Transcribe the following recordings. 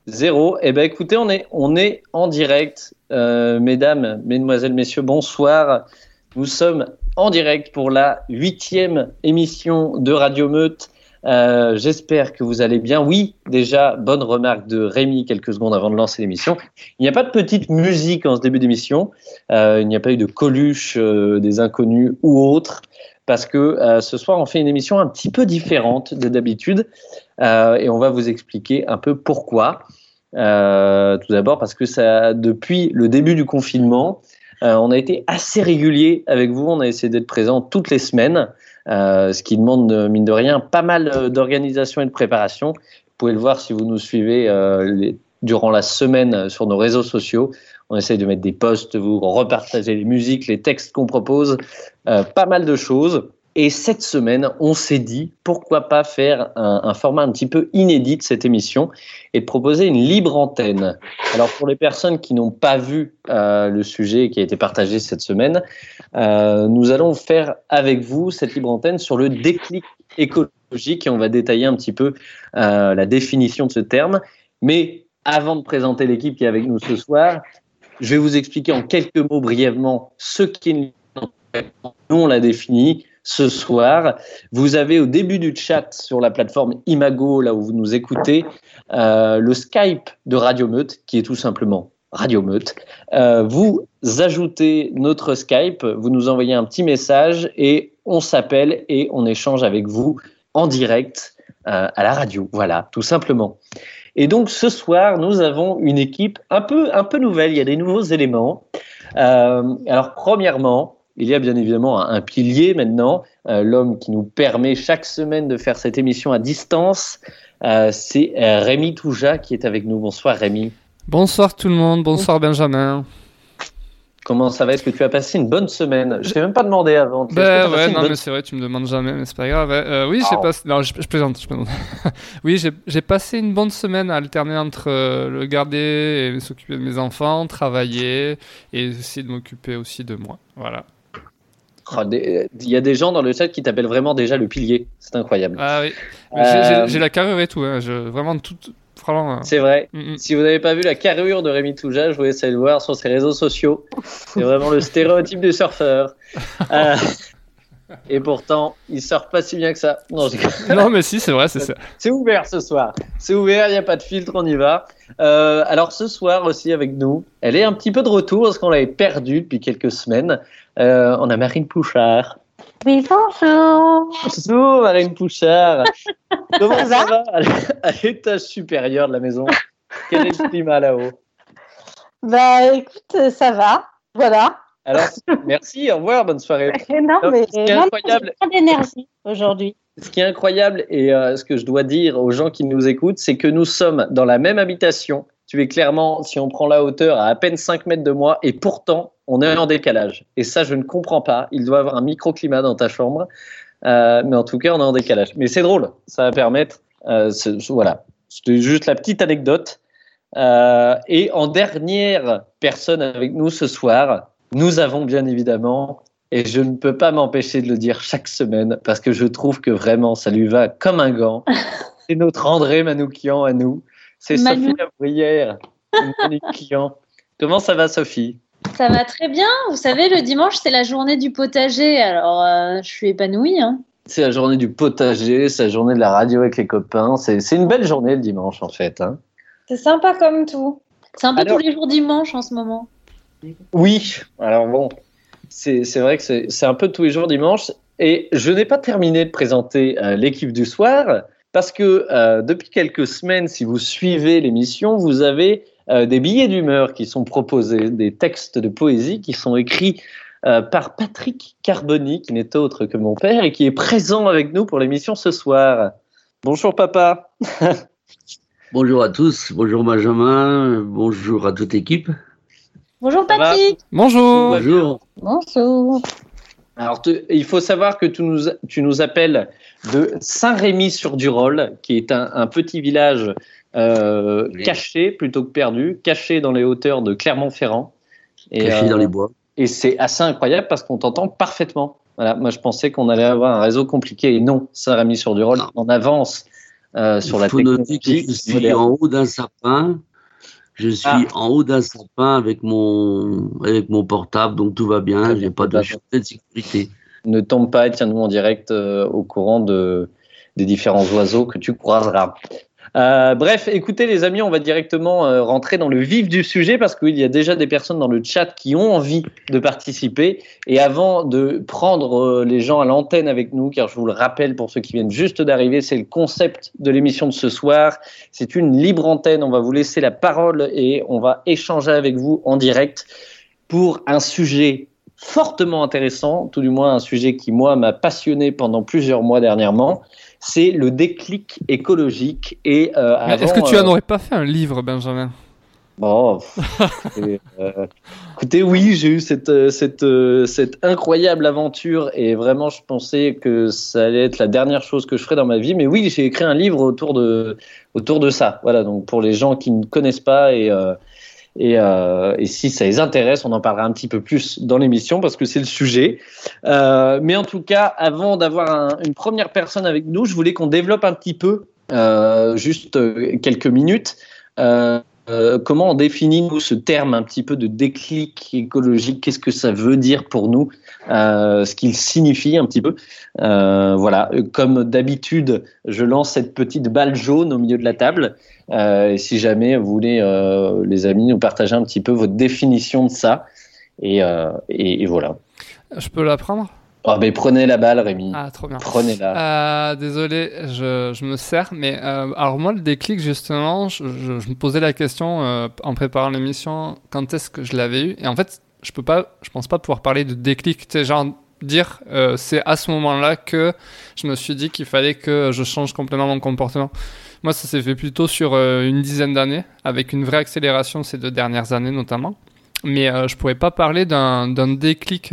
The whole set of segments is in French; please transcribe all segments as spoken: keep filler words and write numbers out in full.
Zéro. Eh ben, écoutez, on est, on est en direct. Euh, mesdames, mesdemoiselles, messieurs, bonsoir. Nous sommes en direct pour la huitième émission de Radio Meute. Euh, j'espère que vous allez bien. Oui, déjà, bonne remarque de Rémi quelques secondes avant de lancer l'émission. Il n'y a pas de petite musique en ce début d'émission. Euh, il n'y a pas eu de Coluche, euh, des inconnus ou autres. Parce que euh, ce soir, on fait une émission un petit peu différente de d'habitude. Euh, et on va vous expliquer un peu pourquoi. Euh, tout d'abord parce que ça, depuis le début du confinement, euh, on a été assez régulier avec vous. On a essayé d'être présent toutes les semaines, euh, ce qui demande, mine de rien, pas mal d'organisation et de préparation. Vous pouvez le voir si vous nous suivez euh, les, durant la semaine sur nos réseaux sociaux. On essaye de mettre des posts, vous repartager les musiques, les textes qu'on propose, euh, pas mal de choses. Et cette semaine, on s'est dit, pourquoi pas faire un, un format un petit peu inédit de cette émission et de proposer une libre antenne. Alors, pour les personnes qui n'ont pas vu euh, le sujet qui a été partagé cette semaine, euh, nous allons faire avec vous cette libre antenne sur le déclic écologique et on va détailler un petit peu euh, la définition de ce terme. Mais avant de présenter l'équipe qui est avec nous ce soir, je vais vous expliquer en quelques mots brièvement ce qu'est une libre antenne. Nous, on l'a défini. Ce soir, vous avez au début du chat sur la plateforme Imago, là où vous nous écoutez, euh, le Skype de Radio Meute, qui est tout simplement Radio Meute. Euh, vous ajoutez notre Skype, vous nous envoyez un petit message et on s'appelle et on échange avec vous en direct euh, à la radio. Voilà, tout simplement. Et donc ce soir, nous avons une équipe un peu, un peu nouvelle, il y a des nouveaux éléments. Euh, alors premièrement, il y a bien évidemment un, un pilier maintenant, euh, l'homme qui nous permet chaque semaine de faire cette émission à distance, euh, c'est euh, Rémi Touja qui est avec nous. Bonsoir Rémi. Bonsoir tout le monde, bonsoir Benjamin. Comment ça va? Est-ce que tu as passé une bonne semaine? Je t'ai même pas demandé avant. Ben ouais, non bonne... mais c'est vrai, tu me demandes jamais, mais c'est pas grave. Euh, oui, oh. j'ai passé. Non, je, je plaisante, je plaisante. oui, j'ai, j'ai passé une bonne semaine à alterner entre euh, le garder et s'occuper de mes enfants, travailler et essayer de m'occuper aussi de moi. Voilà. Il y a des gens dans le chat qui t'appellent vraiment déjà le pilier. C'est incroyable. Ah oui. Euh... J'ai, j'ai, j'ai la carrure et tout. Hein. Je, vraiment tout. Vraiment, c'est vrai. Mm-hmm. Si vous n'avez pas vu la carrure de Rémi Touja, je vous laisse aller le voir sur ses réseaux sociaux. C'est vraiment le stéréotype du surfeur. euh... Et pourtant, il surfe pas si bien que ça. Non, je... non mais si, c'est vrai, c'est ça. C'est ouvert ce soir. C'est ouvert, il n'y a pas de filtre, on y va. Euh, alors ce soir aussi avec nous, elle est un petit peu de retour parce qu'on l'avait perdue depuis quelques semaines. Euh, on a Marine Pouchard. Oui, bonjour. Bonjour Marine Pouchard. Comment ça, ça va à l'étage supérieur de la maison? Quel est le climat là-haut? Bah écoute, ça va. Voilà. Alors, merci, au revoir, bonne soirée. Non, Alors, mais ce qui est non, incroyable, j'ai plein d'énergie aujourd'hui. Ce qui est incroyable et euh, ce que je dois dire aux gens qui nous écoutent, c'est que nous sommes dans la même habitation. Tu es clairement, si on prend la hauteur, à à peine cinq mètres de moi et pourtant, on est en décalage. Et ça, je ne comprends pas. Il doit y avoir un microclimat dans ta chambre. Euh, mais en tout cas, on est en décalage. Mais c'est drôle. Ça va permettre... Euh, ce, voilà. C'était juste la petite anecdote. Euh, et en dernière personne avec nous ce soir... Nous avons bien évidemment, et je ne peux pas m'empêcher de le dire chaque semaine, parce que je trouve que vraiment ça lui va comme un gant. C'est notre André Manoukian à nous. C'est Manu. Sophie Labrière Manoukian. Comment ça va, Sophie? Ça va très bien. Vous savez, le dimanche, c'est la journée du potager, alors euh, je suis épanouie. Hein. C'est la journée du potager, c'est la journée de la radio avec les copains. C'est, c'est une belle journée le dimanche, en fait. Hein. C'est sympa comme tout. C'est un peu alors... tous les jours dimanche en ce moment. Oui, alors bon, c'est, c'est vrai que c'est, c'est un peu tous les jours dimanche et je n'ai pas terminé de présenter euh, l'équipe du soir parce que euh, depuis quelques semaines, si vous suivez l'émission, vous avez euh, des billets d'humeur qui sont proposés, des textes de poésie qui sont écrits euh, par Patrick Carboni, qui n'est autre que mon père et qui est présent avec nous pour l'émission ce soir. Bonjour papa. Bonjour à tous, bonjour Benjamin, bonjour à toute l'équipe. Bonjour Patrick. Bonjour. Bonjour. Bonjour. Alors, te, il faut savoir que tu nous, tu nous appelles de Saint-Rémy-sur-Durolle, qui est un, un petit village euh, oui. caché plutôt que perdu, caché dans les hauteurs de Clermont-Ferrand. Et, caché euh, dans les bois. Et c'est assez incroyable parce qu'on t'entend parfaitement. Voilà, moi, je pensais qu'on allait avoir un réseau compliqué et non, Saint-Rémy-sur-Durolle en avance euh, sur la Il faut noter que je suis moderne. en haut d'un sapin. Je suis ah. en haut d'un sapin avec mon, avec mon portable, donc tout va bien. Il n'y a pas de filet de sécurité. Ne tombe pas et tiens-nous en direct euh, au courant de, des différents oiseaux que tu croiseras. Euh, bref, écoutez les amis, on va directement euh, rentrer dans le vif du sujet parce qu'il y a déjà des personnes dans le chat qui ont envie de participer. Et avant de prendre euh, les gens à l'antenne avec nous, car je vous le rappelle pour ceux qui viennent juste d'arriver, c'est le concept de l'émission de ce soir. C'est une libre antenne, on va vous laisser la parole et on va échanger avec vous en direct pour un sujet fortement intéressant, tout du moins un sujet qui moi m'a passionné pendant plusieurs mois dernièrement. C'est le déclic écologique. Et euh, avant, est-ce que tu euh... n'aurais pas fait un livre, Benjamin ? Bon, écoutez, euh, écoutez, oui, j'ai eu cette, cette, cette incroyable aventure et vraiment, je pensais que ça allait être la dernière chose que je ferais dans ma vie. Mais oui, j'ai écrit un livre autour de, autour de ça. Voilà, donc pour les gens qui ne connaissent pas et euh, Et, euh, et si ça les intéresse, on en parlera un petit peu plus dans l'émission parce que c'est le sujet. Euh, mais en tout cas, avant d'avoir un, une première personne avec nous, je voulais qu'on développe un petit peu, euh, juste quelques minutes, euh, euh, comment on définit nous ce terme un petit peu de déclic écologique. Qu'est-ce que ça veut dire pour nous, euh, ce qu'il signifie un petit peu. Euh, voilà, comme d'habitude, je lance cette petite balle jaune au milieu de la table. Euh, et si jamais vous voulez, euh, les amis, nous partager un petit peu votre définition de ça. Et, euh, et, et voilà. Je peux la prendre ? Oh, mais prenez la balle, Rémi. Ah, trop bien. Prenez-la. Euh, désolé, je, je me sers. Mais euh, alors moi, le déclic, justement, je, je, je me posais la question euh, en préparant l'émission, quand est-ce que je l'avais eu ? Et en fait, je peux pas, je pense pas pouvoir parler de déclic. Tu sais, genre dire, euh, c'est à ce moment-là que je me suis dit qu'il fallait que je change complètement mon comportement. Moi, ça s'est fait plutôt sur euh, une dizaine d'années, avec une vraie accélération ces deux dernières années notamment. Mais euh, je pourrais pas parler d'un, d'un déclic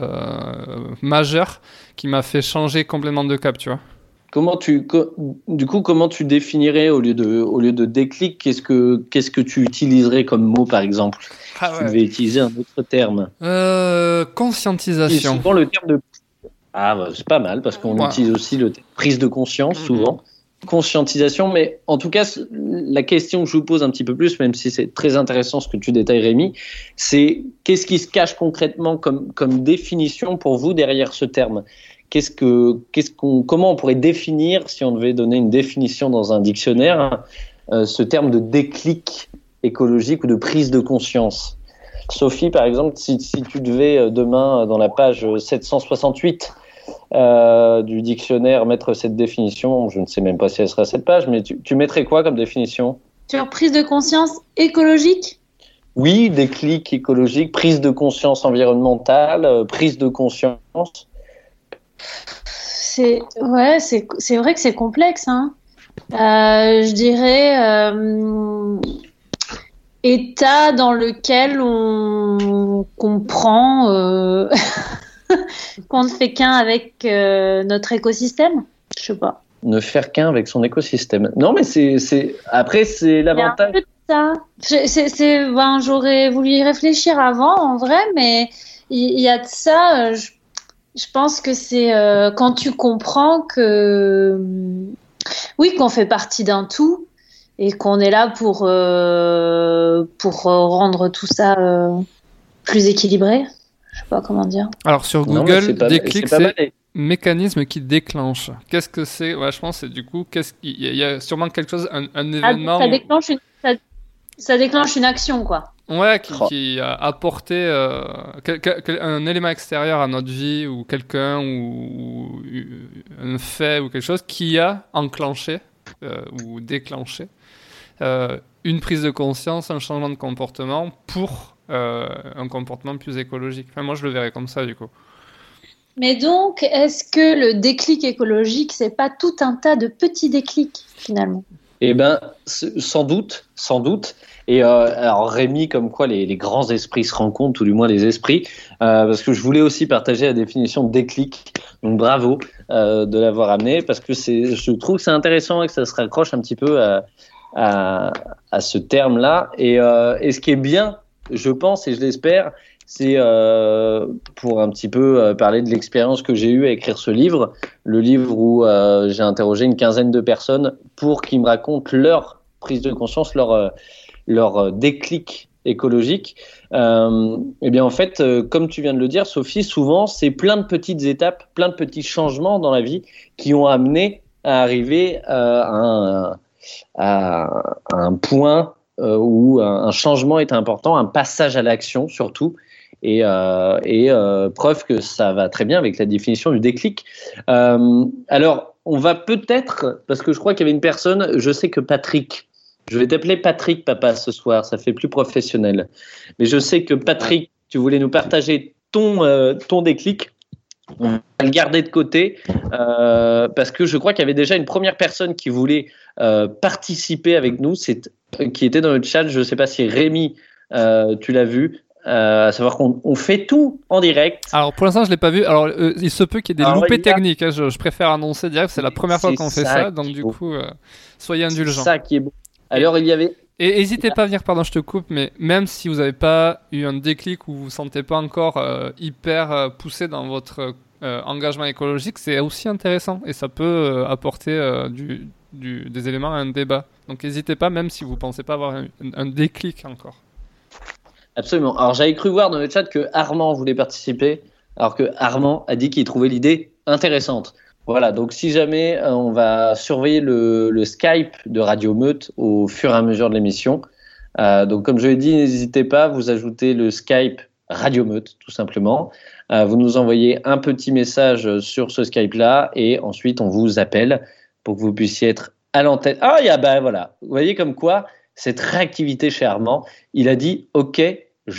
euh, majeur qui m'a fait changer complètement de cap, tu vois. Comment tu, co- du coup, comment tu définirais au lieu de, au lieu de déclic, qu'est-ce que, qu'est-ce que tu utiliserais comme mot, par exemple ? Ah ouais. Tu devais utiliser un autre terme. Euh, conscientisation. Et souvent le terme de. Ah, bah, c'est pas mal parce qu'on ouais. utilise aussi le terme prise de conscience mmh. souvent. Conscientisation, mais en tout cas, la question que je vous pose un petit peu plus, même si c'est très intéressant ce que tu détailles, Rémi, c'est qu'est-ce qui se cache concrètement comme, comme définition pour vous derrière ce terme ? Qu'est-ce que, qu'est-ce qu'on, comment on pourrait définir, si on devait donner une définition dans un dictionnaire, euh, ce terme de déclic écologique ou de prise de conscience ? Sophie, par exemple, si, si tu devais demain, dans la page sept cent soixante-huit, Euh, du dictionnaire mettre cette définition, je ne sais même pas si elle sera à cette page, mais tu, tu mettrais quoi comme définition ? Sur prise de conscience écologique ? Oui, déclic écologique, prise de conscience environnementale, euh, prise de conscience. C'est, ouais, c'est, c'est vrai que c'est complexe. Hein. Euh, je dirais euh, état dans lequel on comprend... Euh... qu'on ne fait qu'un avec euh, notre écosystème, je sais pas. Ne faire qu'un avec son écosystème. Non, mais c'est, c'est... après c'est l'avantage. Il y a un peu de ça. C'est, c'est, c'est... Ben, j'aurais voulu y réfléchir avant, en vrai, mais il y, y a de ça. Euh, je, je pense que c'est euh, quand tu comprends que oui, qu'on fait partie d'un tout et qu'on est là pour euh, pour rendre tout ça euh, plus équilibré. Je sais pas comment dire. Alors sur Google, non, c'est pas, déclic, c'est, c'est, c'est mécanisme qui déclenche. Qu'est-ce que c'est ? Ouais, je pense c'est du coup, qu'est-ce qu'il y, y a sûrement quelque chose, un, un événement. Ah, ça déclenche une, ça, ça déclenche une action, quoi. Ouais, qui, oh. qui a apporté euh, quel, quel, un élément extérieur à notre vie ou quelqu'un ou, ou un fait ou quelque chose qui a enclenché euh, ou déclenché euh, une prise de conscience, un changement de comportement pour Euh, un comportement plus écologique. Enfin, moi, je le verrais comme ça, du coup. Mais donc, est-ce que le déclic écologique, c'est pas tout un tas de petits déclics, finalement ? Eh bien, sans doute, sans doute. Et euh, alors, Rémi, comme quoi les, les grands esprits se rencontrent, ou du moins les esprits, euh, parce que je voulais aussi partager la définition de déclic. Donc, bravo euh, de l'avoir amené, parce que c'est, je trouve que c'est intéressant et que ça se raccroche un petit peu à, à, à ce terme-là. Et, euh, et ce qui est bien, je pense et je l'espère, c'est euh, pour un petit peu euh, parler de l'expérience que j'ai eue à écrire ce livre, le livre où euh, j'ai interrogé une quinzaine de personnes pour qu'ils me racontent leur prise de conscience, leur, euh, leur déclic écologique. Euh, et bien en fait, euh, comme tu viens de le dire, Sophie, souvent c'est plein de petites étapes, plein de petits changements dans la vie qui ont amené à arriver euh, à, un, à, à un point euh, où un, un changement est important, un passage à l'action surtout. Et, euh, et euh, preuve que ça va très bien avec la définition du déclic. Euh, alors, on va peut-être, parce que je crois qu'il y avait une personne, je sais que Patrick, je vais t'appeler Patrick, papa, ce soir, ça fait plus professionnel. Mais je sais que Patrick, tu voulais nous partager ton, euh, ton déclic. On va le garder de côté euh, parce que je crois qu'il y avait déjà une première personne qui voulait euh, participer avec nous, c'est, qui était dans le chat. Je ne sais pas si Rémi, euh, tu l'as vu. Euh, à savoir qu'on on fait tout en direct. Alors pour l'instant je l'ai pas vu. Alors euh, il se peut qu'il y ait des Alors, loupés a... techniques. Hein. Je, je préfère annoncer direct. C'est la première c'est fois qu'on fait ça, donc du beau. coup euh, soyez indulgents. C'est ça qui est beau. Alors il y avait. Et n'hésitez pas à venir. Pardon, je te coupe, mais même si vous n'avez pas eu un déclic ou vous vous sentez pas encore euh, hyper euh, poussé dans votre euh, engagement écologique, c'est aussi intéressant et ça peut euh, apporter euh, du, du, des éléments à un débat. Donc n'hésitez pas, même si vous pensez pas avoir un, un déclic encore. Absolument. Alors j'avais cru voir dans le chat que Armand voulait participer, alors que Armand a dit qu'il trouvait l'idée intéressante. Voilà, donc si jamais euh, on va surveiller le, le Skype de Radio Meute au fur et à mesure de l'émission. Euh, donc comme je l'ai dit, n'hésitez pas, vous ajoutez le Skype Radio Meute tout simplement. Euh, vous nous envoyez un petit message sur ce Skype-là et ensuite on vous appelle pour que vous puissiez être à l'antenne. Ah, il y a, ben voilà, vous voyez comme quoi cette réactivité chez Armand, il a dit « Ok, j'arrive ».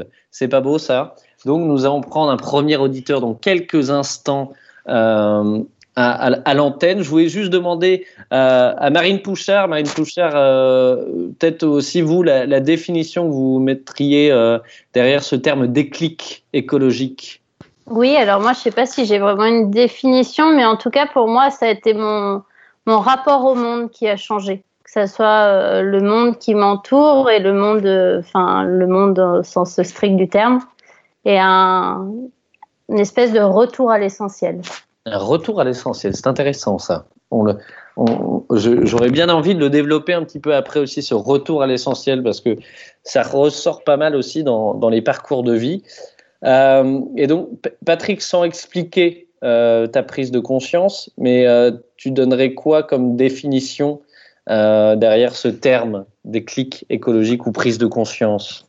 C'est pas beau ça. Donc nous allons prendre un premier auditeur dans quelques instants euh, à, à, à l'antenne. Je voulais juste demander euh, à Marine Pouchard, Marine Pouchard, euh, peut-être aussi vous, la, la définition que vous mettriez euh, derrière ce terme déclic écologique. Oui, alors moi je sais pas si j'ai vraiment une définition, mais en tout cas pour moi ça a été mon, mon rapport au monde qui a changé. Que ce soit euh, le monde qui m'entoure et le monde, enfin euh, le monde au sens strict du terme, et un, une espèce de retour à l'essentiel. Un retour à l'essentiel, c'est intéressant ça. On le, on, je, j'aurais bien envie de le développer un petit peu après aussi, ce retour à l'essentiel, parce que ça ressort pas mal aussi dans, dans les parcours de vie. Euh, et donc, Patrick, sans expliquer euh, ta prise de conscience, mais euh, tu donnerais quoi comme définition Euh, derrière ce terme déclic écologique ou prise de conscience?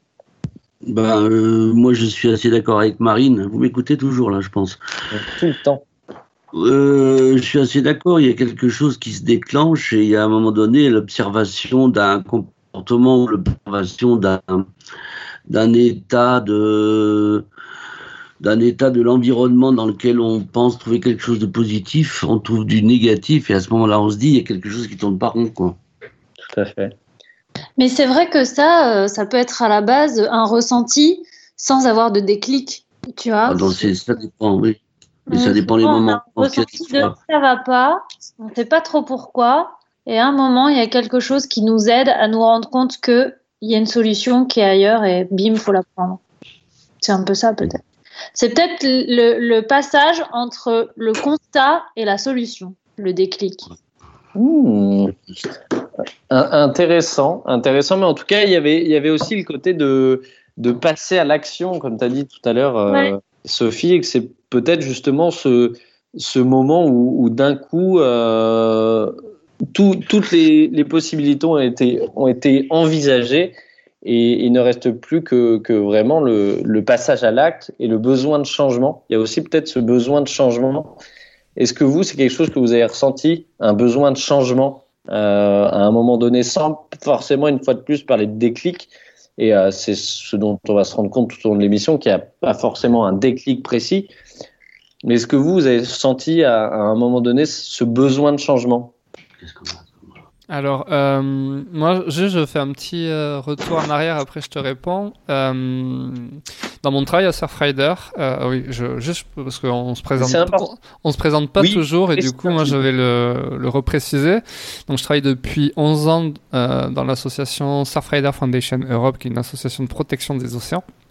Ben, euh, moi, je suis assez d'accord avec Marine. Vous m'écoutez toujours, là, je pense. Tout le temps. Euh, je suis assez d'accord. Il y a quelque chose qui se déclenche et il y a à un moment donné l'observation d'un comportement, l'observation d'un, d'un état de... d'un état de l'environnement dans lequel on pense trouver quelque chose de positif, on trouve du négatif et à ce moment-là on se dit il y a quelque chose qui tourne pas rond, quoi. Tout à fait. Mais c'est vrai que ça, ça peut être à la base un ressenti sans avoir de déclic, tu vois. Ah, donc c'est, ça dépend, oui. Mais on ça dépend les moments. On a un ressenti de ça va pas, on ne sait pas trop pourquoi, et à un moment il y a quelque chose qui nous aide à nous rendre compte qu'il y a une solution qui est ailleurs et bim, il faut la prendre. C'est un peu ça peut-être. C'est peut-être le, le passage entre le constat et la solution, le déclic. Mmh. Intéressant, intéressant, mais en tout cas, il y avait, il y avait aussi le côté de, de passer à l'action, comme tu as dit tout à l'heure, ouais. euh, Sophie, et que c'est peut-être justement ce, ce moment où, où d'un coup, euh, tout, toutes les, les possibilités ont été, ont été envisagées. Et il ne reste plus que, que vraiment le, le passage à l'acte et le besoin de changement. Il y a aussi peut-être ce besoin de changement. Est-ce que vous, c'est quelque chose que vous avez ressenti, un besoin de changement euh, à un moment donné, sans forcément, une fois de plus, parler de déclic? Et euh, c'est ce dont on va se rendre compte tout au long de l'émission, qu'il n'y a pas forcément un déclic précis. Mais est-ce que vous, vous avez senti à, à un moment donné ce besoin de changement? Qu'est-ce qu'on a? Alors, euh, moi, je, je fais un petit euh, retour en arrière, après je te réponds. Euh, dans mon travail à Surfrider, euh, oui, je, juste parce qu'on se présente, on, on se présente pas oui, toujours, et du coup, moi, je vais le, le repréciser. Donc, je travaille depuis onze ans euh, dans l'association Surfrider Foundation Europe, qui est une association de protection des océans.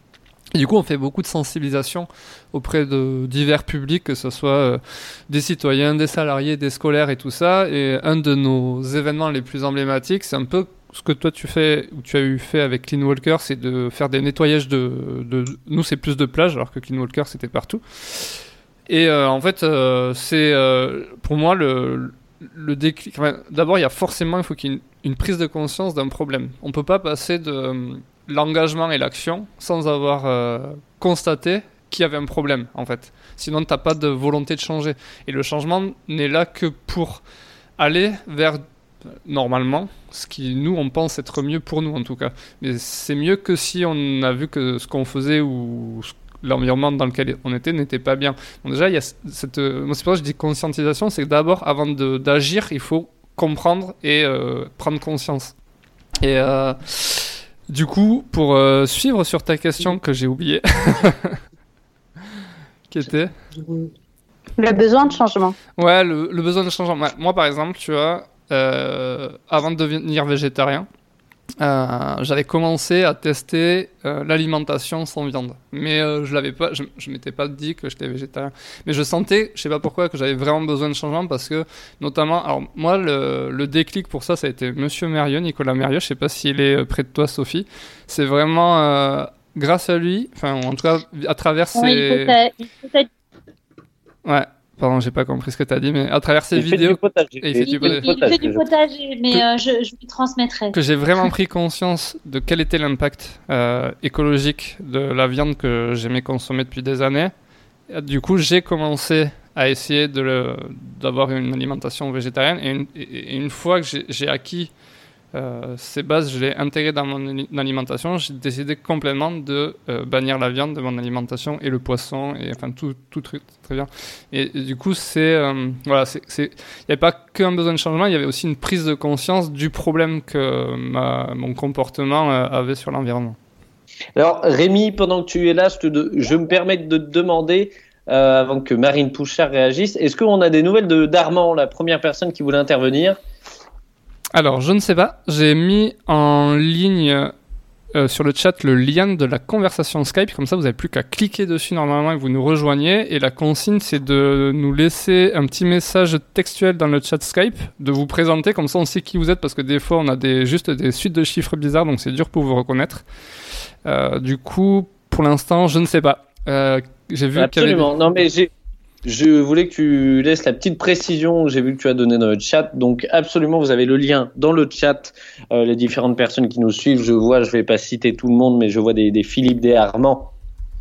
Et du coup, on fait beaucoup de sensibilisation auprès de divers publics, que ce soit euh, des citoyens, des salariés, des scolaires et tout ça. Et un de nos événements les plus emblématiques, c'est un peu ce que toi tu fais, ou tu as eu fait avec Clean Walker, c'est de faire des nettoyages de, de... Nous, c'est plus de plage, alors que Clean Walker, c'était partout. Et euh, en fait, euh, c'est euh, pour moi le, le déclic. Enfin, d'abord, il y a forcément, il faut qu'il y ait une, une prise de conscience d'un problème. On peut pas passer de euh, l'engagement et l'action sans avoir euh, constaté qu'il y avait un problème, en fait. Sinon, t'as pas de volonté de changer. Et le changement n'est là que pour aller vers, normalement, ce qui, nous, on pense être mieux pour nous, en tout cas. Mais c'est mieux que si on a vu que ce qu'on faisait ou l'environnement dans lequel on était n'était pas bien. Donc déjà, il y a cette... Moi, c'est pour ça que je dis conscientisation, c'est que d'abord, avant de, d'agir, il faut comprendre et euh, prendre conscience. Et euh, du coup, pour euh, suivre sur ta question que j'ai oubliée, qui était... Le besoin de changement. Ouais, le, le besoin de changement. Moi, par exemple, tu vois, euh, avant de devenir végétarien, Euh, j'avais commencé à tester euh, l'alimentation sans viande, mais euh, je l'avais pas, je, je m'étais pas dit que j'étais végétarien, mais je sentais, je sais pas pourquoi, que j'avais vraiment besoin de changement parce que, notamment, alors moi le, le déclic pour ça, ça a été Monsieur Mérieux, Nicolas Mérieux, je sais pas s'il est près de toi, Sophie. C'est vraiment euh, grâce à lui, enfin en tout cas à travers ses. Oui, il faut t'a- il faut t'a- Ouais. Pardon, j'ai pas compris ce que tu as dit, mais à travers ces Il fait vidéos. du potager. Et il fait Il, du il- il fait du potager, mais Que- euh, je, je lui transmettrai. Que j'ai vraiment pris conscience de quel était l'impact euh, écologique de la viande que j'aimais consommer depuis des années. Et du coup, j'ai commencé à essayer de le, d'avoir une alimentation végétarienne. Et une, et une fois que j'ai, j'ai acquis euh, ces bases, je l'ai intégré dans mon ali- alimentation, j'ai décidé complètement de euh, bannir la viande de mon alimentation et le poisson, et enfin tout, tout truc, très bien. Et, et du coup, c'est... euh, voilà, c'est, c'est, il n'y avait pas qu'un besoin de changement, il y avait aussi une prise de conscience du problème que ma, mon comportement euh, avait sur l'environnement. Alors, Rémi, pendant que tu es là, je, te de- je me permets de te demander, euh, avant que Marine Pouchard réagisse, est-ce qu'on a des nouvelles de d'Armand, la première personne qui voulait intervenir? Alors, je ne sais pas, j'ai mis en ligne euh, sur le chat le lien de la conversation Skype, comme ça vous n'avez plus qu'à cliquer dessus normalement et vous nous rejoignez, et la consigne c'est de nous laisser un petit message textuel dans le chat Skype, de vous présenter, comme ça on sait qui vous êtes, parce que des fois on a des, juste des suites de chiffres bizarres, donc c'est dur pour vous reconnaître. Euh, du coup, pour l'instant, je ne sais pas. Euh, j'ai vu qu'il y avait... Absolument. Non, mais j'ai, je voulais que tu laisses la petite précision que j'ai vu que tu as donnée dans le chat. Donc, absolument, vous avez le lien dans le chat. Euh, les différentes personnes qui nous suivent, je vois, je vais pas citer tout le monde, mais je vois des, des Philippe, des Armand,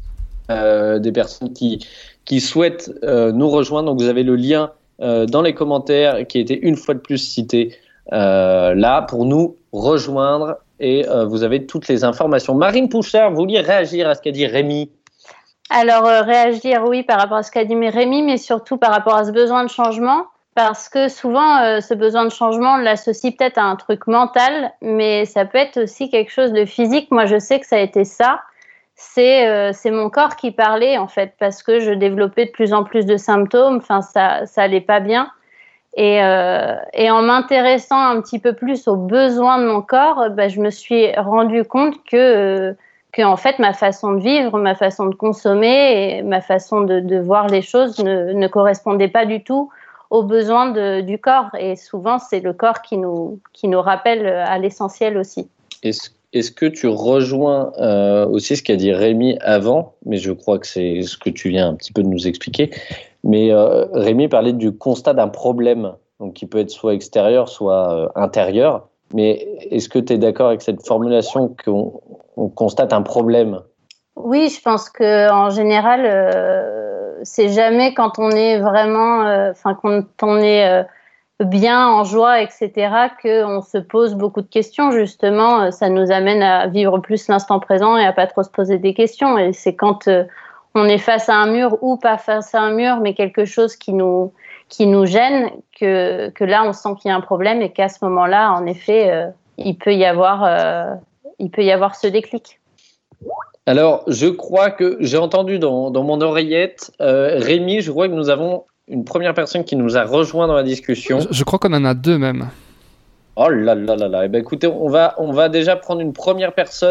euh, des personnes qui, qui souhaitent euh, nous rejoindre. Donc, vous avez le lien euh, dans les commentaires qui a été une fois de plus cité euh, là pour nous rejoindre. Et euh, vous avez toutes les informations. Marine Pouchard, vous vouliez réagir à ce qu'a dit Rémi? Alors, euh, réagir, oui, par rapport à ce qu'a dit Rémi, mais surtout par rapport à ce besoin de changement, parce que souvent, euh, ce besoin de changement, on l'associe peut-être à un truc mental, mais ça peut être aussi quelque chose de physique. Moi, je sais que ça a été ça. C'est, euh, c'est mon corps qui parlait, en fait, parce que je développais de plus en plus de symptômes. Enfin, ça, ça allait pas bien. Et, euh, et en m'intéressant un petit peu plus aux besoins de mon corps, euh, bah, je me suis rendu compte que, euh, que en fait, ma façon de vivre, ma façon de consommer et ma façon de, de voir les choses ne, ne correspondait pas du tout aux besoins de, du corps. Et souvent, c'est le corps qui nous, qui nous rappelle à l'essentiel aussi. Est-ce, est-ce que tu rejoins euh, aussi ce qu'a dit Rémi avant, mais je crois que c'est ce que tu viens un petit peu de nous expliquer. Mais euh, Rémi parlait du constat d'un problème, donc qui peut être soit extérieur, soit euh, intérieur. Mais est-ce que tu es d'accord avec cette formulation qu'on on constate un problème? Oui, je pense que en général, euh, c'est jamais quand on est vraiment, enfin euh, quand on est euh, bien, en joie, et cetera, qu'on se pose beaucoup de questions. Justement, ça nous amène à vivre plus l'instant présent et à pas trop se poser des questions. Et c'est quand euh, on est face à un mur ou pas face à un mur, mais quelque chose qui nous, qui nous gêne, que, que là, on sent qu'il y a un problème et qu'à ce moment-là, en effet, euh, il peut y avoir, euh, il peut y avoir ce déclic. Alors, je crois que j'ai entendu dans, dans mon oreillette, euh, Rémi, je crois que nous avons une première personne qui nous a rejoint dans la discussion. Je, je crois qu'on en a deux même. Oh là là là là. Eh ben, écoutez, on va, on va déjà prendre une première personne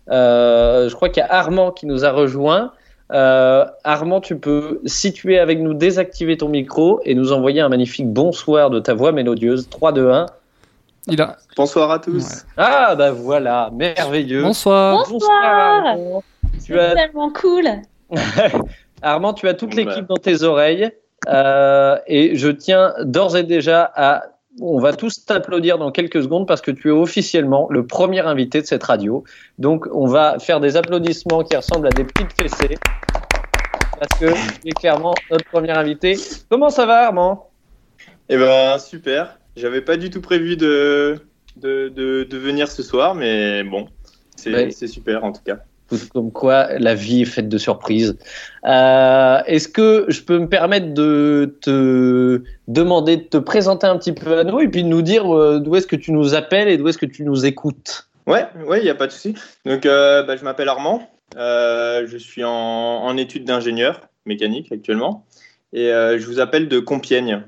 Euh, je crois qu'il y a Armand qui nous a rejoint. Euh, Armand, tu peux, si tu es avec nous, désactiver ton micro et nous envoyer un magnifique bonsoir de ta voix mélodieuse. trois, deux, un. Il a... Bonsoir à tous. Ouais. Ah, bah voilà, merveilleux. Bonsoir. Bonsoir. Armand. C'est Tu as... tellement cool. Armand, tu as toute l'équipe Ouais. dans tes oreilles. Euh, et je tiens d'ores et déjà à... On va tous t'applaudir dans quelques secondes parce que tu es officiellement le premier invité de cette radio. Donc, on va faire des applaudissements qui ressemblent à des petites fessées. Parce que tu es clairement notre premier invité. Comment ça va, Armand ? Eh ben super. J'avais pas du tout prévu de de, de, de venir ce soir, mais bon, c'est, Ouais. c'est super en tout cas. Comme quoi, la vie est faite de surprises. Euh, est-ce que je peux me permettre de te demander de te présenter un petit peu à nous et puis de nous dire euh, d'où est-ce que tu nous appelles et d'où est-ce que tu nous écoutes ? Ouais, ouais, il y a pas de souci. Donc, euh, bah, je m'appelle Armand. Euh, je suis en, en études d'ingénieur mécanique actuellement, et euh, je vous appelle de Compiègne.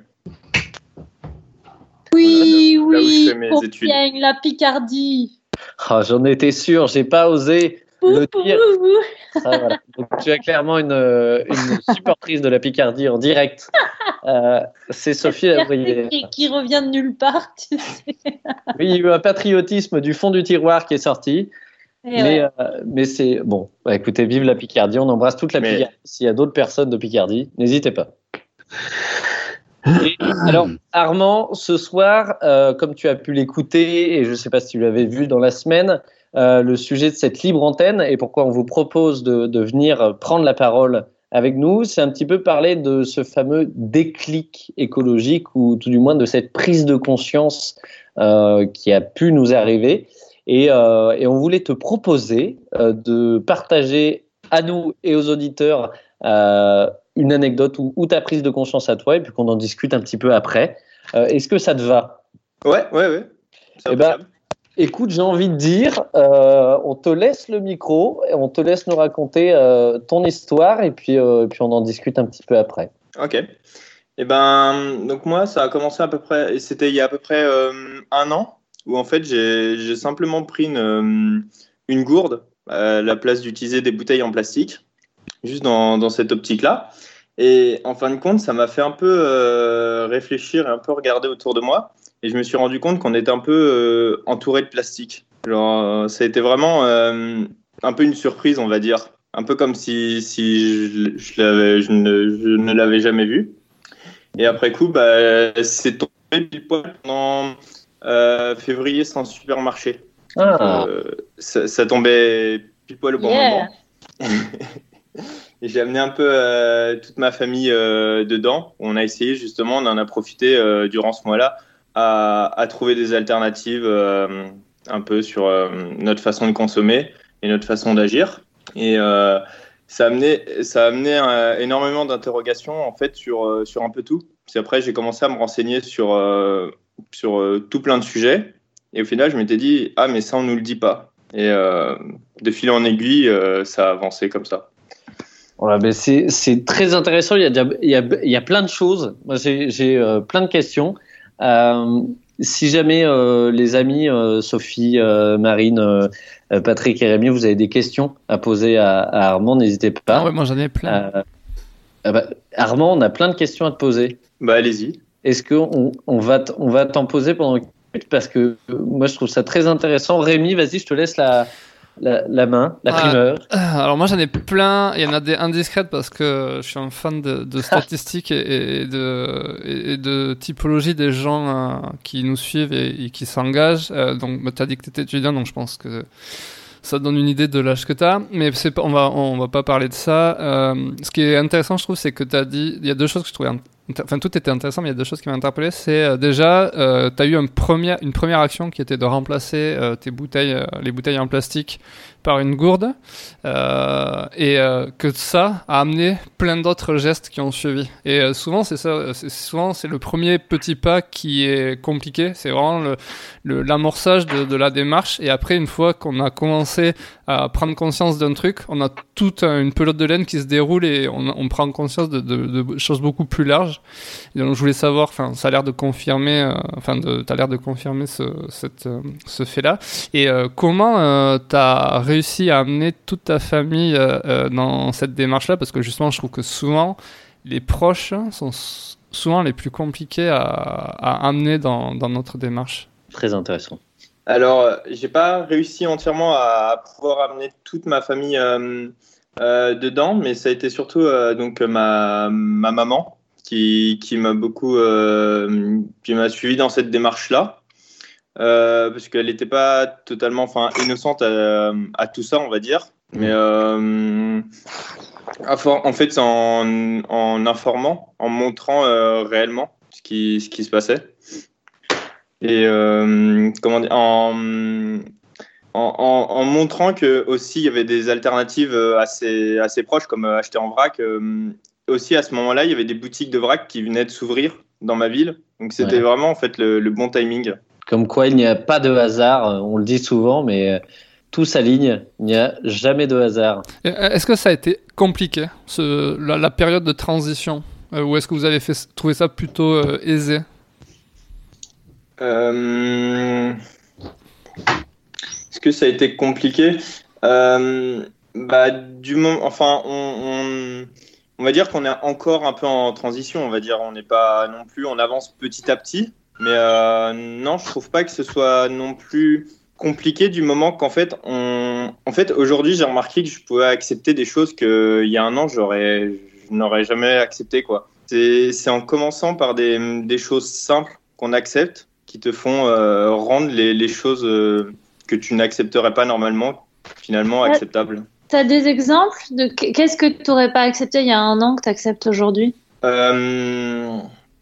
Oui, Là où je oui, fais mes Compiègne, la Picardie. Ah, j'en étais sûr, j'ai pas osé le Ouh, dire. ouh, ouh. Ça, voilà. Donc, tu as clairement une, une supportrice de la Picardie en direct. Euh, c'est Sophie Lavrier. Qui, qui revient de nulle part, tu sais. Oui, il y a eu un patriotisme du fond du tiroir qui est sorti. Et Mais, ouais. euh, mais c'est bon. Bah, écoutez, vive la Picardie. On embrasse toute la Mais- Picardie. S'il y a d'autres personnes de Picardie, n'hésitez pas. Et, alors, Armand, ce soir, euh, comme tu as pu l'écouter, et je ne sais pas si tu l'avais vu dans la semaine, euh, le sujet de cette libre antenne et pourquoi on vous propose de, de venir prendre la parole avec nous, c'est un petit peu parler de ce fameux déclic écologique ou tout du moins de cette prise de conscience euh, qui a pu nous arriver. Et, euh, et on voulait te proposer euh, de partager à nous et aux auditeurs euh, une anecdote ou, ou ta prise de conscience à toi et puis qu'on en discute un petit peu après. Euh, est-ce que ça te va ? Ouais, ouais, ouais. C'est Eh ben, impeccable. Écoute, j'ai envie de dire, euh, on te laisse le micro et on te laisse nous raconter euh, ton histoire et puis, euh, et puis on en discute un petit peu après. Ok. Et ben, donc moi, ça a commencé à peu près, c'était il y a à peu près euh, un an, où en fait, j'ai, j'ai simplement pris une, euh, une gourde à la place d'utiliser des bouteilles en plastique, juste dans, dans cette optique-là. Et en fin de compte, ça m'a fait un peu euh, réfléchir et un peu regarder autour de moi. Et je me suis rendu compte qu'on était un peu euh, entouré de plastique. Genre, euh, ça a été vraiment euh, un peu une surprise, on va dire. Un peu comme si, si je, je, l'avais, je, ne, je ne l'avais jamais vu. Et après coup, bah, c'est tombé pile poil pendant euh, février sans supermarché. Ah. Euh, ça, ça tombait pile poil au bon Yeah. moment. Et j'ai amené un peu euh, toute ma famille euh, dedans. On a essayé justement, on en a profité euh, durant ce mois-là à, à trouver des alternatives euh, un peu sur euh, notre façon de consommer et notre façon d'agir. Et euh, ça a amené, ça a amené euh, énormément d'interrogations en fait sur, euh, sur un peu tout. Puis après, j'ai commencé à me renseigner sur, euh, sur euh, tout plein de sujets. Et au final, je m'étais dit, ah, mais ça, on nous le dit pas. Et euh, de fil en aiguille, euh, ça a avancé comme ça. Voilà, ben c'est, c'est très intéressant. Il y a, déjà- il y a, il y a plein de choses. Moi, j'ai, j'ai euh, plein de questions. Euh, si jamais euh, les amis, euh, Sophie, euh, Marine, euh, Patrick et Rémi, vous avez des questions à poser à, à Armand, n'hésitez pas. Ah ouais, moi j'en ai plein. Euh, ah bah, Armand, on a plein de questions à te poser. Bah, allez-y. Est-ce qu'on on va, t- on va t'en poser pendant une minute parce que euh, moi je trouve ça très intéressant. Rémi, vas-y, je te laisse la, la, la main, la Ah. primeur. Alors moi j'en ai plein, il y en a des indiscrètes parce que je suis un fan de, de statistiques et, et, de, et de typologie des gens euh, qui nous suivent et, et qui s'engagent. Euh, donc bah, tu as dit que tu étais étudiant, donc je pense que ça donne une idée de l'âge que tu as. Mais c'est pas, on va, on va pas parler de ça. Euh, ce qui est intéressant, je trouve, c'est que tu as dit, il y a deux choses que je trouvais intéressantes. Enfin, tout était intéressant, mais il y a deux choses qui m'ont interpellé. C'est euh, déjà, euh, tu as eu un premier, une première action qui était de remplacer euh, tes bouteilles, euh, les bouteilles en plastique par une gourde. Euh, et euh, que ça a amené plein d'autres gestes qui ont suivi. Et euh, souvent, c'est ça. C'est, souvent, c'est le premier petit pas qui est compliqué. C'est vraiment le, le, l'amorçage de, de la démarche. Et après, une fois qu'on a commencé à prendre conscience d'un truc, on a toute une pelote de laine qui se déroule et on, on prend conscience de, de, de choses beaucoup plus larges. mariage. Et donc je voulais savoir, enfin ça a l'air de confirmer, euh, enfin de, t'as l'air de confirmer ce, cette, euh, ce fait-là. Et euh, comment euh, t'as réussi à amener toute ta famille euh, euh, dans cette démarche-là? Parce que justement, je trouve que souvent les proches sont souvent les plus compliqués à, à amener dans, dans notre démarche. Très intéressant. Alors, j'ai pas réussi entièrement à pouvoir amener toute ma famille euh, euh, dedans, mais ça a été surtout euh, donc ma, ma maman qui, qui m'a beaucoup euh, qui m'a suivi dans cette démarche-là, euh, parce qu'elle n'était pas totalement, enfin, innocente à, à tout ça, on va dire, mais euh, en fait, en, en informant, en montrant euh, réellement ce qui, ce qui se passait. Et euh, comment dire, en, en, en, en montrant que aussi il y avait des alternatives assez, assez proches, comme acheter en vrac. Euh, aussi à ce moment-là, il y avait des boutiques de vrac qui venaient de s'ouvrir dans ma ville. Donc c'était ouais. vraiment en fait le, le bon timing. Comme quoi il n'y a pas de hasard, on le dit souvent, mais tout s'aligne, il n'y a jamais de hasard. Est-ce que ça a été compliqué, ce, la, la période de transition, euh, ou est-ce que vous avez fait, trouvé ça plutôt euh, aisé? Euh... Est-ce que ça a été compliqué? euh... Bah, du moment, enfin, on, on, on va dire qu'on est encore un peu en transition. On va dire, on n'est pas non plus, on avance petit à petit. Mais euh, non, je trouve pas que ce soit non plus compliqué du moment qu'en fait, on, en fait, aujourd'hui, j'ai remarqué que je pouvais accepter des choses que il y a un an, j'aurais, je n'aurais jamais accepté, quoi. C'est, c'est en commençant par des, des choses simples qu'on accepte, qui te font euh, rendre les, les choses euh, que tu n'accepterais pas normalement, finalement acceptables. Tu as des exemples de qu'est-ce que tu n'aurais pas accepté il y a un an que tu acceptes aujourd'hui? euh,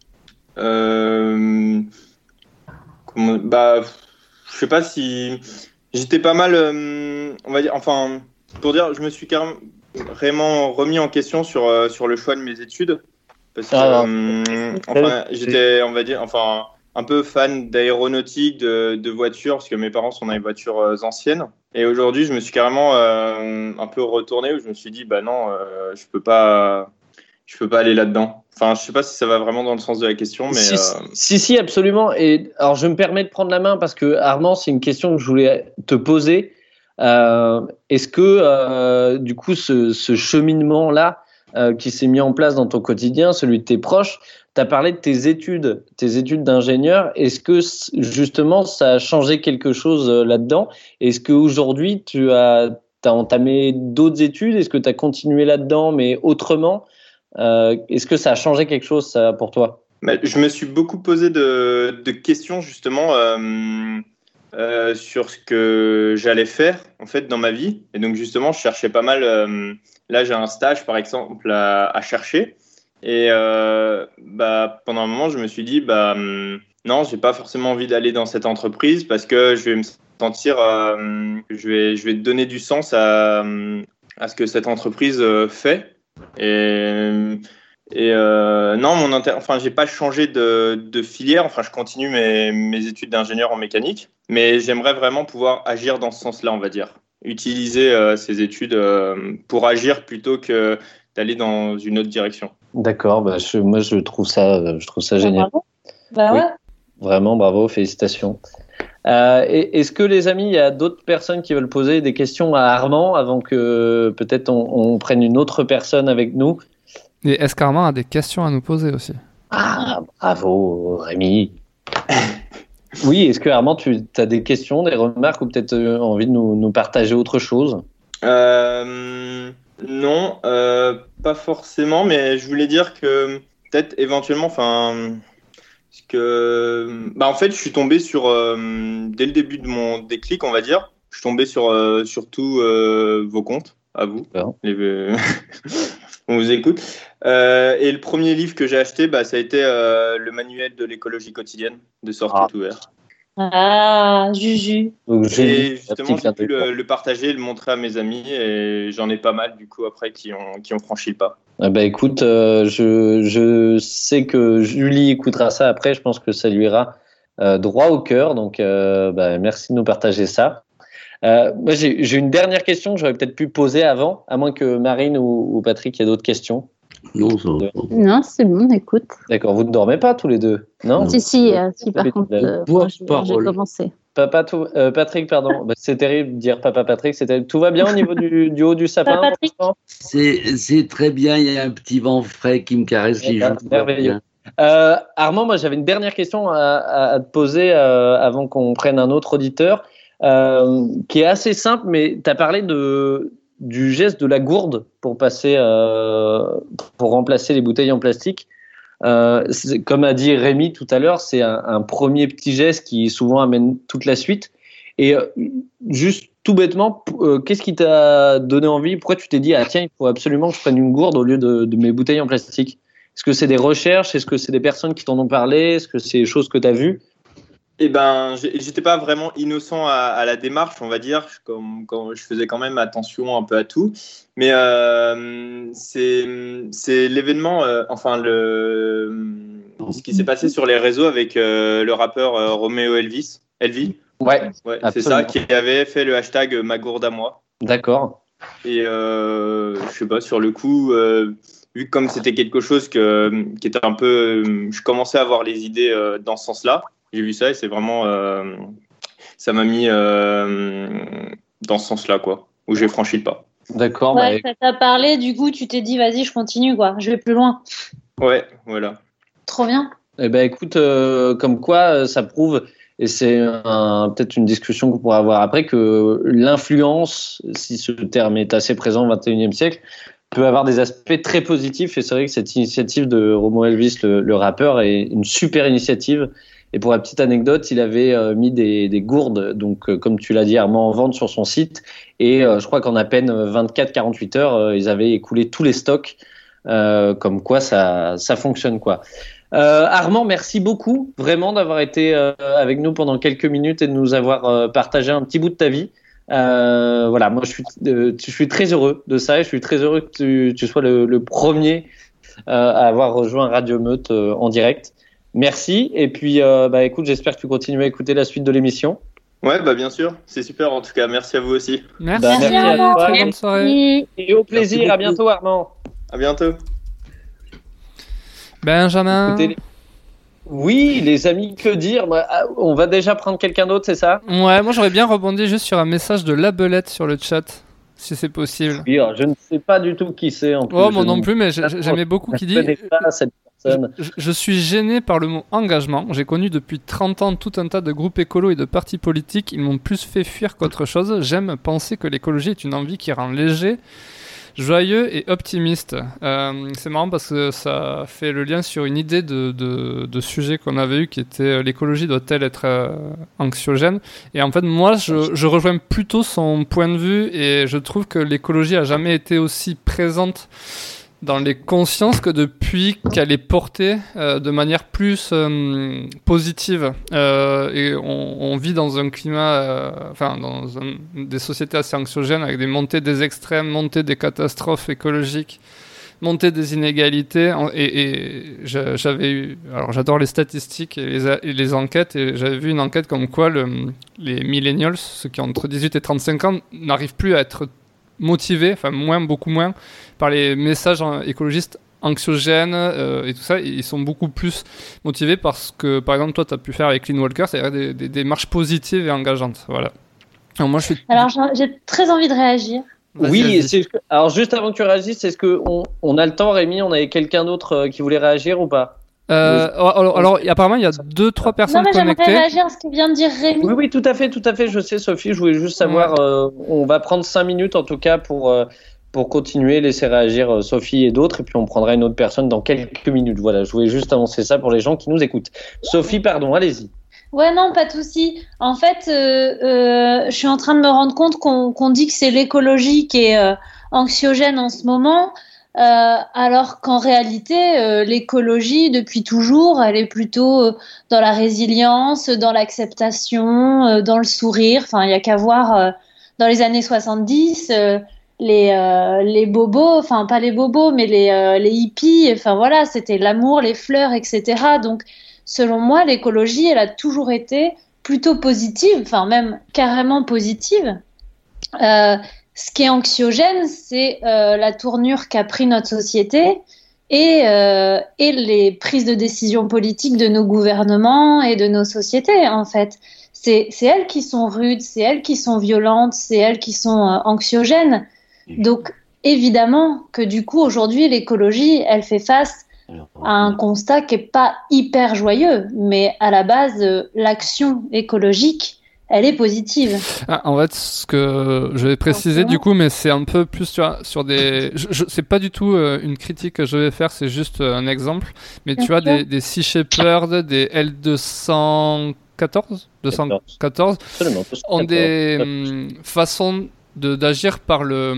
euh, comment, bah, je sais pas si j'étais pas mal, euh, on va dire, enfin, pour dire, je me suis carrément vraiment remis en question sur euh, sur le choix de mes études, parce que ah, euh, enfin, j'étais, on va dire, enfin. un peu fan d'aéronautique, de, de voitures, parce que mes parents sont dans les voitures euh, anciennes. Et aujourd'hui, je me suis carrément euh, un peu retourné, où je me suis dit, bah non, euh, je peux pas, je peux pas aller là-dedans. Enfin, je sais pas si ça va vraiment dans le sens de la question, mais si, euh... si, si, absolument. Et alors, je me permets de prendre la main parce que Armand, c'est une question que je voulais te poser. Euh, est-ce que euh, du coup, ce, ce cheminement-là euh, qui s'est mis en place dans ton quotidien, celui de tes proches, tu as parlé de tes études, tes études d'ingénieur. Est-ce que justement ça a changé quelque chose là-dedans? Est-ce qu'aujourd'hui tu as, as entamé d'autres études? Est-ce que tu as continué là-dedans mais autrement? euh, Est-ce que ça a changé quelque chose ça, pour toi? Bah, je me suis beaucoup posé de, de questions justement euh, euh, sur ce que j'allais faire en fait dans ma vie. Et donc justement je cherchais pas mal. Euh, là j'ai un stage par exemple à, à chercher. Et euh, bah, pendant un moment, je me suis dit, bah, hum, non, j'ai pas forcément envie d'aller dans cette entreprise parce que je vais me sentir, euh, je vais, je vais donner du sens à, à ce que cette entreprise euh, fait. Et, et euh, non, mon inter... enfin, j'ai pas changé de, de filière. Enfin, je continue mes, mes études d'ingénieur en mécanique, mais j'aimerais vraiment pouvoir agir dans ce sens-là, on va dire, utiliser euh, ces études euh, pour agir plutôt que d'aller dans une autre direction. D'accord, bah je, moi je trouve ça, je trouve ça génial. Bravo. Bah ouais. Oui, vraiment bravo, félicitations. Euh, et, est-ce que les amis, il y a d'autres personnes qui veulent poser des questions à Armand avant que peut-être on, on prenne une autre personne avec nous? Et est-ce qu'Armand a des questions à nous poser aussi? Ah, bravo Rémi. Oui, est-ce que Armand, tu as des questions, des remarques ou peut-être euh, envie de nous, nous partager autre chose? euh... Non, euh, pas forcément, mais je voulais dire que peut-être éventuellement, enfin, que, bah en fait, je suis tombé sur euh, dès le début de mon déclic, on va dire, je suis tombé sur euh, sur tous euh, vos comptes, à vous, bon. les, euh, on vous écoute. Euh, et le premier livre que j'ai acheté, bah ça a été euh, le manuel de l'écologie quotidienne de Sortez ah. ouvert. Ah, Juju. Donc, j'ai et justement, j'ai pu le, le partager, le montrer à mes amis et j'en ai pas mal du coup après qui ont, qui ont franchi le pas. Ah bah écoute, euh, je, je sais que Julie écoutera ça après, je pense que ça lui ira euh, droit au cœur, donc euh, bah, merci de nous partager ça. Euh, moi j'ai, j'ai une dernière question que j'aurais peut-être pu poser avant, à moins que Marine ou, ou Patrick ait d'autres questions. Non, ça va pas. Non, c'est bon, écoute. D'accord, vous ne dormez pas tous les deux, non? Si, si, euh, si par contre, euh, moi, je- j'ai commencé. Papa, tout, euh, Patrick, pardon. Bah, c'est terrible de dire papa Patrick. C'est terrible. Tout va bien au niveau du, du haut du sapin? Papa Patrick. C'est, c'est très bien, il y a un petit vent frais qui me caresse les joues. Merveilleux. Euh, Armand, moi j'avais une dernière question à, à, à te poser euh, avant qu'on prenne un autre auditeur, euh, qui est assez simple, mais tu as parlé de, du geste de la gourde pour passer, euh, pour remplacer les bouteilles en plastique. Euh, comme a dit Rémi tout à l'heure, c'est un, un premier petit geste qui souvent amène toute la suite. Et euh, juste tout bêtement, euh, qu'est-ce qui t'a donné envie? Pourquoi tu t'es dit, ah tiens, il faut absolument que je prenne une gourde au lieu de, de mes bouteilles en plastique? Est-ce que c'est des recherches? Est-ce que c'est des personnes qui t'en ont parlé? Est-ce que c'est des choses que tu as vues? Eh ben, j'étais pas vraiment innocent à, à la démarche, on va dire, comme, comme je faisais quand même attention un peu à tout. Mais euh, c'est, c'est l'événement, euh, enfin le, ce qui s'est passé sur les réseaux avec euh, le rappeur euh, Roméo Elvis, Elvis. Ouais, ouais c'est ça, qui avait fait le hashtag ma gourde à moi. D'accord. Et euh, je sais pas, sur le coup, euh, vu que comme c'était quelque chose que, qui était un peu, je commençais à avoir les idées euh, dans ce sens-là. J'ai vu ça et c'est vraiment, euh, ça m'a mis euh, dans ce sens-là, quoi, où j'ai franchi le pas. D'accord. Ouais, bah... ça t'a parlé, du coup, tu t'es dit, vas-y, je continue, quoi, je vais plus loin. Ouais, voilà. Trop bien. Eh ben, écoute, euh, comme quoi, ça prouve, et c'est un, peut-être une discussion qu'on pourra avoir après, que l'influence, si ce terme est assez présent au vingt et unième siècle, peut avoir des aspects très positifs. Et c'est vrai que cette initiative de Roméo Elvis, le, le rappeur, est une super initiative. Et pour la petite anecdote, il avait euh, mis des, des gourdes, donc euh, comme tu l'as dit Armand, en vente sur son site. Et euh, je crois qu'en à peine vingt-quatre à quarante-huit heures, euh, ils avaient écoulé tous les stocks. Euh, comme quoi ça, ça fonctionne, quoi. Euh, Armand, merci beaucoup vraiment d'avoir été euh, avec nous pendant quelques minutes et de nous avoir euh, partagé un petit bout de ta vie. Euh, voilà, moi je suis, euh, je suis très heureux de ça et je suis très heureux que tu, tu sois le, le premier euh, à avoir rejoint Radio Meute euh, en direct. Merci. Et puis, euh, bah, écoute, j'espère que tu continues à écouter la suite de l'émission. Ouais, bah, bien sûr. C'est super. En tout cas, merci à vous aussi. Merci. Bah, merci, merci à toi. Très bonne soirée. Et au plaisir. À bientôt, Armand. À bientôt. Benjamin. Écoutez, oui, les amis, que dire? On va déjà prendre quelqu'un d'autre, c'est ça? Ouais, moi j'aurais bien rebondi juste sur un message de La Belette sur le chat, si c'est possible. Oui, alors, je ne sais pas du tout qui c'est. En plus. Oh, moi Je non ne- plus, mais j'ai- j'aimais beaucoup qui Je ne dit. connais pas cette personne. Je, je suis gêné par le mot engagement. J'ai connu depuis trente ans tout un tas de groupes écolos et de partis politiques. Ils m'ont plus fait fuir qu'autre chose. J'aime penser que l'écologie est une envie qui rend léger, joyeux et optimiste. Euh, c'est marrant parce que ça fait le lien sur une idée de, de, de sujet qu'on avait eu qui était euh, l'écologie doit-elle être euh, anxiogène? Et en fait, moi, je, je rejoins plutôt son point de vue et je trouve que l'écologie a jamais été aussi présente dans les consciences que depuis qu'elle est portée euh, de manière plus euh, positive. Euh, et on, on vit dans un climat, euh, enfin, dans un, des sociétés assez anxiogènes avec des montées des extrêmes, montées des catastrophes écologiques, montée des inégalités. Et, et j'avais eu, alors j'adore les statistiques et les, et les enquêtes, et j'avais vu une enquête comme quoi le, les millennials, ceux qui ont entre dix-huit et trente-cinq ans, n'arrivent plus à être motivés, enfin moins, beaucoup moins, par les messages écologistes anxiogènes euh, et tout ça. Ils sont beaucoup plus motivés parce que, par exemple, toi, tu as pu faire avec Clean Walker, c'est-à-dire des, des démarches positives et engageantes. Voilà. Alors, moi, je suis... Alors, j'ai très envie de réagir. Vas-y, oui, c'est... alors juste avant que tu réagisses, est-ce qu'on on a le temps, Rémi? On avait quelqu'un d'autre qui voulait réagir ou pas? Euh, alors, alors, apparemment, il y a deux, trois personnes non, mais connectées. J'aimerais réagir à ce que vient de dire Rémi. Oui, oui, tout à fait, tout à fait. Je sais, Sophie. Je voulais juste savoir. Ouais. Euh, on va prendre cinq minutes en tout cas pour euh, pour continuer, laisser réagir euh, Sophie et d'autres, et puis on prendra une autre personne dans quelques minutes. Voilà, je voulais juste annoncer ça pour les gens qui nous écoutent. Sophie, pardon, allez-y. Ouais, non, pas de souci. En fait, euh, euh, je suis en train de me rendre compte qu'on, qu'on dit que c'est l'écologie qui est euh, anxiogène en ce moment. Euh, alors qu'en réalité, euh, l'écologie, depuis toujours, elle est plutôt euh, dans la résilience, dans l'acceptation, euh, dans le sourire. Enfin, il y a qu'à voir euh, dans les années soixante-dix, euh, les euh, les bobos, enfin pas les bobos, mais les euh, les hippies. Enfin voilà, c'était l'amour, les fleurs, et cetera. Donc, selon moi, l'écologie, elle a toujours été plutôt positive, enfin même carrément positive. Euh, Ce qui est anxiogène, c'est euh, la tournure qu'a pris notre société, et, euh, et les prises de décision politiques de nos gouvernements et de nos sociétés, en fait. C'est, c'est elles qui sont rudes, c'est elles qui sont violentes, c'est elles qui sont euh, anxiogènes. Donc, évidemment que du coup, aujourd'hui, l'écologie, elle fait face à un constat qui n'est pas hyper joyeux, mais à la base, euh, l'action écologique, elle est positive. Ah, en fait, ce que je vais préciser du coup, mais c'est un peu plus sur, sur des... Je, je, c'est pas du tout euh, une critique que je vais faire, c'est juste euh, un exemple. Mais Bien tu vois, des, des Sea Shepherd, des L deux cent quatorze, deux cent quatorze ont des hum, façons de, d'agir par le...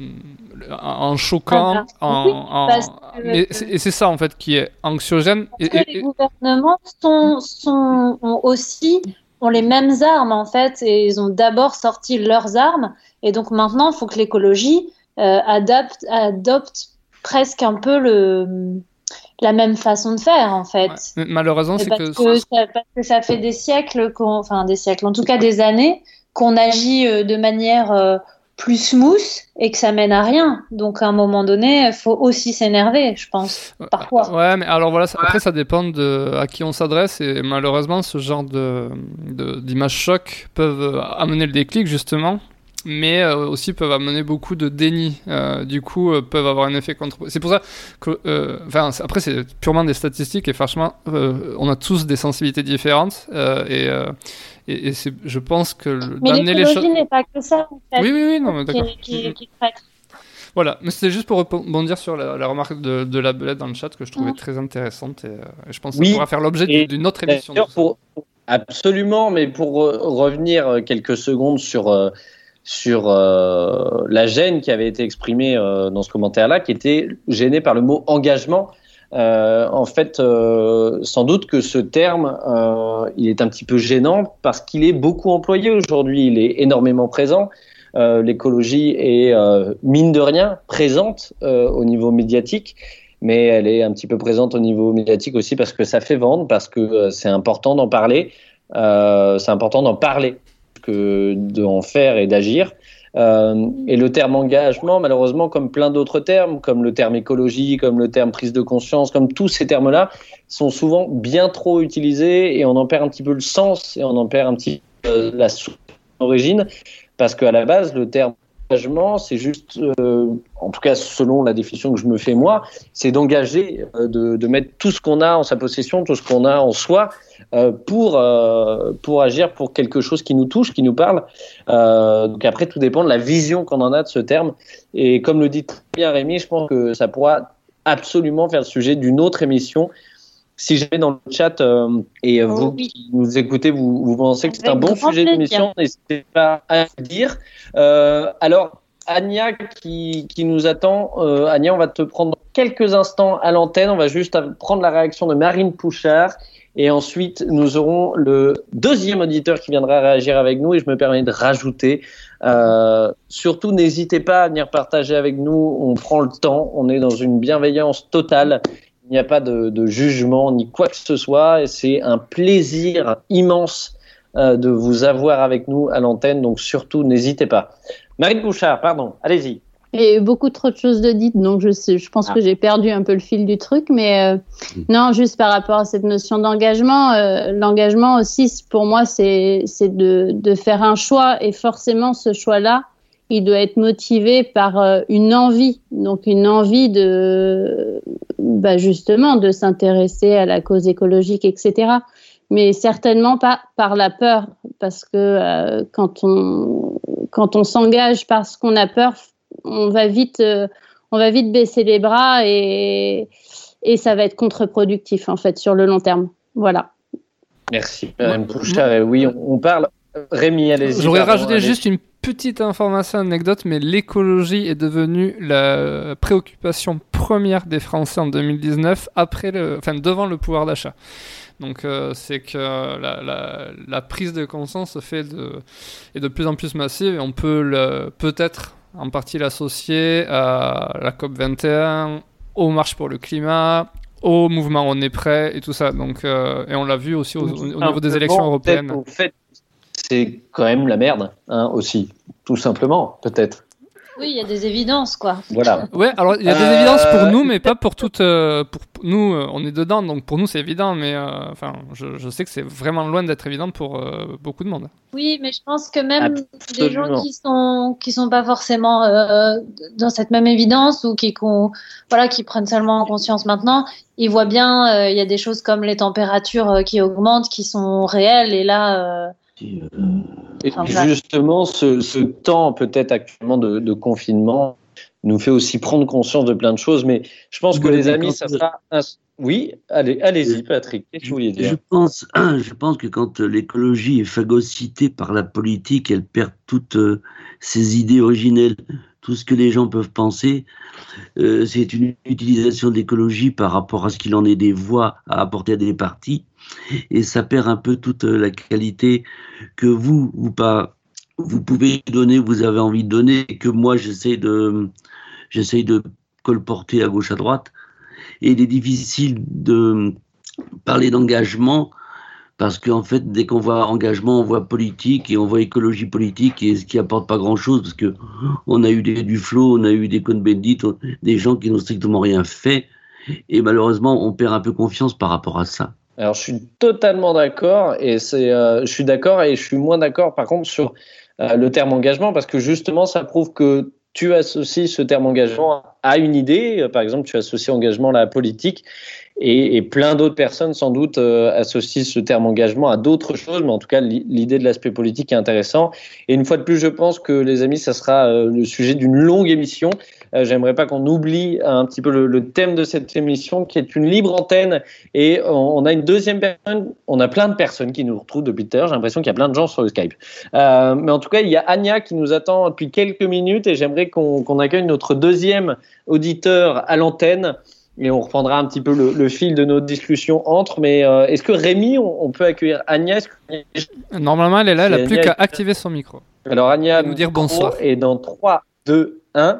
en choquant, ah, en... Oui, en mais c'est, et c'est ça en fait qui est anxiogène. Parce et, que et, les gouvernements sont, sont, ont aussi... ont les mêmes armes en fait et ils ont d'abord sorti leurs armes et donc maintenant il faut que l'écologie euh, adapte, adopte presque un peu le, la même façon de faire en fait. Ouais. Malheureusement c'est parce que... que ça, parce que ça fait des siècles, qu'on, enfin des siècles, en tout cas des années qu'on agit euh, de manière euh, plus smooth et que ça mène à rien. Donc à un moment donné, il faut aussi s'énerver, je pense, parfois. Ouais, mais alors voilà, ça, après ça dépend de à qui on s'adresse et malheureusement ce genre de, de d'images chocs peuvent amener le déclic justement, mais euh, aussi peuvent amener beaucoup de déni. Euh, du coup, euh, peuvent avoir un effet contre. C'est pour ça que, euh, enfin, après c'est purement des statistiques et franchement, euh, on a tous des sensibilités différentes euh, et euh, Et, et c'est, je pense que mais l'écologie les choses... n'est pas que ça, en fait. Oui, oui, oui, non, mais d'accord. Qui, qui, qui traite. Voilà, mais c'était juste pour rebondir sur la, la remarque de, de la Belette dans le chat que je trouvais mmh. très intéressante et, euh, et je pense que oui, ça pourra faire l'objet et, d'une autre émission. Pour, absolument, mais pour revenir quelques secondes sur, euh, sur euh, la gêne qui avait été exprimée euh, dans ce commentaire-là, qui était gênée par le mot engagement. Euh, en fait, euh, sans doute que ce terme, euh, il est un petit peu gênant parce qu'il est beaucoup employé aujourd'hui. Il est énormément présent. Euh, l'écologie est euh, mine de rien présente euh, au niveau médiatique, mais elle est un petit peu présente au niveau médiatique aussi parce que ça fait vendre, parce que euh, c'est important d'en parler. Euh, c'est important d'en parler que d'en faire et d'agir. Euh, et le terme engagement, malheureusement, comme plein d'autres termes, comme le terme écologie, comme le terme prise de conscience, comme tous ces termes-là, sont souvent bien trop utilisés et on en perd un petit peu le sens et on en perd un petit peu euh, la source d'origine, parce qu'à la base, le terme engagement, c'est juste, euh, en tout cas selon la définition que je me fais moi, c'est d'engager, euh, de, de mettre tout ce qu'on a en sa possession, tout ce qu'on a en soi, euh, pour euh, pour agir pour quelque chose qui nous touche, qui nous parle. Euh, donc après, tout dépend de la vision qu'on en a de ce terme. Et comme le dit très bien Rémi, je pense que ça pourra absolument faire le sujet d'une autre émission. Si jamais dans le chat euh, et vous oh, oui. qui nous écoutez, vous, vous pensez que c'est un bon sujet d'émission, n'hésitez pas à le dire. Euh, alors, Anya qui, qui nous attend, euh, Anya, on va te prendre quelques instants à l'antenne. On va juste prendre la réaction de Marine Pouchard et ensuite nous aurons le deuxième auditeur qui viendra réagir avec nous. Et je me permets de rajouter, euh, surtout n'hésitez pas à venir partager avec nous. On prend le temps, on est dans une bienveillance totale. Il n'y a pas de, de jugement ni quoi que ce soit et c'est un plaisir immense euh, de vous avoir avec nous à l'antenne, donc surtout n'hésitez pas. Marine Bouchard, pardon, allez-y. Il y a eu beaucoup trop de choses de dites, donc je, sais, je pense ah. que j'ai perdu un peu le fil du truc, mais euh, mmh. non, juste par rapport à cette notion d'engagement, euh, l'engagement aussi, pour moi, c'est, c'est de, de faire un choix et forcément ce choix-là, il doit être motivé par euh, une envie, donc une envie de, bah justement, de s'intéresser à la cause écologique, et cetera. Mais certainement pas par la peur, parce que euh, quand on quand on s'engage parce qu'on a peur, on va vite euh, on va vite baisser les bras et et ça va être contre-productif en fait sur le long terme. Voilà. Merci, Madame Pouchard. Oui, on, on parle. Rémi, allez-y. J'aurais pardon, rajouté allez-y. juste une petite information, anecdote, mais l'écologie est devenue la préoccupation première des Français en deux mille dix-neuf, après le, enfin, devant le pouvoir d'achat. Donc euh, c'est que la, la, la prise de conscience se fait de, est de plus en plus massive et on peut le, peut-être en partie l'associer à la COP vingt et un, aux marches pour le climat, au mouvement On est prêt et tout ça. Donc, euh, et on l'a vu aussi au, au, au niveau des élections européennes. Au fait, c'est quand même la merde, hein, aussi, tout simplement, peut-être. Oui, il y a des évidences, quoi. Voilà. Ouais, alors il y a des Euh, évidences pour nous, mais pas pour toutes. euh, pour pour nous, euh, on est dedans, donc pour nous c'est évident, mais euh, enfin, je, je sais que c'est vraiment loin d'être évident pour euh, beaucoup de monde. Oui, mais je pense que même des gens Absolument. qui sont qui sont pas forcément euh, dans cette même évidence ou qui qu'on voilà qui prennent seulement en conscience maintenant, ils voient bien euh, il y a des choses comme les températures euh, qui augmentent qui sont réelles et là euh, Et Enfin, voilà. justement, ce, ce temps peut-être actuellement de, de confinement nous fait aussi prendre conscience de plein de choses. Mais je pense que Ouais, les mais amis, quand- ça sera. Un... Oui, allez, allez-y, Patrick. Qu'est-ce que vous vouliez Je dire? pense, je pense que quand l'écologie est phagocytée par la politique, elle perd toutes euh, ses idées originelles, tout ce que les gens peuvent penser. Euh, c'est une utilisation de l'écologie par rapport à ce qu'il en est des voix à apporter à des partis, et ça perd un peu toute la qualité que vous, vous pas, vous pouvez donner, vous avez envie de donner, et que moi j'essaie de, j'essaie de colporter à gauche à droite. Et il est difficile de parler d'engagement parce qu'en fait, dès qu'on voit engagement, on voit politique et on voit écologie politique, et ce qui apporte pas grand-chose parce que on a eu des Duflo, on a eu des Cohn-Bendit, des gens qui n'ont strictement rien fait, et malheureusement, on perd un peu confiance par rapport à ça. Alors, je suis totalement d'accord, et c'est, euh, je suis d'accord, et je suis moins d'accord, par contre, sur euh, le terme engagement, parce que justement, ça prouve que tu associes ce terme engagement à une idée. Par exemple, tu associes engagement à la politique, et, et plein d'autres personnes, sans doute, euh, associent ce terme engagement à d'autres choses, mais en tout cas, l'idée de l'aspect politique est intéressant. Et une fois de plus, je pense que, les amis, ça sera euh, le sujet d'une longue émission. Euh, j'aimerais pas qu'on oublie un petit peu le, le thème de cette émission, qui est une libre antenne. Et on, on a une deuxième personne, on a plein de personnes qui nous retrouvent depuis tout à l'heure. J'ai l'impression qu'il y a plein de gens sur le Skype. Euh, mais en tout cas, il y a Anya qui nous attend depuis quelques minutes, et j'aimerais qu'on qu'on accueille notre deuxième auditeur à l'antenne. Et on reprendra un petit peu le, le fil de nos discussions entre. Mais euh, est-ce que Rémi, on, on peut accueillir Anya? Que... Normalement, elle est là, elle C'est n'a plus Anya qu'à qui- activer son micro. Alors Anya, Et nous dire bonsoir. Et dans trois, deux, un.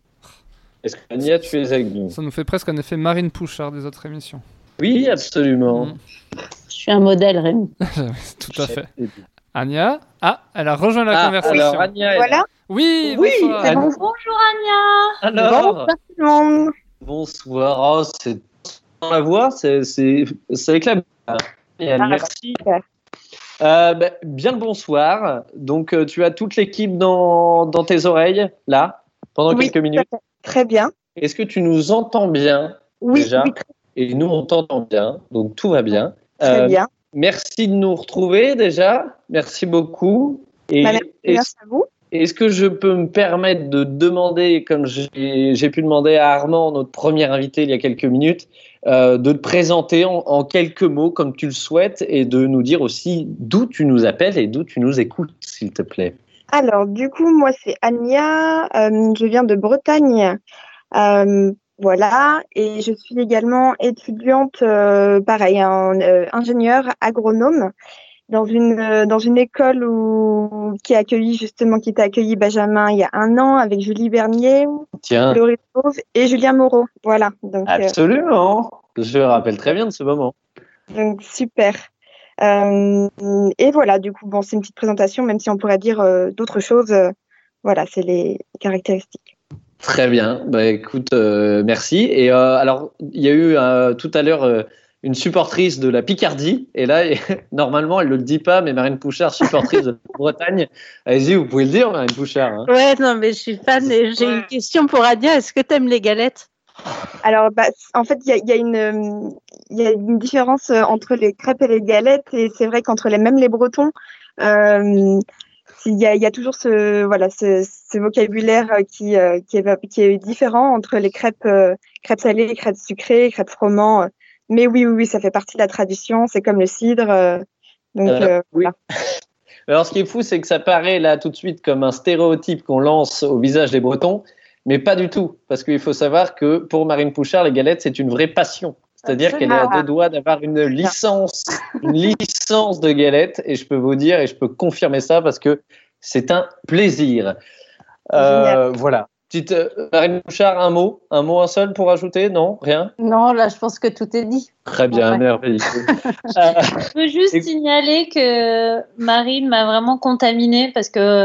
Est-ce que Anya, tu es avec nous? Ça nous fait presque un effet Marine Pouchard des autres émissions. Oui, absolument. Mm. Je suis un modèle, Rémi. Tout à fait. Anya, ah, elle a rejoint la Ah, conversation. alors Anya, est Voilà. là. Oui, Oui, bonsoir. c'est bon. bonjour Anya. Alors, Bonsoir tout le monde. bonsoir. Oh, c'est dans la voix, c'est c'est c'est avec la. Bien, Ah, merci. super. Euh, bah, bien le bonsoir. Donc, euh, tu as toute l'équipe dans, dans tes oreilles, là, pendant Oui, quelques minutes. tout à fait. Très bien. Est-ce que tu nous entends bien Oui, déjà? oui, très, Et nous, on t'entend bien, donc tout va bien. très Euh, bien. Merci de nous retrouver déjà. Merci beaucoup. Et Bah, merci, est-ce, merci à vous. est-ce que je peux me permettre de demander, comme j'ai, j'ai pu demander à Armand, notre premier invité il y a quelques minutes, euh, de te présenter en, en quelques mots comme tu le souhaites, et de nous dire aussi d'où tu nous appelles et d'où tu nous écoutes, s'il te plaît. Alors, du coup, moi, c'est Anya. Euh, je viens de Bretagne. Euh, voilà. Et je suis également étudiante, euh, pareil, en euh, ingénieur agronome dans une, euh, dans une école où, qui a accueilli, justement, qui t'a accueilli Benjamin il y a un an avec Julie Bernier, Tiens, Laurie Sauve et Julien Moreau. Voilà. Donc, euh, absolument. Je me rappelle très bien de ce moment. Donc, super. Euh, et voilà, du coup, bon, c'est une petite présentation, même si on pourrait dire euh, d'autres choses. euh, voilà, c'est les caractéristiques. Très bien. Bah, écoute, euh, merci. Et euh, alors, il y a eu euh, tout à l'heure euh, une supportrice de la Picardie. Et là, normalement, elle ne le dit pas, mais Marine Pouchard, supportrice de la Bretagne. Allez-y, vous pouvez le dire, Marine Pouchard. Hein. Ouais, non, mais je suis fan et j'ai une question pour Adia. Est-ce que tu aimes les galettes? Alors, bah, en fait, il y a, y a une, euh, il y a une différence euh, entre les crêpes et les galettes. Et c'est vrai qu'entre les, même les Bretons, euh, il y a, il y a toujours ce, voilà, ce, ce vocabulaire euh, qui, euh, qui, est, qui est différent entre les crêpes, euh, crêpes salées, crêpes sucrées, crêpes froment. euh. Mais oui, oui, oui, ça fait partie de la tradition. C'est comme le cidre. euh, donc, Euh, euh, oui. voilà. Alors, ce qui est fou, c'est que ça paraît là tout de suite comme un stéréotype qu'on lance au visage des Bretons, mais pas du tout. Parce qu'il faut savoir que pour Marine Pouchard, les galettes, c'est une vraie passion. C'est-à-dire qu'elle est à deux doigts d'avoir une licence, une licence de galettes. Et je peux vous dire, et je peux confirmer ça parce que c'est un plaisir. Euh, voilà. Petite euh, Marine Pouchard, un mot, un mot, un seul pour ajouter? Non, rien? Non, là, je pense que tout est dit. Très bien, Ouais. merveilleux. Je peux juste Et- signaler que Marine m'a vraiment contaminée parce que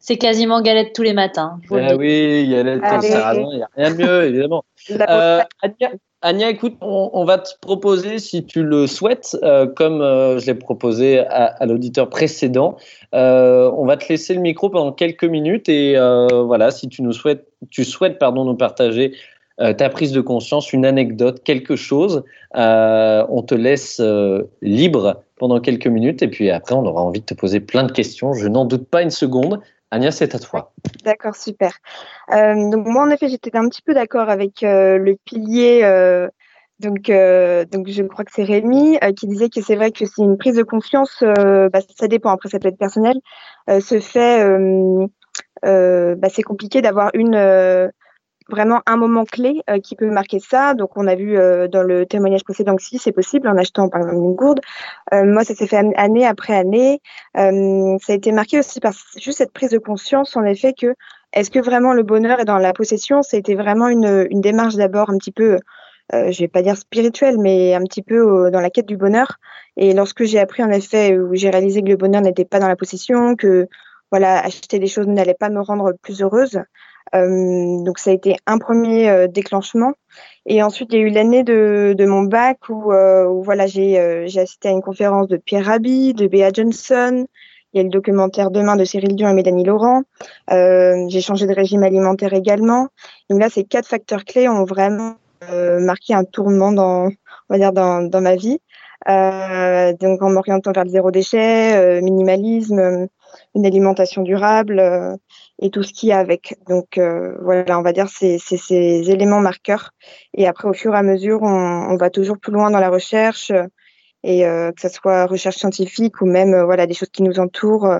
c'est quasiment galette tous les matins. Ah oui, galette comme sarrasin, il n'y a rien de mieux, évidemment. Euh, Anya, Anya, écoute, on, on va te proposer, si tu le souhaites, euh, comme euh, je l'ai proposé à, à l'auditeur précédent, euh, on va te laisser le micro pendant quelques minutes et euh, voilà, si tu nous souhaites, tu souhaites, pardon, nous partager euh, ta prise de conscience, une anecdote, quelque chose, euh, on te laisse euh, libre pendant quelques minutes et puis après, on aura envie de te poser plein de questions. Je n'en doute pas une seconde. Agnès, c'est à toi. D'accord, super. Euh, donc moi, en effet, j'étais un petit peu d'accord avec euh, le pilier. Euh, donc, euh, donc, je crois que c'est Rémi euh, qui disait que c'est vrai que si une prise de confiance, euh, bah, ça dépend. Après, ça peut être personnel. Euh, se fait, euh, euh, bah, c'est compliqué d'avoir une euh, vraiment un moment clé euh, qui peut marquer ça. Donc, on a vu euh, dans le témoignage précédent que si c'est possible en achetant par exemple une gourde. Euh, moi, ça s'est fait année après année. Euh, ça a été marqué aussi par juste cette prise de conscience, en effet, que est-ce que vraiment le bonheur est dans la possession? Ça a été vraiment une, une démarche d'abord un petit peu, euh, je vais pas dire spirituelle, mais un petit peu euh, dans la quête du bonheur. Et lorsque j'ai appris, en effet, où j'ai réalisé que le bonheur n'était pas dans la possession, que voilà, acheter des choses n'allait pas me rendre plus heureuse. Euh, donc ça a été un premier euh, déclenchement et ensuite il y a eu l'année de, de mon bac où, euh, où voilà j'ai euh, j'ai assisté à une conférence de Pierre Rabhi, de Bea Johnson, il y a le documentaire Demain de Cyril Dion et Mélanie Laurent, euh, j'ai changé de régime alimentaire également. Donc là ces quatre facteurs clés ont vraiment euh, marqué un tournement dans on va dire dans dans ma vie. Euh, donc en m'orientant vers le zéro déchet, euh, minimalisme, euh, une alimentation durable euh, et tout ce qu'il y a avec. Donc euh, voilà, on va dire c'est c'est ces éléments marqueurs. Et après, au fur et à mesure, on, on va toujours plus loin dans la recherche et euh, que ce soit recherche scientifique ou même euh, voilà des choses qui nous entourent euh,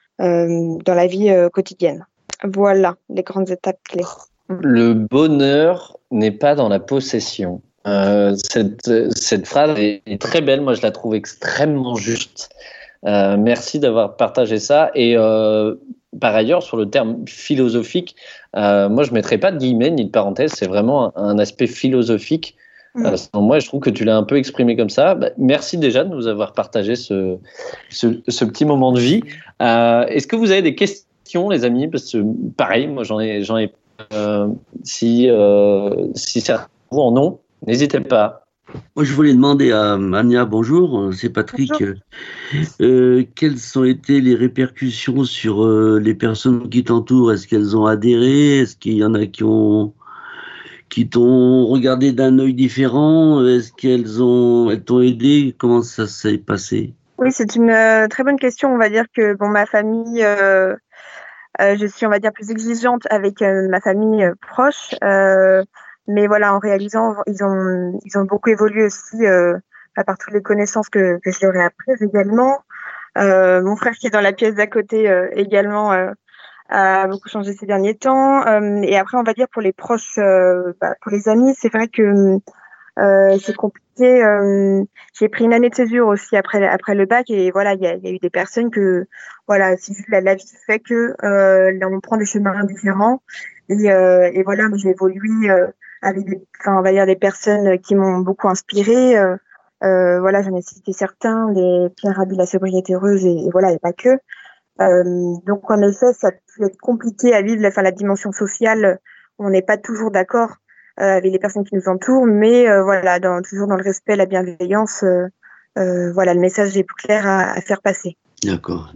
dans la vie euh, quotidienne. Voilà les grandes étapes clés. Le bonheur n'est pas dans la possession. Euh, cette, cette phrase est, est très belle, moi je la trouve extrêmement juste. Euh, merci d'avoir partagé ça. Et euh, par ailleurs, sur le terme philosophique, euh, moi je ne mettrais pas de guillemets ni de parenthèse, c'est vraiment un, un aspect philosophique. Mmh. Euh, moi je trouve que tu l'as un peu exprimé comme ça. Bah, merci déjà de nous avoir partagé ce, ce, ce petit moment de vie. Euh, est-ce que vous avez des questions, les amis? Parce que pareil, moi j'en ai, j'en ai euh, si, euh, si certains vous en ont, n'hésitez pas. Moi, je voulais demander à Anya, bonjour, c'est Patrick, bonjour. Euh, quelles ont été les répercussions sur euh, les personnes qui t'entourent? Est-ce qu'elles ont adhéré? Est-ce qu'il y en a qui ont qui t'ont regardé d'un œil différent? Est-ce qu'elles ont elles t'ont aidé? Comment ça s'est passé? Oui, c'est une euh, très bonne question. On va dire que bon, ma famille, euh, euh, je suis, on va dire, plus exigeante avec euh, ma famille euh, proche. Euh, Mais voilà, en réalisant, ils ont, ils ont beaucoup évolué aussi euh, à part toutes les connaissances que, que je leur ai apprises également. Euh, mon frère qui est dans la pièce d'à côté euh, également euh, a beaucoup changé ces derniers temps. Euh, et après, on va dire pour les proches, euh, bah, pour les amis, c'est vrai que euh, c'est compliqué. Euh, j'ai pris une année de césure aussi après après le bac et voilà, il y a, y a eu des personnes que voilà, si la, la vie fait que euh, là, on prend des chemins différents et, euh, et voilà, j'ai évolué. Euh, avec des, enfin, on va dire des personnes qui m'ont beaucoup inspirée. Euh, euh, voilà, j'en ai cité certains, les Pierre Rabhi, la sobriété heureuse, et, et voilà, et pas que. Euh, donc, en effet, ça peut être compliqué à vivre, enfin, la dimension sociale, on n'est pas toujours d'accord euh, avec les personnes qui nous entourent, mais euh, voilà, dans, toujours dans le respect, la bienveillance, euh, euh, voilà, le message est plus clair à, à faire passer. D'accord,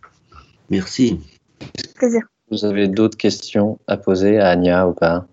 merci. Plaisir. Vous avez d'autres questions à poser à Anya ou pas?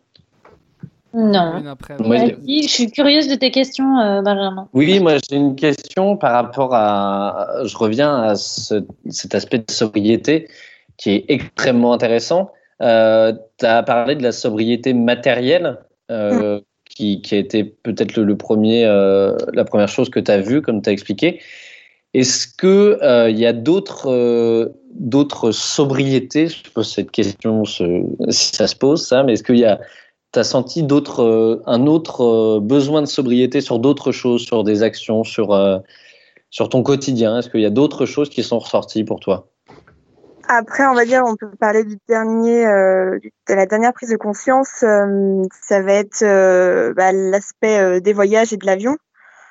Non. Après, moi, je suis curieuse de tes questions, euh, Benjamin. Oui, moi j'ai une question par rapport à. Je reviens à ce, cet aspect de sobriété qui est extrêmement intéressant. Euh, tu as parlé de la sobriété matérielle, euh, mmh. qui, qui a été peut-être le, le premier, euh, la première chose que tu as vue, comme tu as expliqué. Est-ce qu'il euh, y a d'autres, euh, d'autres sobriétés? Je pose cette question, ce, si ça se pose, ça, mais est-ce qu'il y a. T'as senti d'autres, euh, un autre euh, besoin de sobriété sur d'autres choses, sur des actions, sur, euh, sur ton quotidien? Est-ce qu'il y a d'autres choses qui sont ressorties pour toi? Après, on va dire, on peut parler du dernier, euh, de la dernière prise de conscience. Euh, ça va être euh, bah, l'aspect euh, des voyages et de l'avion.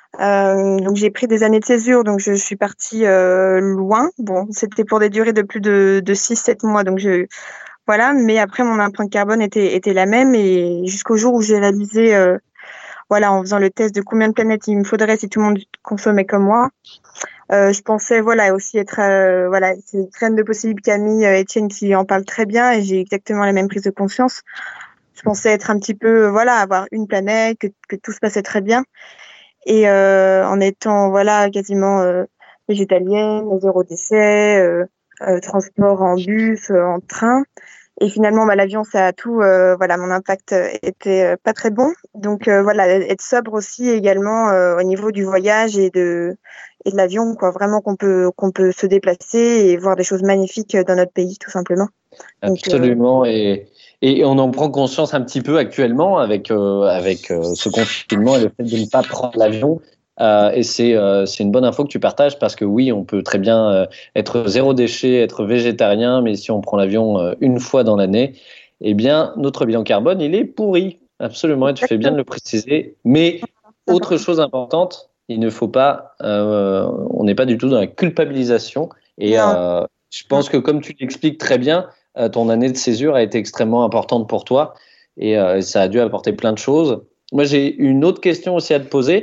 Euh, donc j'ai pris des années de césure, donc je, je suis partie euh, loin. Bon, c'était pour des durées de plus de, de six sept mois, donc je voilà. Mais après, mon empreinte carbone était était la même et jusqu'au jour où j'ai réalisé, euh, voilà, en faisant le test de combien de planètes il me faudrait si tout le monde consommait comme moi. Euh, je pensais, voilà, aussi être, euh, voilà, c'est Graines de possible Camille euh, Etienne qui en parle très bien et j'ai exactement la même prise de conscience. Je pensais être un petit peu, euh, voilà, avoir une planète, que, que tout se passait très bien. Et euh, en étant, voilà, quasiment euh, végétalienne, zéro déchet, euh, euh, transport en bus, euh, en train. Et finalement, bah, l'avion, ça a tout, euh, voilà, mon impact était euh, pas très bon. Donc euh, voilà, être sobre aussi également euh, au niveau du voyage et de et de l'avion, quoi. Vraiment qu'on peut qu'on peut se déplacer et voir des choses magnifiques dans notre pays, tout simplement. Donc, absolument. Euh... Et, et on en prend conscience un petit peu actuellement avec euh, avec euh, ce confinement et le fait de ne pas prendre l'avion. Euh, et c'est euh, c'est une bonne info que tu partages parce que oui, on peut très bien euh, être zéro déchet, être végétarien, mais si on prend l'avion euh, une fois dans l'année, eh bien notre bilan carbone il est pourri. Absolument, et tu fais bien de le préciser. Mais autre chose importante, il ne faut pas, euh, on n'est pas du tout dans la culpabilisation. Et euh, je pense que comme tu l'expliques très bien, euh, ton année de césure a été extrêmement importante pour toi et euh, ça a dû apporter plein de choses. Moi, j'ai une autre question aussi à te poser.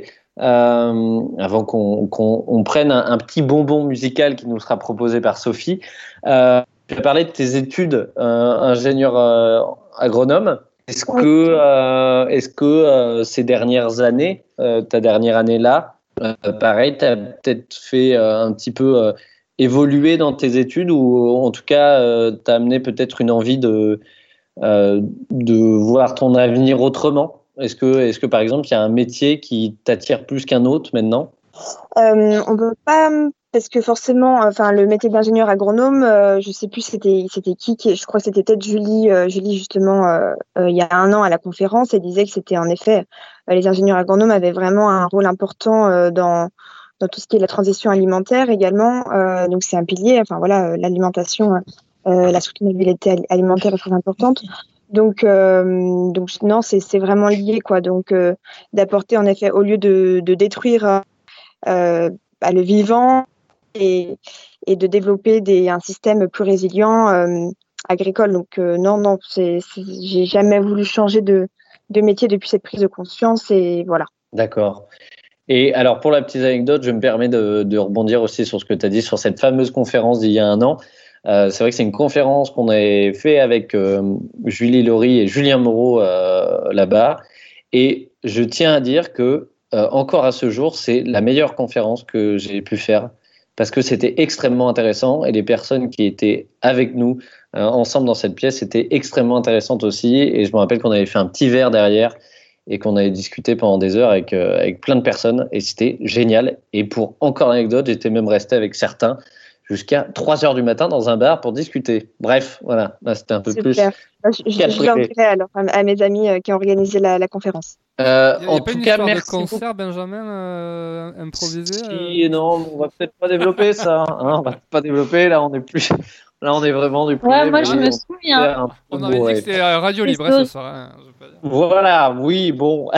Euh, avant qu'on, qu'on on prenne un, un petit bonbon musical qui nous sera proposé par Sophie. Euh, tu as parlé de tes études euh, ingénieur euh, agronome. Est-ce que, euh, est-ce que euh, ces dernières années, euh, ta dernière année là, euh, pareil, tu as peut-être fait euh, un petit peu euh, évoluer dans tes études ou en tout cas, euh, tu as amené peut-être une envie de, euh, de voir ton avenir autrement? Est-ce que, est-ce que par exemple, il y a un métier qui t'attire plus qu'un autre maintenant ? euh, On ne peut pas, parce que forcément, enfin, le métier d'ingénieur agronome, euh, je ne sais plus c'était, c'était qui, qui, je crois que c'était peut-être Julie, euh, Julie justement, euh, euh, il y a un an à la conférence, elle disait que c'était en effet, euh, les ingénieurs agronomes avaient vraiment un rôle important euh, dans, dans tout ce qui est la transition alimentaire également. Euh, donc c'est un pilier, enfin voilà, euh, l'alimentation, euh, la soutenabilité alimentaire est très importante. Donc, euh, donc non, c'est, c'est vraiment lié, quoi. Donc, euh, d'apporter en effet, au lieu de, de détruire euh, bah, le vivant et, et de développer des, un système plus résilient euh, agricole. Donc, euh, non, non, c'est, c'est, j'ai jamais voulu changer de, de métier depuis cette prise de conscience et voilà. D'accord. Et alors, pour la petite anecdote, je me permets de, de rebondir aussi sur ce que tu as dit sur cette fameuse conférence d'il y a un an. Euh, c'est vrai que c'est une conférence qu'on avait fait avec euh, Julie Laurie et Julien Moreau euh, là-bas. Et je tiens à dire que, euh, encore à ce jour, c'est la meilleure conférence que j'ai pu faire parce que c'était extrêmement intéressant et les personnes qui étaient avec nous euh, ensemble dans cette pièce étaient extrêmement intéressantes aussi. Et je me rappelle qu'on avait fait un petit verre derrière et qu'on avait discuté pendant des heures avec, euh, avec plein de personnes et c'était génial. Et pour encore l'anecdote, j'étais même resté avec certains jusqu'à trois heures du matin dans un bar pour discuter. Bref, voilà, là c'était un peu Super. plus... Je, je, je leur dirai alors à mes amis qui ont organisé la, la conférence. Euh, il y a, en il y a pas tout une cas, histoire merci. de concert, Benjamin, euh, improvisé Si, euh... non, on va peut-être pas développer ça. Hein, on va pas développer, là on est plus... Là on est vraiment du privé. Ouais, moi je me souviens. On avait dit que c'était Radio Libre ce soir. Hein, voilà, oui, bon...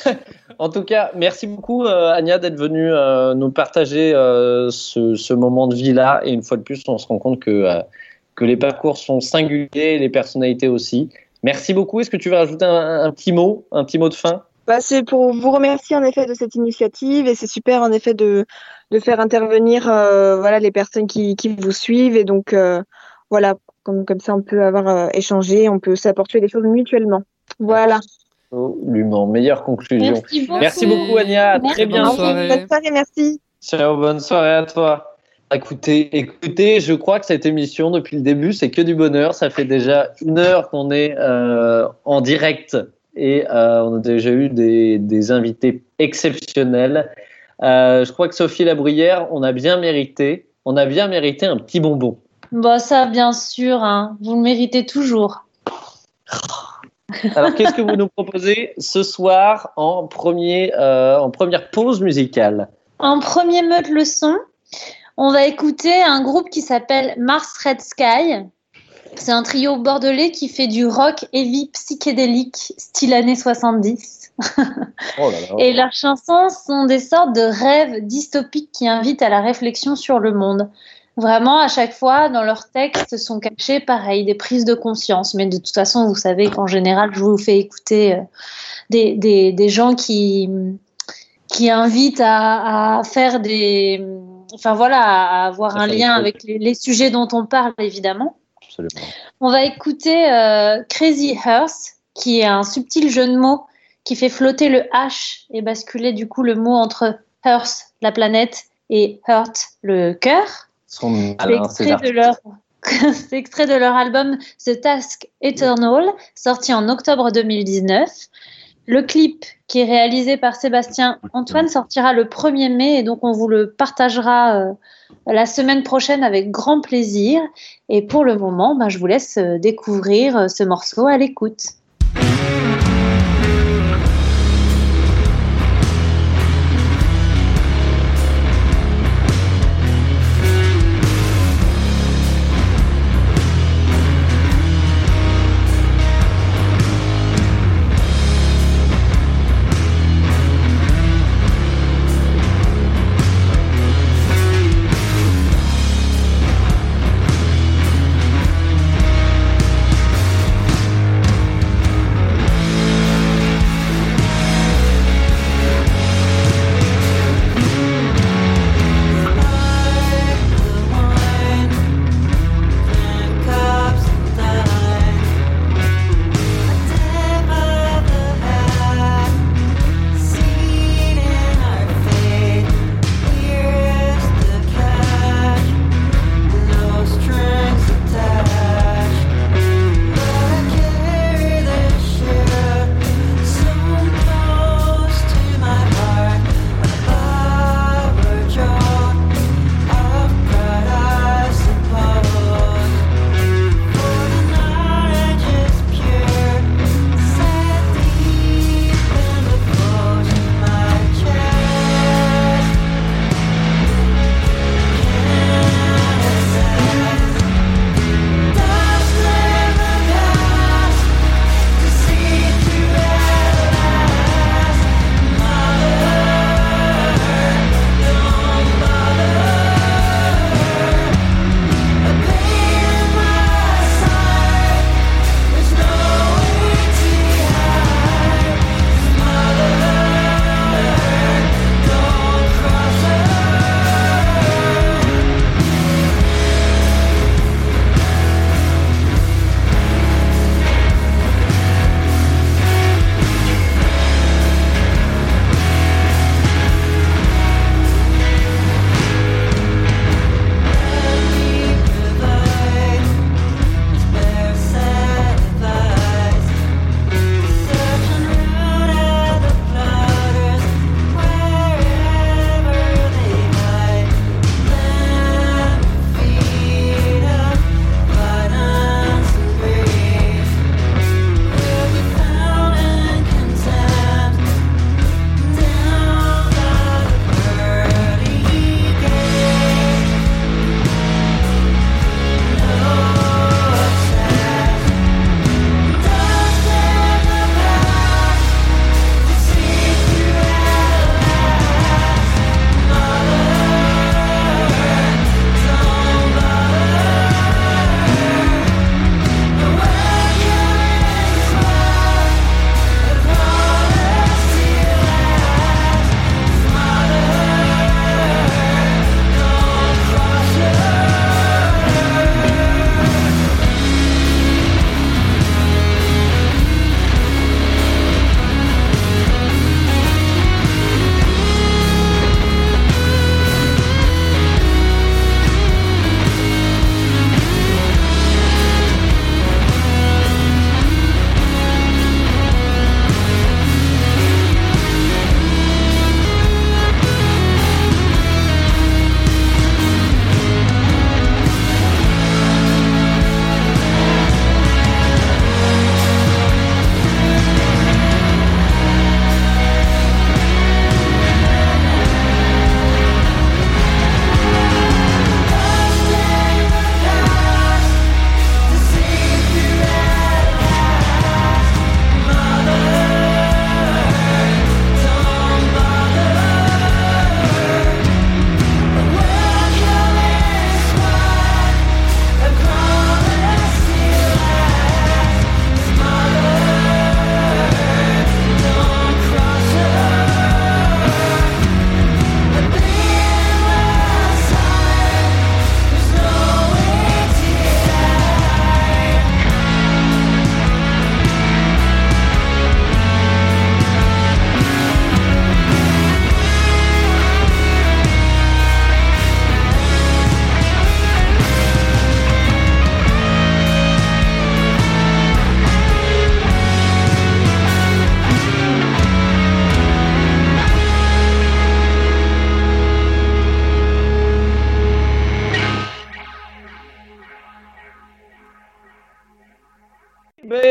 En tout cas, merci beaucoup euh, Anya d'être venue euh, nous partager euh, ce, ce moment de vie-là. Et une fois de plus, on se rend compte que, euh, que les parcours sont singuliers, les personnalités aussi. Merci beaucoup. Est-ce que tu veux rajouter un, un petit mot, un petit mot de fin ? Bah, c'est pour vous remercier en effet de cette initiative et c'est super en effet de, de faire intervenir euh, voilà, les personnes qui, qui vous suivent. Et donc, euh, voilà, comme, comme ça, on peut avoir euh, échangé, on peut s'apporter des choses mutuellement. Voilà. Absolument, meilleure conclusion. Merci beaucoup, merci beaucoup Anya, à merci. très bientôt. Bonne soirée. Bonne soirée, merci. Ciao, bonne soirée à toi. Écoutez, écoutez, je crois que cette émission, depuis le début, c'est que du bonheur. Ça fait déjà une heure qu'on est euh, en direct et euh, on a déjà eu des, des invités exceptionnels. Euh, je crois que Sophie Labruyère, on a bien mérité, on a bien mérité un petit bonbon. Bah ça, bien sûr, hein. Vous le méritez toujours. Alors, qu'est-ce que vous nous proposez ce soir en, premier, euh, en première pause musicale ? En premier meute le son, on va écouter un groupe qui s'appelle Mars Red Sky. C'est un trio bordelais qui fait du rock heavy psychédélique style années soixante-dix. Oh là là. Et leurs chansons sont des sortes de rêves dystopiques qui invitent à la réflexion sur le monde. Vraiment, à chaque fois, dans leurs textes sont cachés, pareil, des prises de conscience. Mais de toute façon, vous savez qu'en général, je vous fais écouter euh, des, des, des gens qui, qui invitent à, à faire des... Enfin voilà, à avoir un lien avec les, les sujets dont on parle, évidemment. Absolument. On va écouter euh, Crazy Earth, qui est un subtil jeu de mots qui fait flotter le H et basculer du coup le mot entre Earth, la planète, et Heart, le cœur. Son... C'est extrait, de leur... C'est extrait de leur album The Task Eternal, sorti en octobre deux mille dix-neuf. Le clip, qui est réalisé par Sébastien Antoine, sortira le premier mai et donc on vous le partagera euh, la semaine prochaine avec grand plaisir. Et pour le moment, ben, je vous laisse euh, découvrir euh, ce morceau à l'écoute.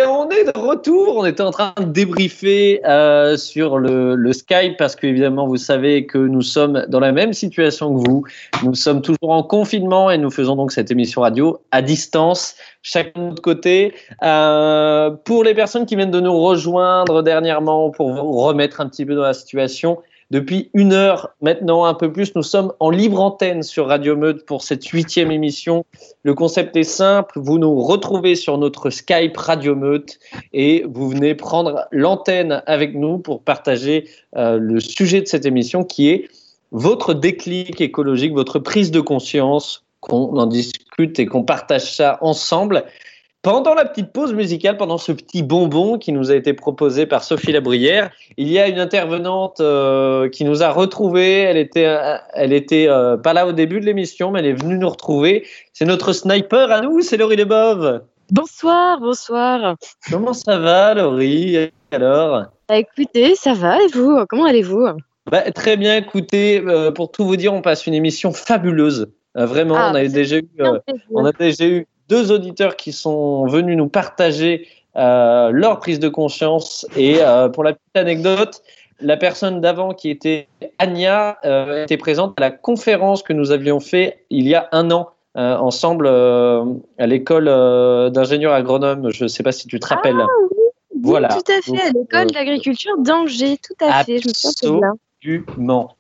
on est de retour. On était en train de débriefer euh, sur le, le Skype parce qu'évidemment, vous savez que nous sommes dans la même situation que vous. Nous sommes toujours en confinement et nous faisons donc cette émission radio à distance, chacun de notre côté. Euh, pour les personnes qui viennent de nous rejoindre dernièrement, pour vous remettre un petit peu dans la situation, depuis une heure maintenant, un peu plus, nous sommes en libre antenne sur Radio Meute pour cette huitième émission. Le concept est simple, vous nous retrouvez sur notre Skype Radio Meute et vous venez prendre l'antenne avec nous pour partager euh, le sujet de cette émission qui est votre déclic écologique, votre prise de conscience, qu'on en discute et qu'on partage ça ensemble. Pendant la petite pause musicale, pendant ce petit bonbon qui nous a été proposé par Sophie Labrière, il y a une intervenante euh, qui nous a retrouvés. Elle était, elle était euh, pas là au début de l'émission, mais elle est venue nous retrouver. C'est notre sniper à nous, c'est Laurie Lebove. Bonsoir, bonsoir. Comment ça va, Laurie? Alors? Bah, écoutez, ça va et vous? Comment allez-vous? Bah, très bien, écoutez, euh, pour tout vous dire, on passe une émission fabuleuse. Euh, vraiment, ah, on a déjà eu, euh, on a déjà eu deux auditeurs qui sont venus nous partager euh, leur prise de conscience. Et euh, pour la petite anecdote, la personne d'avant qui était Anya euh, était présente à la conférence que nous avions fait il y a un an euh, ensemble euh, à l'école euh, d'ingénieurs agronomes. Je ne sais pas si tu te rappelles. Ah oui, oui voilà. Tout à fait, donc, à l'école euh, d'agriculture d'Angers, tout à fait. Je me souviens absolument.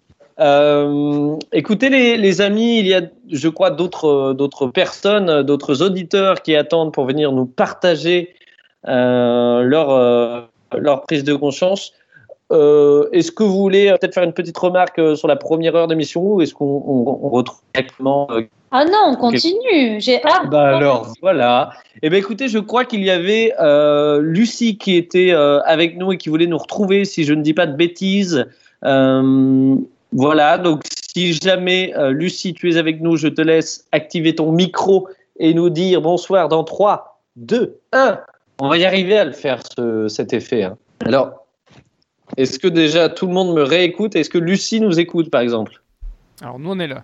Euh, écoutez les, les amis, il y a je crois d'autres, d'autres personnes, d'autres auditeurs qui attendent pour venir nous partager euh, leur, euh, leur prise de conscience. Euh, est-ce que vous voulez peut-être faire une petite remarque sur la première heure d'émission ou est-ce qu'on on, on retrouve directement euh, Ah non, on continue. J'ai hâte. Bah alors voilà. Eh ben écoutez, je crois qu'il y avait euh, Lucie qui était euh, avec nous et qui voulait nous retrouver, si je ne dis pas de bêtises. Euh, Voilà, donc si jamais, euh, Lucie, tu es avec nous, je te laisse activer ton micro et nous dire bonsoir dans trois, deux, un. On va y arriver à le faire, ce, cet effet. Hein. Alors, est-ce que déjà tout le monde me réécoute? Est-ce que Lucie nous écoute, par exemple? Alors, nous, on est là.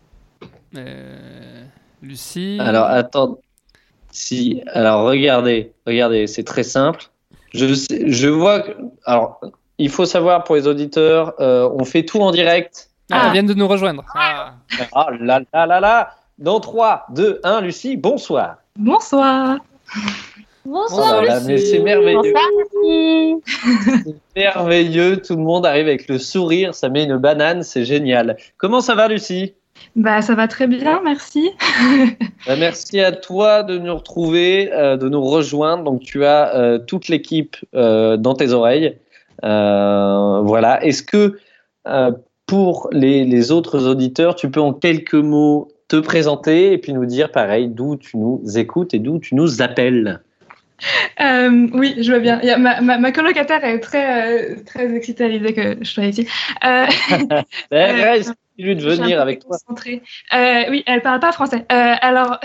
Euh, Lucie... Alors, attends. Si, alors, regardez, regardez, c'est très simple. Je, sais, je vois que... Alors... Il faut savoir pour les auditeurs, euh, on fait tout en direct. Ah, ah. Ils viennent de nous rejoindre. Ah, ah là là là là. Dans trois, deux, un, Lucie, bonsoir. Bonsoir. Bonsoir, voilà, Lucie. Mais c'est merveilleux. Bonsoir, Lucie. C'est merveilleux, tout le monde arrive avec le sourire, ça met une banane, c'est génial. Comment ça va, Lucie? Bah, ça va très bien, merci. bah, merci à toi de nous retrouver, euh, de nous rejoindre. Donc, tu as euh, toute l'équipe euh, dans tes oreilles. Euh, voilà. Est-ce que euh, pour les, les autres auditeurs, tu peux en quelques mots te présenter et puis nous dire pareil d'où tu nous écoutes et d'où tu nous appelles? Euh, oui, je vois bien. Il y a ma, ma, ma colocataire est très, euh, très excitée à l'idée que je sois ici. Euh, euh, de venir avec toi. Euh, oui, elle parle pas français. Euh, alors,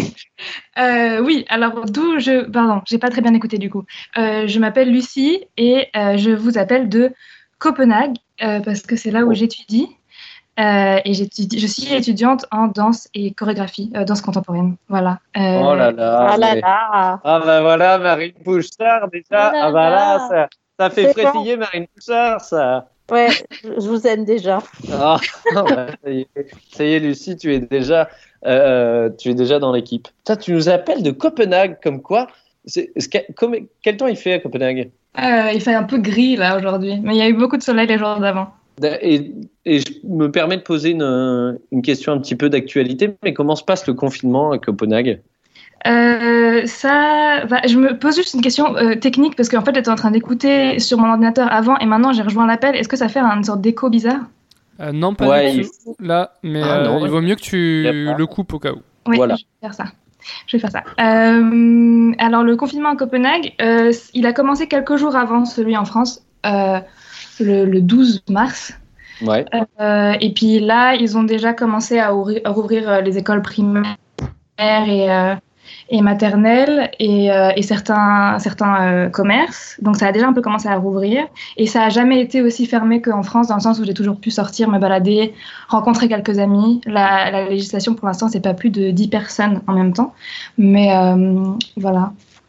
euh, oui, alors d'où je, pardon, j'ai pas très bien écouté du coup. Euh, je m'appelle Lucie et euh, je vous appelle de Copenhague euh, parce que c'est là où oh. j'étudie euh, et j'étudie, je suis étudiante en danse et chorégraphie, euh, danse contemporaine. Voilà. Euh, oh là là. Oh là là. Ah ben voilà, Marine Pouchard déjà. Oh là ah ben là, là ça, ça fait c'est frétiller bon. Marine Pouchard, ça. Ouais, je vous aime déjà. Ah, bah, ça, y est, ça y est, Lucie, tu es déjà, euh, tu es déjà dans l'équipe. Toi, tu nous appelles de Copenhague, comme quoi c'est, c'est, comme, quel temps il fait à Copenhague? euh, Il fait un peu gris là aujourd'hui, mais il y a eu beaucoup de soleil les jours d'avant. Et, et je me permets de poser une, une question un petit peu d'actualité, mais comment se passe le confinement à Copenhague? Euh, ça, bah, je me pose juste une question euh, technique parce qu'en fait j'étais en train d'écouter sur mon ordinateur avant et maintenant j'ai rejoint l'appel. Est-ce que ça fait une sorte d'écho bizarre? euh, Non, pas ouais, du tout. Il... Là, mais ah, non, euh, il vaut mieux que tu le coupes au cas où. Oui, voilà. Je vais faire ça. Je vais faire ça. Euh, alors le confinement à Copenhague, euh, il a commencé quelques jours avant celui en France, euh, le, le douze mars. Ouais. Euh, et puis là, ils ont déjà commencé à, ouvrir, à rouvrir les écoles primaires et euh, et maternelle et, euh, et certains, certains euh, commerces. Donc, ça a déjà un peu commencé à rouvrir. Et ça n'a jamais été aussi fermé qu'en France, dans le sens où j'ai toujours pu sortir, me balader, rencontrer quelques amis. La, la législation, pour l'instant, c'est pas plus de dix personnes en même temps. Mais euh, voilà.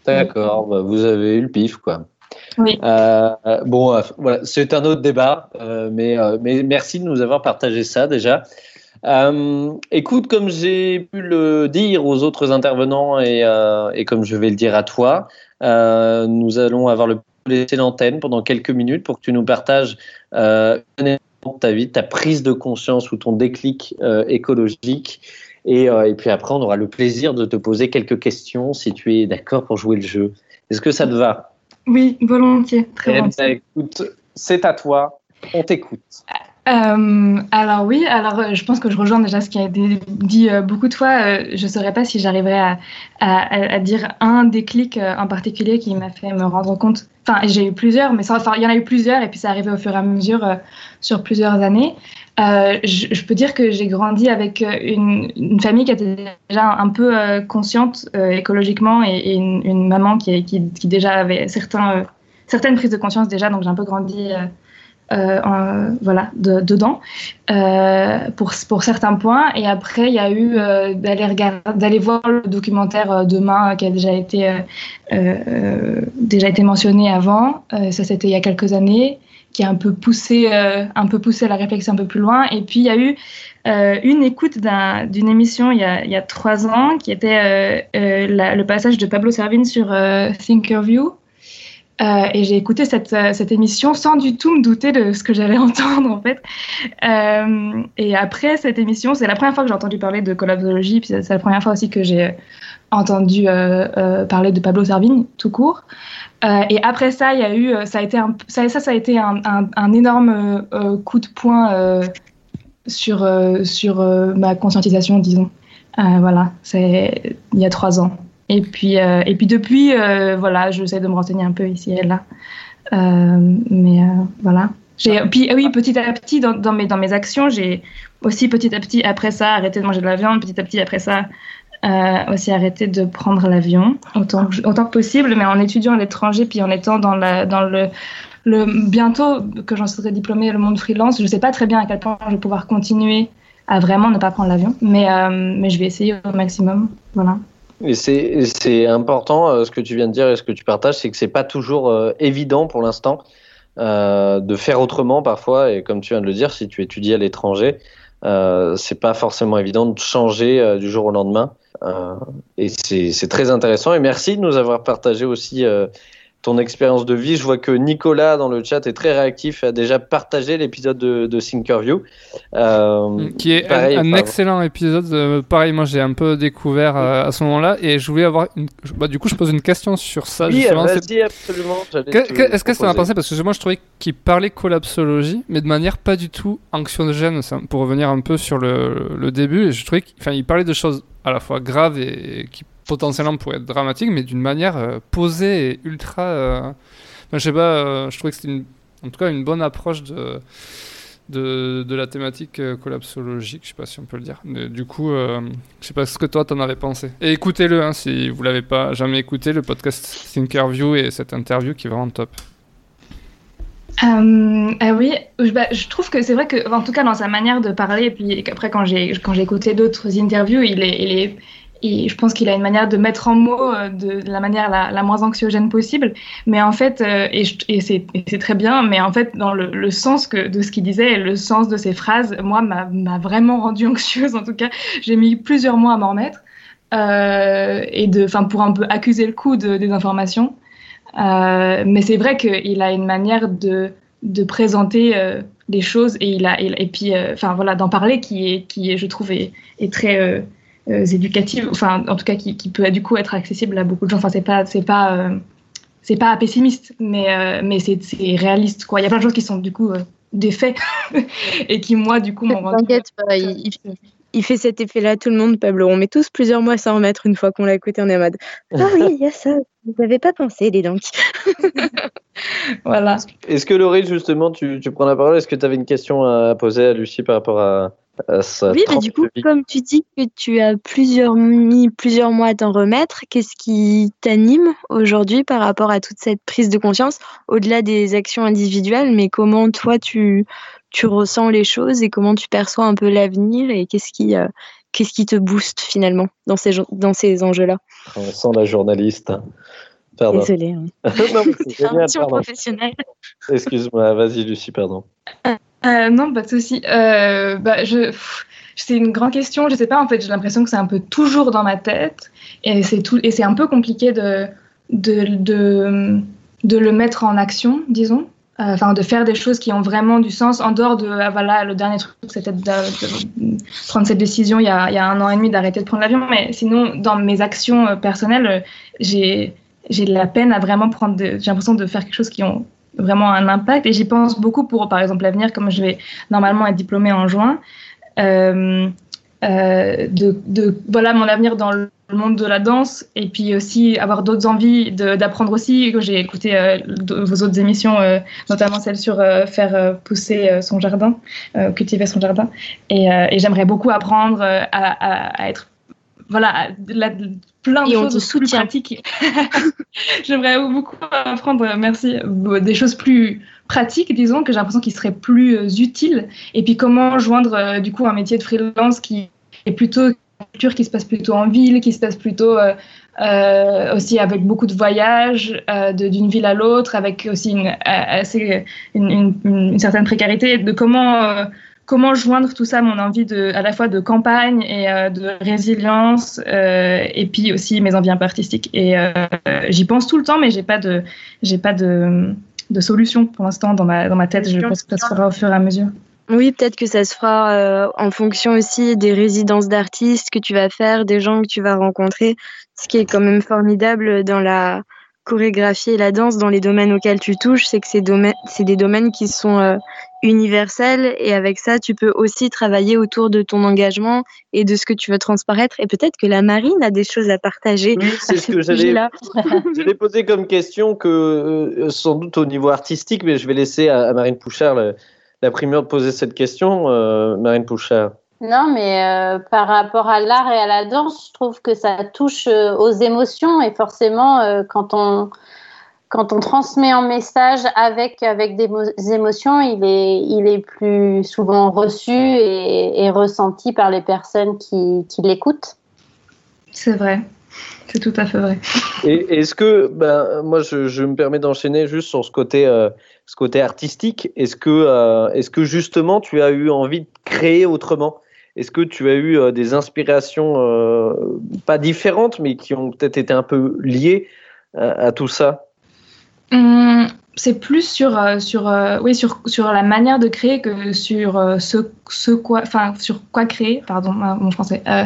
D'accord, bah, vous avez eu le pif, quoi. Oui. Euh, bon, euh, voilà, c'est un autre débat, euh, mais, euh, mais merci de nous avoir partagé ça déjà. Euh, écoute, comme j'ai pu le dire aux autres intervenants et, euh, et comme je vais le dire à toi, euh, nous allons avoir le laisser l'antenne pendant quelques minutes pour que tu nous partages euh, un élément de ta vie, ta prise de conscience ou ton déclic euh, écologique. Et, euh, et puis après, on aura le plaisir de te poser quelques questions si tu es d'accord pour jouer le jeu. Est-ce que ça te va ? Oui, volontiers, très volontiers. Eh ben, écoute, c'est à toi, on t'écoute. Euh, alors oui, alors euh, je pense que je rejoins déjà ce qui a été dit euh, beaucoup de fois. Euh, je ne saurais pas si j'arriverais à, à, à dire un déclic euh, en particulier qui m'a fait me rendre compte. Enfin, j'ai eu plusieurs, mais ça, enfin, il y en a eu plusieurs et puis ça arrivait au fur et à mesure euh, sur plusieurs années. Euh, je, je peux dire que j'ai grandi avec une, une famille qui était déjà un peu euh, consciente euh, écologiquement et, et une, une maman qui, qui, qui déjà avait certains, euh, certaines prises de conscience déjà, donc j'ai un peu grandi euh, euh, en, voilà, de, dedans euh, pour, pour certains points. Et après, il y a eu euh, d'aller, regarder, d'aller voir le documentaire euh, Demain qui a déjà été, euh, euh, déjà été mentionné avant. Euh, ça, c'était il y a quelques années, qui a un peu poussé, euh, un peu poussé la réflexion un peu plus loin. Et puis, il y a eu euh, une écoute d'un, d'une émission il y, a, il y a trois ans, qui était euh, euh, la, le passage de Pablo Servigne sur euh, Thinkerview. Euh, et j'ai écouté cette, cette émission sans du tout me douter de ce que j'allais entendre, en fait. Euh, et après cette émission, c'est la première fois que j'ai entendu parler de collapsologie, puis c'est la première fois aussi que j'ai entendu euh, euh, parler de Pablo Servigne, tout court. Euh, et après ça, il y a eu, ça a été un, ça, ça, ça a été un, un, un énorme euh, coup de poing euh, sur euh, sur euh, ma conscientisation, disons. Euh, voilà, c'est il y a trois ans. Et puis euh, et puis depuis, euh, voilà, j'essaie de me renseigner un peu ici et là. Euh, mais euh, voilà. J'ai, puis oui, petit à petit dans, dans mes dans mes actions, j'ai aussi petit à petit après ça arrêté de manger de la viande. Petit à petit après ça. Euh, aussi arrêter de prendre l'avion autant que, autant que possible, mais en étudiant à l'étranger, puis en étant dans, la, dans le, le bientôt que j'en serai diplômée, le monde freelance, je ne sais pas très bien à quel point je vais pouvoir continuer à vraiment ne pas prendre l'avion, mais, euh, mais je vais essayer au maximum. Voilà. Et c'est, c'est important euh, ce que tu viens de dire et ce que tu partages, c'est que c'est pas toujours euh, évident pour l'instant euh, de faire autrement parfois, et comme tu viens de le dire, si tu étudies à l'étranger, euh, c'est pas forcément évident de changer euh, du jour au lendemain. Euh, et c'est, c'est très intéressant, et merci de nous avoir partagé aussi euh, ton expérience de vie. Je vois que Nicolas dans le chat est très réactif, a déjà partagé l'épisode de, de Thinkerview euh, qui est pareil, un, un excellent épisode. Euh, pareil, moi j'ai un peu découvert euh, à ce moment-là, et je voulais avoir une... bah, du coup je pose une question sur ça. Oui, justement. Vas-y, c'est... absolument. Que, que, est-ce que ça m'a pensé, parce que moi je trouvais qu'il parlait collapsologie, mais de manière pas du tout anxiogène, ça, pour revenir un peu sur le, le début, et je trouvais qu'il parlait de choses à la fois graves et, et qui potentiellement pourraient être dramatiques, mais d'une manière euh, posée et ultra... Euh... Enfin, je sais pas, euh, je trouvais que c'était une, en tout cas une bonne approche de, de, de la thématique euh, collapsologique, je sais pas si on peut le dire. Mais, du coup, euh, je sais pas ce que toi t'en avais pensé. Et écoutez-le, hein, si vous l'avez pas jamais écouté, le podcast Thinkerview et cette interview qui est vraiment top. Euh, euh, oui, je, bah, je trouve que c'est vrai que, en tout cas dans sa manière de parler, et puis après quand j'ai quand j'ai écouté d'autres interviews, il est, il est, il, je pense qu'il a une manière de mettre en mots euh, de, de la manière la, la moins anxiogène possible. Mais en fait, euh, et, je, et, c'est, et c'est très bien, mais en fait dans le, le sens que de ce qu'il disait et le sens de ses phrases, moi m'a, m'a vraiment rendue anxieuse. En tout cas, j'ai mis plusieurs mois à m'en remettre euh, et de, enfin pour un peu accuser le coup de, des informations. Euh, mais c'est vrai qu'il a une manière de, de présenter euh, les choses et il a et, et puis enfin euh, voilà d'en parler qui est qui est je trouve est, est très euh, euh, éducative, enfin en tout cas qui, qui peut du coup être accessible à beaucoup de gens. Enfin c'est pas c'est pas euh, c'est pas pessimiste, mais euh, mais c'est c'est réaliste quoi. Il y a plein de choses qui sont du coup euh, des faits et qui moi du coup m'ont rendu. T'inquiète pas, il, il, il fait cet effet-là tout le monde, Pablo. On met tous plusieurs mois à s'en remettre une fois qu'on l'a écouté, on est en mode ah oui il y a ça. Vous n'avez pas pensé, dis donc. Voilà. Est-ce que Laurie, justement, tu, tu prends la parole? Est-ce que tu avais une question à poser à Lucie par rapport à, à ça? Oui, mais du coup, comme tu dis que tu as plusieurs, mis plusieurs mois à t'en remettre, qu'est-ce qui t'anime aujourd'hui par rapport à toute cette prise de conscience, au-delà des actions individuelles, mais comment toi tu, tu ressens les choses et comment tu perçois un peu l'avenir et qu'est-ce qui... Euh, Qu'est-ce qui te booste finalement dans ces, dans ces enjeux-là? On sent la journaliste. Pardon. Désolée. Hein. Non, mais c'est génial, un professionnel. Excuse-moi, vas-y Lucie, pardon. Euh, non, pas de souci. Euh, bah, je, pff, c'est une grande question. Je sais pas. En fait, j'ai l'impression que c'est un peu toujours dans ma tête, et c'est tout, et c'est un peu compliqué de de de, de le mettre en action, disons. Enfin, euh, de faire des choses qui ont vraiment du sens en dehors de ah, voilà, le dernier truc, c'était de, de, de prendre cette décision il y a il y a un an et demi d'arrêter de prendre l'avion. Mais sinon, dans mes actions euh, personnelles, euh, j'ai j'ai de la peine à vraiment prendre. De, j'ai l'impression de faire quelque chose qui ont vraiment un impact, et j'y pense beaucoup pour, par exemple, l'avenir, comme je vais normalement être diplômée en juin, euh, euh, de, de, voilà, mon avenir dans le monde de la danse, et puis aussi avoir d'autres envies de, d'apprendre aussi. J'ai écouté euh, vos autres émissions, euh, notamment celle sur euh, faire euh, pousser euh, son jardin, euh, cultiver son jardin, et, euh, et j'aimerais beaucoup apprendre euh, à, à, à être voilà, la, plein de et choses plus pratiques. J'aimerais beaucoup apprendre, merci, des choses plus pratiques, disons, que j'ai l'impression qu'ils seraient plus euh, utiles. Et puis comment joindre, euh, du coup, un métier de freelance qui est plutôt une culture qui se passe plutôt en ville, qui se passe plutôt euh, euh, aussi avec beaucoup de voyages euh, de, d'une ville à l'autre, avec aussi une, assez, une, une, une certaine précarité, de comment... Euh, Comment joindre tout ça, mon envie de, à la fois de campagne et euh, de résilience, euh, et puis aussi mes envies un peu artistiques. Et euh, j'y pense tout le temps, mais j'ai pas de, j'ai pas de, de solution pour l'instant dans ma, dans ma tête. Je pense que ça se fera au fur et à mesure. Oui, peut-être que ça se fera euh, en fonction aussi des résidences d'artistes que tu vas faire, des gens que tu vas rencontrer. Ce qui est quand même formidable dans la chorégraphie et la danse, dans les domaines auxquels tu touches, c'est que c'est, domaines, c'est des domaines qui sont euh, universels, et avec ça, tu peux aussi travailler autour de ton engagement et de ce que tu veux transparaître. Et peut-être que la Marine a des choses à partager. Oui, c'est ce que j'allais, j'allais poser comme question, que euh, sans doute au niveau artistique, mais je vais laisser à, à Marine Pouchard le, la primeur de poser cette question. Euh, Marine Pouchard. Non, mais euh, par rapport à l'art et à la danse, je trouve que ça touche euh, aux émotions, et forcément, euh, quand on quand on transmet un message avec avec des mo- émotions, il est il est plus souvent reçu et, et ressenti par les personnes qui qui l'écoutent. C'est vrai, c'est tout à fait vrai. Et est-ce que, ben, moi, je, je me permets d'enchaîner juste sur ce côté, euh, ce côté artistique. Est-ce que, euh, est-ce que justement, tu as eu envie de créer autrement? Est-ce que tu as eu euh, des inspirations euh, pas différentes, mais qui ont peut-être été un peu liées à, à tout ça? Hum, c'est plus sur euh, sur euh, oui sur sur la manière de créer que sur euh, ce ce quoi enfin sur quoi créer, pardon mon français. Euh,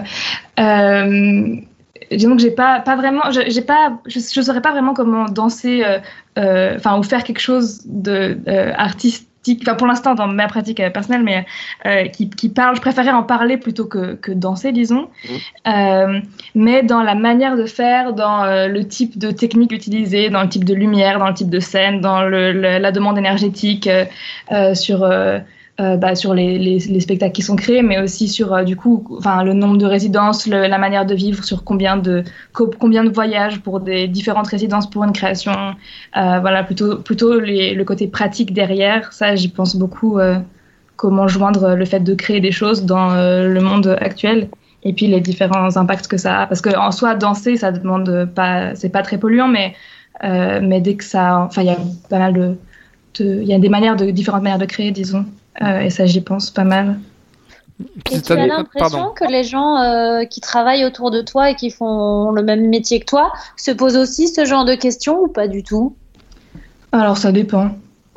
euh, disons que j'ai pas pas vraiment j'ai, j'ai pas je je saurais pas vraiment comment danser enfin euh, euh, ou faire quelque chose de euh, artistique. Enfin, pour l'instant, dans ma pratique personnelle, mais euh, qui, qui parle, je préférais en parler plutôt que, que danser, disons. Mmh. Euh, mais dans la manière de faire, dans euh, le type de technique utilisée, dans le type de lumière, dans le type de scène, dans le, le, la demande énergétique, euh, euh, sur, euh, euh, bah, sur les, les, les spectacles qui sont créés, mais aussi sur euh, du coup, enfin, le nombre de résidences, le, la manière de vivre, sur combien de, co- combien de voyages pour des différentes résidences pour une création. Euh, voilà, plutôt, plutôt les, le côté pratique derrière. Ça, j'y pense beaucoup. Euh, comment joindre le fait de créer des choses dans euh, le monde actuel, et puis les différents impacts que ça a. Parce qu'en soi, danser, ça demande pas, c'est pas très polluant, mais, euh, mais dès que ça, enfin, il y a pas mal de, il y a des manières de, différentes manières de créer, disons. Euh, et ça, j'y pense pas mal. Et tu as l'impression Pardon. que les gens euh, qui travaillent autour de toi et qui font le même métier que toi se posent aussi ce genre de questions, ou pas du tout? Alors, ça dépend.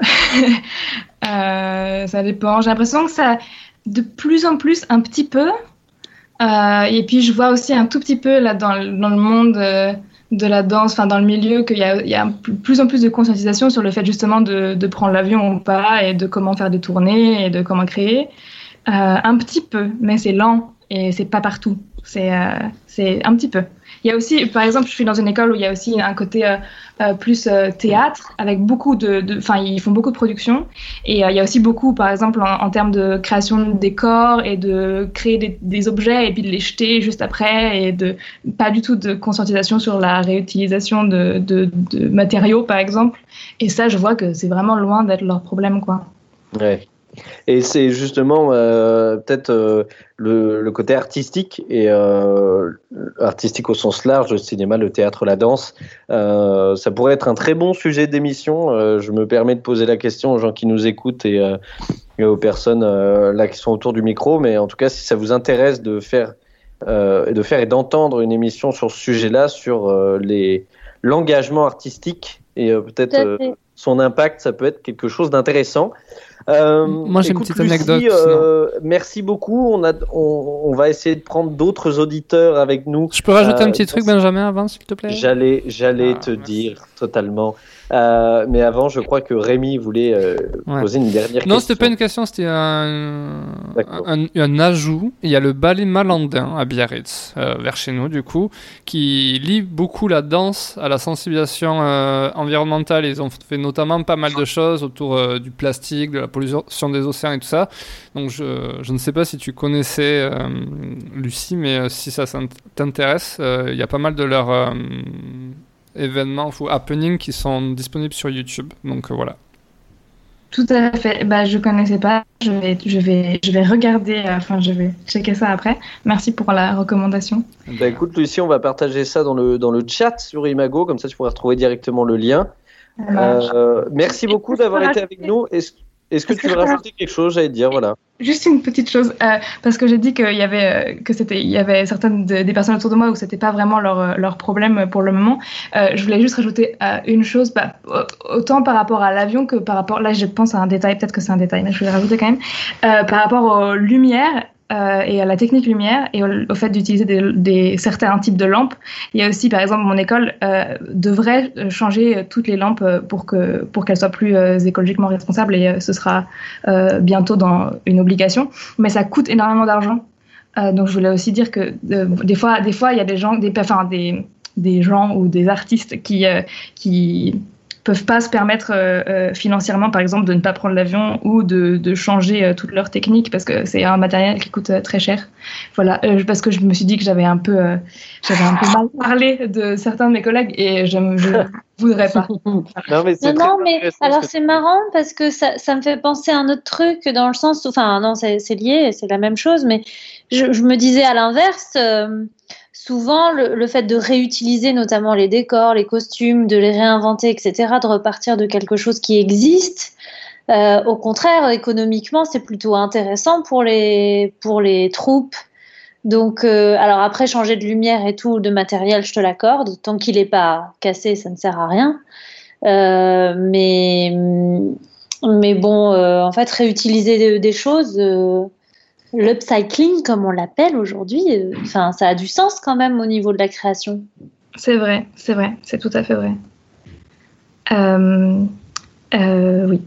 euh, ça dépend. J'ai l'impression que ça, de plus en plus, un petit peu. Euh, et puis, je vois aussi un tout petit peu là dans, dans le monde euh, de la danse, enfin dans le milieu, qu'il y a, il y a de plus en plus de conscientisation sur le fait justement de, de prendre l'avion ou pas, et de comment faire des tournées et de comment créer. Euh, un petit peu, mais c'est lent et c'est pas partout. C'est, euh, c'est un petit peu. Il y a aussi, par exemple, je suis dans une école où il y a aussi un côté euh, euh, plus euh, théâtre, avec beaucoup de, enfin, ils font beaucoup de productions, et euh, il y a aussi beaucoup, par exemple, en, en termes de création de décors et de créer des, des objets et puis de les jeter juste après, et de pas du tout de conscientisation sur la réutilisation de, de, de matériaux, par exemple. Et ça, je vois que c'est vraiment loin d'être leur problème, quoi. Ouais. Et c'est justement euh, peut-être euh, le, le côté artistique, et euh, artistique au sens large, le cinéma, le théâtre, la danse. Euh, ça pourrait être un très bon sujet d'émission. Euh, je me permets de poser la question aux gens qui nous écoutent et, euh, et aux personnes euh, là qui sont autour du micro. Mais en tout cas, si ça vous intéresse de faire, euh, de faire et d'entendre une émission sur ce sujet-là, sur euh, les, l'engagement artistique et euh, peut-être euh, son impact, ça peut être quelque chose d'intéressant. Euh, Moi, j'ai écoute, une petite Lucie, anecdote. Euh, merci beaucoup. On, a, on, on va essayer de prendre d'autres auditeurs avec nous. Je peux rajouter euh, un petit truc, Benjamin, avant, s'il te plaît? J'allais, j'allais ah, te merci. dire totalement. Euh, mais avant, je crois que Rémi voulait euh, Ouais. poser une dernière question. Non, c'était pas une question, c'était un, un, un ajout. Il y a le ballet Malandin à Biarritz, euh, vers chez nous du coup, qui lie beaucoup la danse à la sensibilisation euh, environnementale. Ils ont fait notamment pas mal de choses autour euh, du plastique, de la pollution des océans et tout ça. Donc je, je ne sais pas si tu connaissais euh, Lucie, mais euh, si ça t'intéresse, euh, il y a pas mal de leurs euh, événements ou happenings qui sont disponibles sur YouTube. Donc euh, voilà. Tout à fait. Bah, je connaissais pas. Je vais, je vais, je vais regarder. Enfin, je vais checker ça après. Merci pour la recommandation. Bah, écoute, Lucie, on va partager ça dans le dans le chat sur Imago, comme ça tu pourras retrouver directement le lien. Euh, merci beaucoup d'avoir été avec nous. Est-ce, est-ce que Est-ce tu que veux je peux rajouter quelque chose? J'allais te dire, voilà. Juste une petite chose, euh, parce que j'ai dit qu'il y avait, euh, que c'était, il y avait certaines de, des personnes autour de moi où c'était pas vraiment leur, leur problème pour le moment. Euh, je voulais juste rajouter euh, une chose, bah, autant par rapport à l'avion que par rapport, là je pense à un détail, peut-être que c'est un détail, mais je voulais rajouter quand même, euh, par rapport aux lumières. Euh, et à la technique lumière et au, au fait d'utiliser des, des, certains types de lampes. Il y a aussi, par exemple, mon école euh, devrait changer toutes les lampes pour, que, pour qu'elles soient plus euh, écologiquement responsables et euh, ce sera euh, bientôt dans une obligation. Mais ça coûte énormément d'argent. Euh, donc je voulais aussi dire que euh, des fois, des fois, il y a des gens, des, enfin, des, des gens ou des artistes qui... Euh, qui peuvent pas se permettre euh, euh, financièrement, par exemple, de ne pas prendre l'avion ou de, de changer euh, toute leur technique parce que c'est un matériel qui coûte euh, très cher. Voilà, euh, parce que je me suis dit que j'avais un peu, euh, j'avais un peu mal parlé de certains de mes collègues et je ne voudrais pas. Non, mais, c'est non, non, mais alors c'est marrant parce que ça, ça me fait penser à un autre truc dans le sens où, enfin, non, c'est, c'est lié, c'est la même chose, mais je, je me disais à l'inverse. Euh, Souvent, le, le fait de réutiliser notamment les décors, les costumes, de les réinventer, et cetera, de repartir de quelque chose qui existe, euh, au contraire, économiquement, c'est plutôt intéressant pour les, pour les troupes. Donc, euh, alors après, changer de lumière et tout, de matériel, je te l'accorde. Tant qu'il n'est pas cassé, ça ne sert à rien. Euh, mais, mais bon, euh, en fait, réutiliser des, des choses... Euh, l'upcycling, comme on l'appelle aujourd'hui, enfin, euh, ça a du sens quand même au niveau de la création. C'est vrai, c'est vrai, c'est tout à fait vrai. Euh, euh, oui.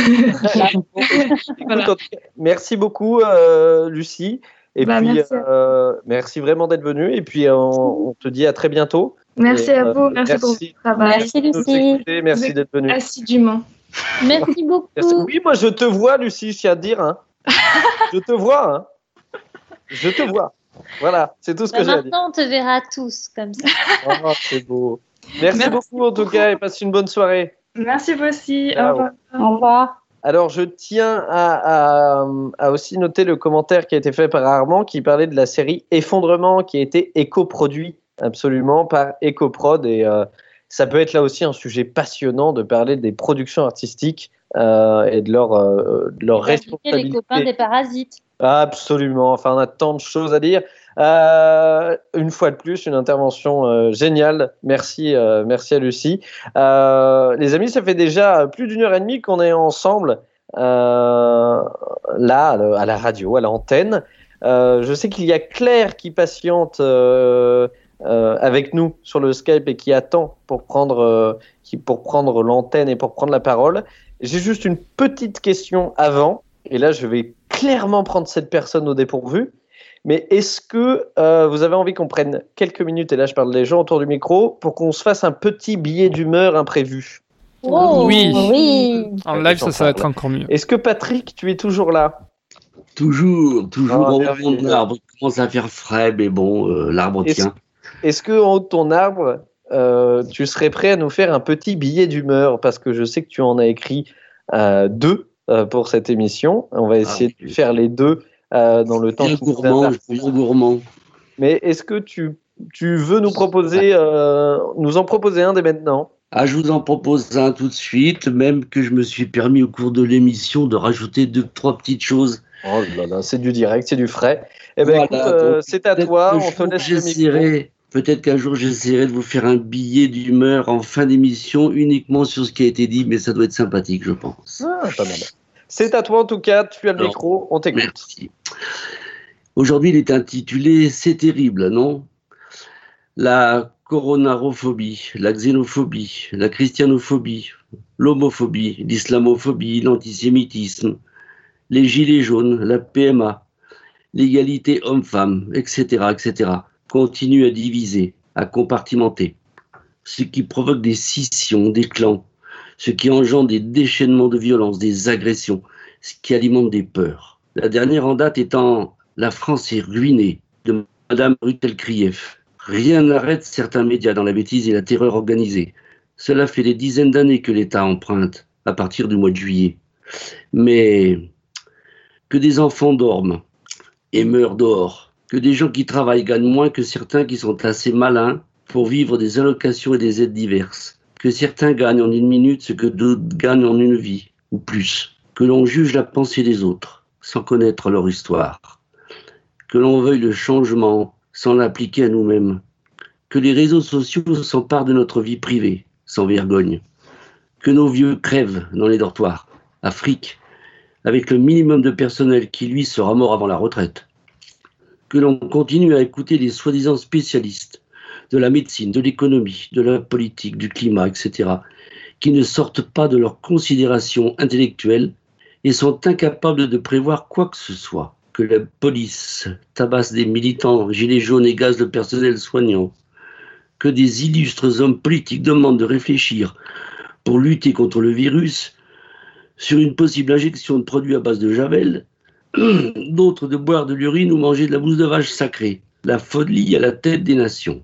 Voilà. Écoute, merci beaucoup, euh, Lucie. Et bah, puis, merci. Euh, merci vraiment d'être venue. Et puis, on, on te dit à très bientôt. Merci et, à vous, euh, merci, merci pour votre travail. Merci, Lucie. Écouter, merci d'être venue. Assidûment. Merci beaucoup. Merci. Oui, moi, je te vois, Lucie, je tiens à te dire. Hein. Je te vois, hein. Je te vois. Voilà, c'est tout ce bah que j'ai à dire. Maintenant, on te verra tous comme ça. Oh, c'est beau. Merci, Merci beaucoup en tout cas et passe une bonne soirée. Merci vous aussi. Ciao. Au revoir. Au revoir. Alors, je tiens à, à, à aussi noter le commentaire qui a été fait par Armand qui parlait de la série Effondrement qui a été éco-produit absolument par EcoProd et euh, ça peut être là aussi un sujet passionnant de parler des productions artistiques euh, et de leur, euh, de leur responsabilité. Les copains des parasites. Absolument. Enfin, on a tant de choses à dire. Euh, une fois de plus, une intervention euh, géniale. Merci, euh, merci à Lucie. Euh, les amis, ça fait déjà plus d'une heure et demie qu'on est ensemble euh, là, à la radio, à l'antenne. Euh, je sais qu'il y a Claire qui patiente euh, euh, avec nous sur le Skype et qui attend pour prendre, euh, qui, pour prendre l'antenne et pour prendre la parole. J'ai juste une petite question avant. Et là, je vais clairement prendre cette personne au dépourvu. Mais est-ce que euh, vous avez envie qu'on prenne quelques minutes, et là je parle des gens autour du micro, pour qu'on se fasse un petit billet d'humeur imprévu? Oh, oui. oui. En live, ça, ça va être encore mieux. Est-ce que Patrick, tu es toujours là? Toujours, toujours oh, en haut de mon arbre. Il commence à faire frais, mais bon, euh, l'arbre est-ce, tient. Est-ce qu'en haut de ton arbre, euh, tu serais prêt à nous faire un petit billet d'humeur? Parce que je sais que tu en as écrit euh, deux. euh, pour cette émission. On va essayer Ah, de faire les deux euh, dans le temps. Bien qui nous gourmand, imparti. bien gourmand. Mais est-ce que tu, tu veux nous proposer, euh, nous en proposer un dès maintenant? Ah, je vous en propose un tout de suite, même que je me suis permis au cours de l'émission de rajouter deux, trois petites choses. Oh là là, c'est du direct, c'est du frais. Eh ben, Voilà, écoute, euh, donc, c'est à peut-être toi, qu'un on te jour, laisse le micro. j'essaierai- Peut-être qu'un jour j'essaierai de vous faire un billet d'humeur en fin d'émission uniquement sur ce qui a été dit, mais ça doit être sympathique, je pense. Ah, pas mal. C'est à toi en tout cas, tu as le Alors, micro, on t'écoute. Merci. Aujourd'hui, il est intitulé C'est terrible, non? La coronarophobie, la xénophobie, la christianophobie, l'homophobie, l'islamophobie, l'antisémitisme, les gilets jaunes, la P M A, l'égalité homme-femme, et cetera, et cetera, continuent à diviser, à compartimenter, ce qui provoque des scissions, des clans, ce qui engendre des déchaînements de violence, des agressions, ce qui alimente des peurs. La dernière en date étant « La France est ruinée » de Madame Rutel-Krief. Rien n'arrête certains médias dans la bêtise et la terreur organisée. Cela fait des dizaines d'années que l'État emprunte, à partir du mois de juillet. Mais que des enfants dorment et meurent dehors, que des gens qui travaillent gagnent moins que certains qui sont assez malins pour vivre des allocations et des aides diverses, que certains gagnent en une minute ce que d'autres gagnent en une vie, ou plus, que l'on juge la pensée des autres, sans connaître leur histoire, que l'on veuille le changement sans l'appliquer à nous-mêmes, que les réseaux sociaux s'emparent de notre vie privée, sans vergogne, que nos vieux crèvent dans les dortoirs, à fric, avec le minimum de personnel qui, lui, sera mort avant la retraite, que l'on continue à écouter les soi-disant spécialistes de la médecine, de l'économie, de la politique, du climat, et cetera, qui ne sortent pas de leurs considérations intellectuelles et sont incapables de prévoir quoi que ce soit, que la police tabasse des militants gilets jaunes et gaze le personnel soignant, que des illustres hommes politiques demandent de réfléchir pour lutter contre le virus sur une possible injection de produits à base de javel, d'autres de boire de l'urine ou manger de la bouse de vache sacrée, la folie à la tête des nations.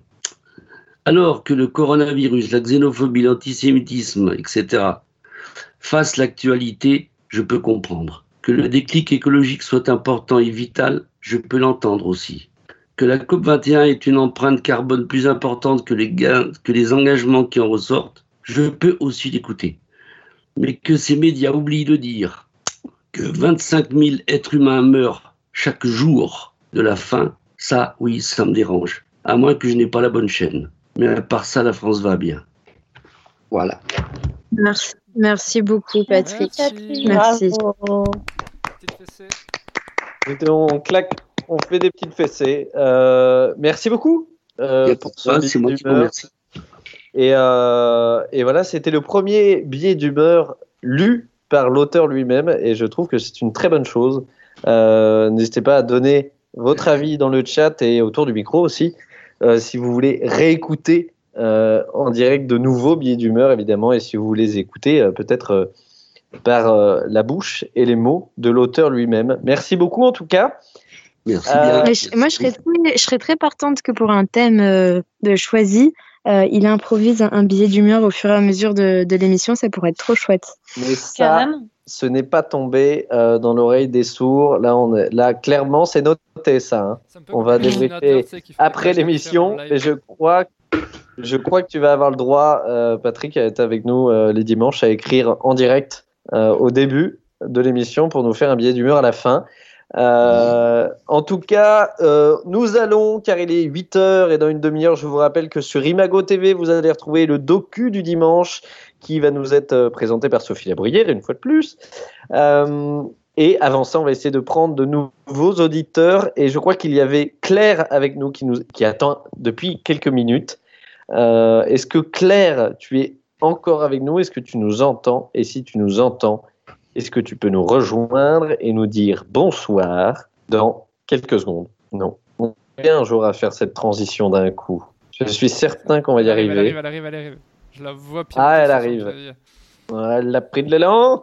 Alors que le coronavirus, la xénophobie, l'antisémitisme, et cetera fassent l'actualité, je peux comprendre. Que le déclic écologique soit important et vital, je peux l'entendre aussi. Que la COP vingt et un est une empreinte carbone plus importante que les gains, que les engagements qui en ressortent, je peux aussi l'écouter. Mais que ces médias oublient de dire que vingt-cinq mille êtres humains meurent chaque jour de la faim, ça, oui, ça me dérange. À moins que je n'ai pas la bonne chaîne. Mais à part ça, la France va bien. Voilà. Merci, merci beaucoup, Patrick. Merci. Merci. Bravo. Petite fessée. Écoutez, On claque, on fait des petites fessées. Euh, merci beaucoup euh, pour ce Ça, billet c'est moi qui vous d'humeur. remercie. Et, euh, et voilà, c'était le premier billet d'humeur lu par l'auteur lui-même, et je trouve que c'est une très bonne chose. Euh, n'hésitez pas à donner votre avis dans le chat et autour du micro aussi, euh, si vous voulez réécouter euh, en direct de nouveaux billets d'humeur, évidemment, et si vous voulez écouter euh, peut-être euh, par euh, la bouche et les mots de l'auteur lui-même. Merci beaucoup en tout cas. Merci Euh, bien. Mais je- moi, je serais, très, je serais très partante que pour un thème euh, de choisi, euh, il improvise un, un billet d'humeur au fur et à mesure de, de l'émission. Ça pourrait être trop chouette. Mais ça, Carrément. ce n'est pas tombé euh, dans l'oreille des sourds. Là, on est, là clairement, c'est noté ça. Hein. C'est un peu On comme va le débriefer dessinateur, tu sais, qui fait Après des tâches l'émission, différentes en live. et je crois, je crois que tu vas avoir le droit, euh, Patrick, à être avec nous euh, les dimanches, à écrire en direct euh, au début de l'émission pour nous faire un billet d'humeur à la fin. Euh, en tout cas, euh, nous allons, car il est huit heures et dans une demi-heure, je vous rappelle que sur Imago T V, vous allez retrouver le docu du dimanche qui va nous être euh, présenté par Sophie Labruyère, une fois de plus. Euh, et avant ça, on va essayer de prendre de nouveaux auditeurs. Et je crois qu'il y avait Claire avec nous qui, nous, qui attend depuis quelques minutes. Euh, est-ce que Claire, tu es encore avec nous? Est-ce que tu nous entends? Et si tu nous entends, est-ce que tu peux nous rejoindre et nous dire bonsoir dans quelques secondes? Non. On vient un jour à faire cette transition d'un coup. Je suis certain qu'on va y Elle arrive, arriver. Elle arrive, elle arrive, elle arrive. Je la vois pied. Ah, elle arrive. Elle a pris de l'élan.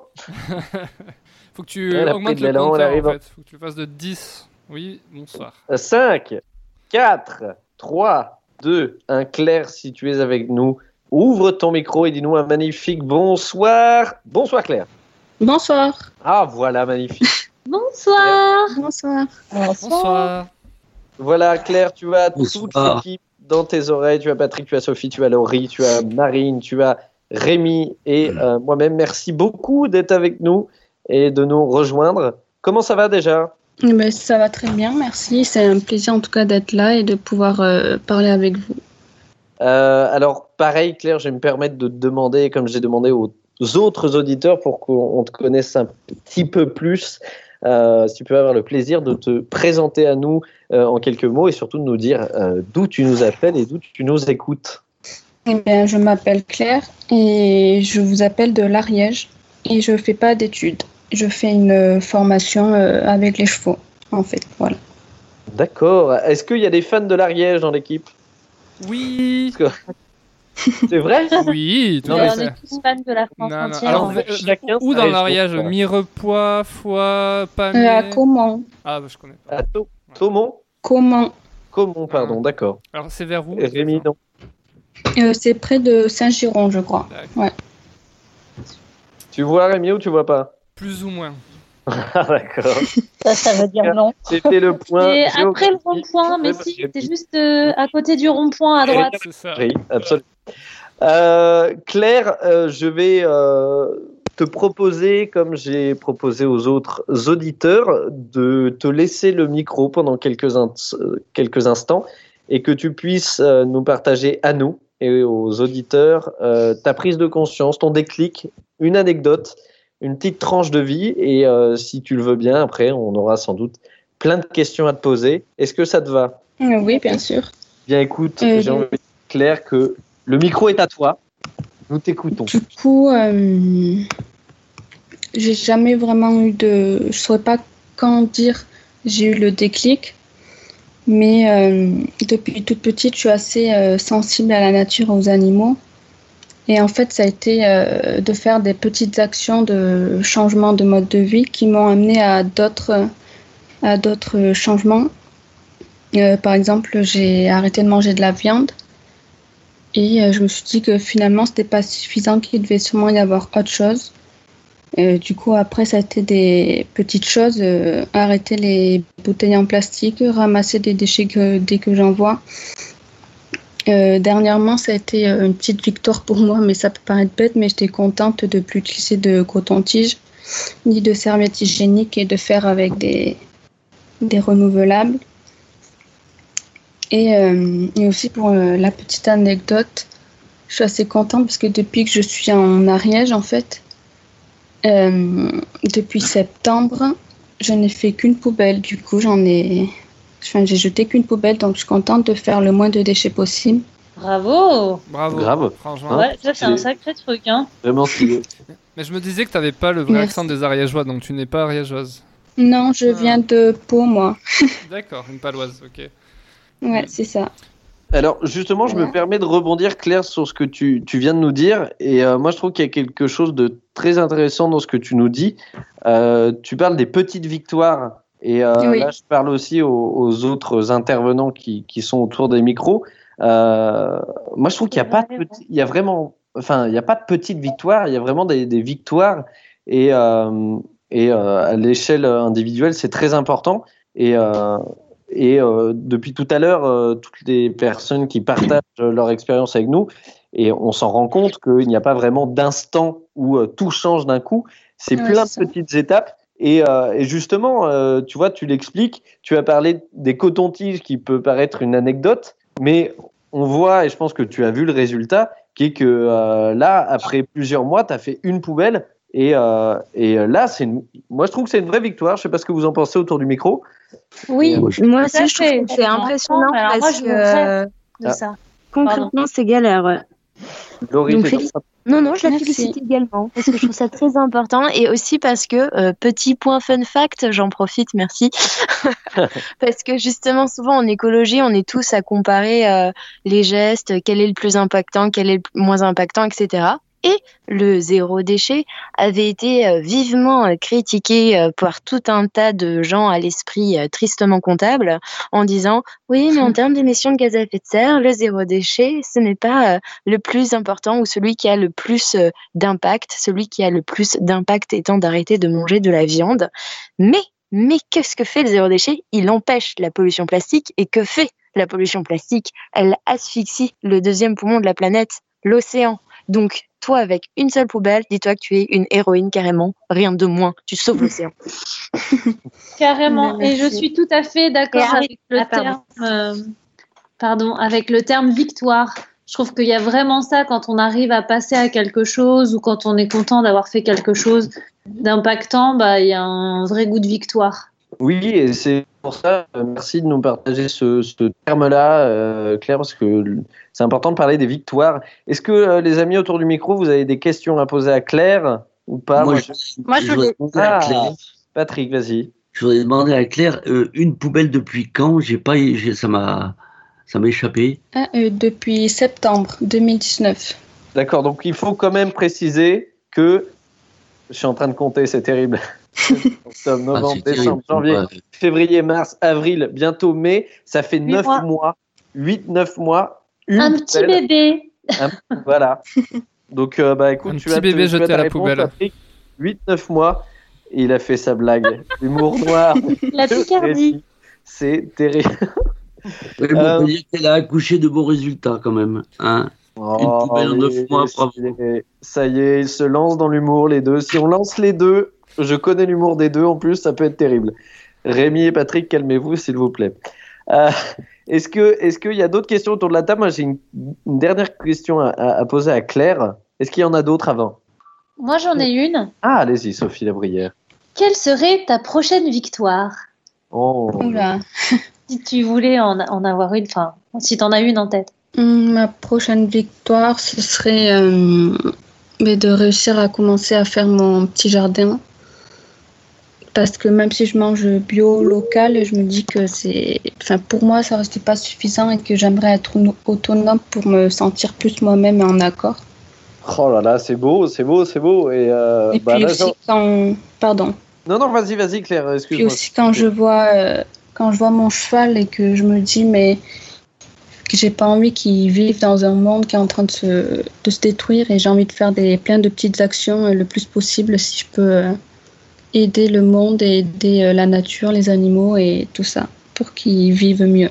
Faut que tu Elle a pris augmentes de le l'élan, elle compteur, arrive. en fait. Faut que tu le fasses de dix. Oui, bonsoir. cinq, quatre, trois, deux, un. Claire, si tu es avec nous, ouvre ton micro et dis-nous un magnifique bonsoir. Bonsoir Claire. Bonsoir. Ah, voilà, magnifique. Bonsoir. Bonsoir. Bonsoir. Voilà, Claire, tu as toute Bonsoir. l'équipe dans tes oreilles. Tu as Patrick, tu as Sophie, tu as Laurie, tu as Marine, tu as Rémi et euh, moi-même. Merci beaucoup d'être avec nous et de nous rejoindre. Comment ça va déjà ? Eh ben, ça va très bien, merci. C'est un plaisir en tout cas d'être là et de pouvoir euh, parler avec vous. Euh, alors, pareil, Claire, je vais me permettre de te demander, comme j'ai demandé aux autres auditeurs pour qu'on te connaisse un petit peu plus, euh, si tu peux avoir le plaisir de te présenter à nous euh, en quelques mots et surtout de nous dire euh, d'où tu nous appelles et d'où tu nous écoutes. Eh bien, je m'appelle Claire et je vous appelle de l'Ariège et je ne fais pas d'études. Je fais une formation euh, avec les chevaux, en fait, voilà. D'accord. Est-ce qu'il y a des fans de l'Ariège dans l'équipe ? Oui. C'est vrai ? Oui. Non, Mais mais on est tous fans de la France Non, non. entière. Alors, en fait. euh, Chacun où sa dans région, l'Ariège quoi. Mirepoix, Foix, Pamiers. Euh, à comment Ah, bah, je connais pas. À To- Tomon ? Comment Comont, pardon, d'accord. Alors, c'est vers où? Rémi, non. euh, C'est près de Saint-Giron, je crois. Ouais. Tu vois Rémi ou tu vois pas? Plus ou moins. Ah, d'accord. Ça, ça veut dire non. C'était le point. C'est après le géographique. rond-point, mais si, c'est juste euh, à côté du rond-point à droite. C'est ça. Oui, absolument. Euh, Claire, euh, je vais euh, te proposer, comme j'ai proposé aux autres auditeurs, de te laisser le micro pendant quelques, in- quelques instants et que tu puisses euh, nous partager à nous et aux auditeurs euh, ta prise de conscience, ton déclic, une anecdote, une petite tranche de vie et euh, si tu le veux bien, après, on aura sans doute plein de questions à te poser. Est-ce que ça te va? Euh, oui, bien sûr. Bien, écoute, Euh, j'ai envie de dire, Claire, que le micro est à toi. Nous t'écoutons. Du coup, euh, j'ai jamais vraiment eu de... Je ne saurais pas quand dire j'ai eu le déclic, mais euh, depuis toute petite, je suis assez euh, sensible à la nature et aux animaux. Et en fait, ça a été euh, de faire des petites actions de changement de mode de vie qui m'ont amené à d'autres, à d'autres changements. Euh, par exemple, j'ai arrêté de manger de la viande. Et euh, je me suis dit que finalement, c'était pas suffisant, qu'il devait sûrement y avoir autre chose. Euh, du coup, après, ça a été des petites choses. Euh, arrêter les bouteilles en plastique, ramasser des déchets que, dès que j'en vois. Euh, dernièrement, ça a été euh, une petite victoire pour moi, mais ça peut paraître bête, mais j'étais contente de ne plus utiliser de coton-tige, ni de serviettes hygiéniques et de faire avec des, des renouvelables. Et, euh, et aussi pour euh, la petite anecdote, je suis assez contente parce que depuis que je suis en Ariège, en fait, euh, depuis septembre, je n'ai fait qu'une poubelle. Du coup, j'en ai, enfin, j'ai jeté qu'une poubelle, donc je suis contente de faire le moins de déchets possible. Bravo. Bravo. Grave. Franchement. Ouais, ça c'est un sacré truc, hein. Vraiment stylé. Mais je me disais que tu n'avais pas le vrai Merci. accent des Ariégeois, donc tu n'es pas ariégeoise. Non, je viens de Pau, moi. D'accord, une paloise, ok. Ouais, c'est ça. Alors justement, je me permets de rebondir, Claire, sur ce que tu, tu viens de nous dire. Et euh, moi, je trouve qu'il y a quelque chose de très intéressant dans ce que tu nous dis. Euh, tu parles des petites victoires. Et euh, Oui. là, je parle aussi aux, aux autres intervenants qui, qui sont autour des micros. Euh, moi, je trouve qu'il n'y a pas de petit, il y a vraiment, enfin, il n'y a pas de petites victoires. Il y a vraiment des, des victoires. Et, euh, et euh, à l'échelle individuelle, c'est très important. Et euh, Et euh, depuis tout à l'heure, euh, toutes les personnes qui partagent leur expérience avec nous, et on s'en rend compte qu'il n'y a pas vraiment d'instant où euh, tout change d'un coup. C'est Ouais, plein c'est de petites étapes. Et, euh, et justement, euh, tu vois, tu l'expliques. Tu as parlé des cotons-tiges qui peut paraître une anecdote, mais on voit, et je pense que tu as vu le résultat, qui est que euh, là, après plusieurs mois, tu as fait une poubelle. Et, euh, et là, c'est une... moi, je trouve que c'est une vraie victoire. Je ne sais pas ce que vous en pensez autour du micro. Oui, Moi, moi Tout à aussi, je trouve fait. que c'est impressionnant Alors, moi, parce je que me rêve de Ah. ça. concrètement, c'est galère. Ouais. Laurie, Donc, t'es félic- en train Non, non, je la Merci. félicite également parce que je trouve ça très important et aussi parce que, euh, petit point fun fact, j'en profite, merci, parce que justement, souvent en écologie, on est tous à comparer euh, les gestes, quel est le plus impactant, quel est le moins impactant, et cetera. Et le zéro déchet avait été vivement critiqué par tout un tas de gens à l'esprit tristement comptable en disant « Oui, mais en termes d'émissions de gaz à effet de serre, le zéro déchet, ce n'est pas le plus important ou celui qui a le plus d'impact, celui qui a le plus d'impact étant d'arrêter de manger de la viande. » Mais, mais qu'est-ce que fait le zéro déchet ? Il empêche la pollution plastique. Et que fait la pollution plastique ? Elle asphyxie le deuxième poumon de la planète, l'océan. Donc, toi, avec une seule poubelle, dis-toi que tu es une héroïne carrément, rien de moins, tu sauves l'océan. Carrément, et je suis tout à fait d'accord Et avec le ah, pardon. terme, euh, pardon, avec le terme victoire. Je trouve qu'il y a vraiment ça quand on arrive à passer à quelque chose ou quand on est content d'avoir fait quelque chose d'impactant, bah, il y a un vrai goût de victoire. Oui, et c'est pour ça, euh, merci de nous partager ce, ce terme-là, euh, Claire, parce que c'est important de parler des victoires. Est-ce que euh, les amis autour du micro, vous avez des questions à poser à Claire ou pas? Moi, Moi, je, Moi, je je voulais- voudrais demander à Ah, Claire, Patrick, vas-y. je voudrais demander à Claire, euh, une poubelle depuis quand? J'ai pas, j'ai- ça m'a, ça m'a échappé. Ah, euh, depuis septembre deux mille dix-neuf. D'accord, donc il faut quand même préciser que je suis en train de compter, c'est terrible. Octobre, Ah, novembre, c'est décembre, terrible. janvier, Ouais. février, mars, avril, bientôt mai, ça fait Huit neuf mois. mois, huit neuf mois, une Un petit poubelle. bébé. Un- Voilà. Donc, euh, bah écoute, Un tu petit as bébé te- tu as jeté ta à la réponse, poubelle. Patrick. huit neuf mois, et il a fait sa blague. Humour noir. La Picardie. C'est terrible. Ouais, bon, Euh, on peut dire qu'elle a accouché de bons résultats quand même. Hein. Oh, poubelle en neuf mais mois, bravo. c'est- Ça y est, ils se lancent dans l'humour, les deux. Si on lance les deux, je connais l'humour des deux en plus, ça peut être terrible. Rémi et Patrick, calmez-vous, s'il vous plaît. Euh, est-ce que, est-ce qu'il y a d'autres questions autour de la table? Moi, j'ai une, une dernière question à, à- à poser à Claire. Est-ce qu'il y en a d'autres avant? Moi, j'en ai une. Ah, allez-y, Sophie Labrière. Quelle serait ta prochaine victoire? Oh. Oula. Si tu voulais en, en avoir une, enfin, si t'en as une en tête. Hum, Ma prochaine victoire, ce serait euh, mais de réussir à commencer à faire mon petit jardin. Parce que même si je mange bio, local, je me dis que c'est, enfin, pour moi, ça reste pas suffisant et que j'aimerais être no- autonome pour me sentir plus moi-même et en accord. Oh là là, c'est beau, c'est beau, c'est beau. Et, euh, et bah, puis là, aussi genre- quand, pardon. Non, non, vas-y, vas-y, Claire, Puis excuse-moi. aussi quand je vois, euh, quand je vois mon cheval et que je me dis mais que j'ai pas envie qu'il vive dans un monde qui est en train de se, de se détruire et j'ai envie de faire des plein de petites actions euh, le plus possible si je peux euh, aider le monde et aider euh, la nature, les animaux et tout ça pour qu'ils vivent mieux.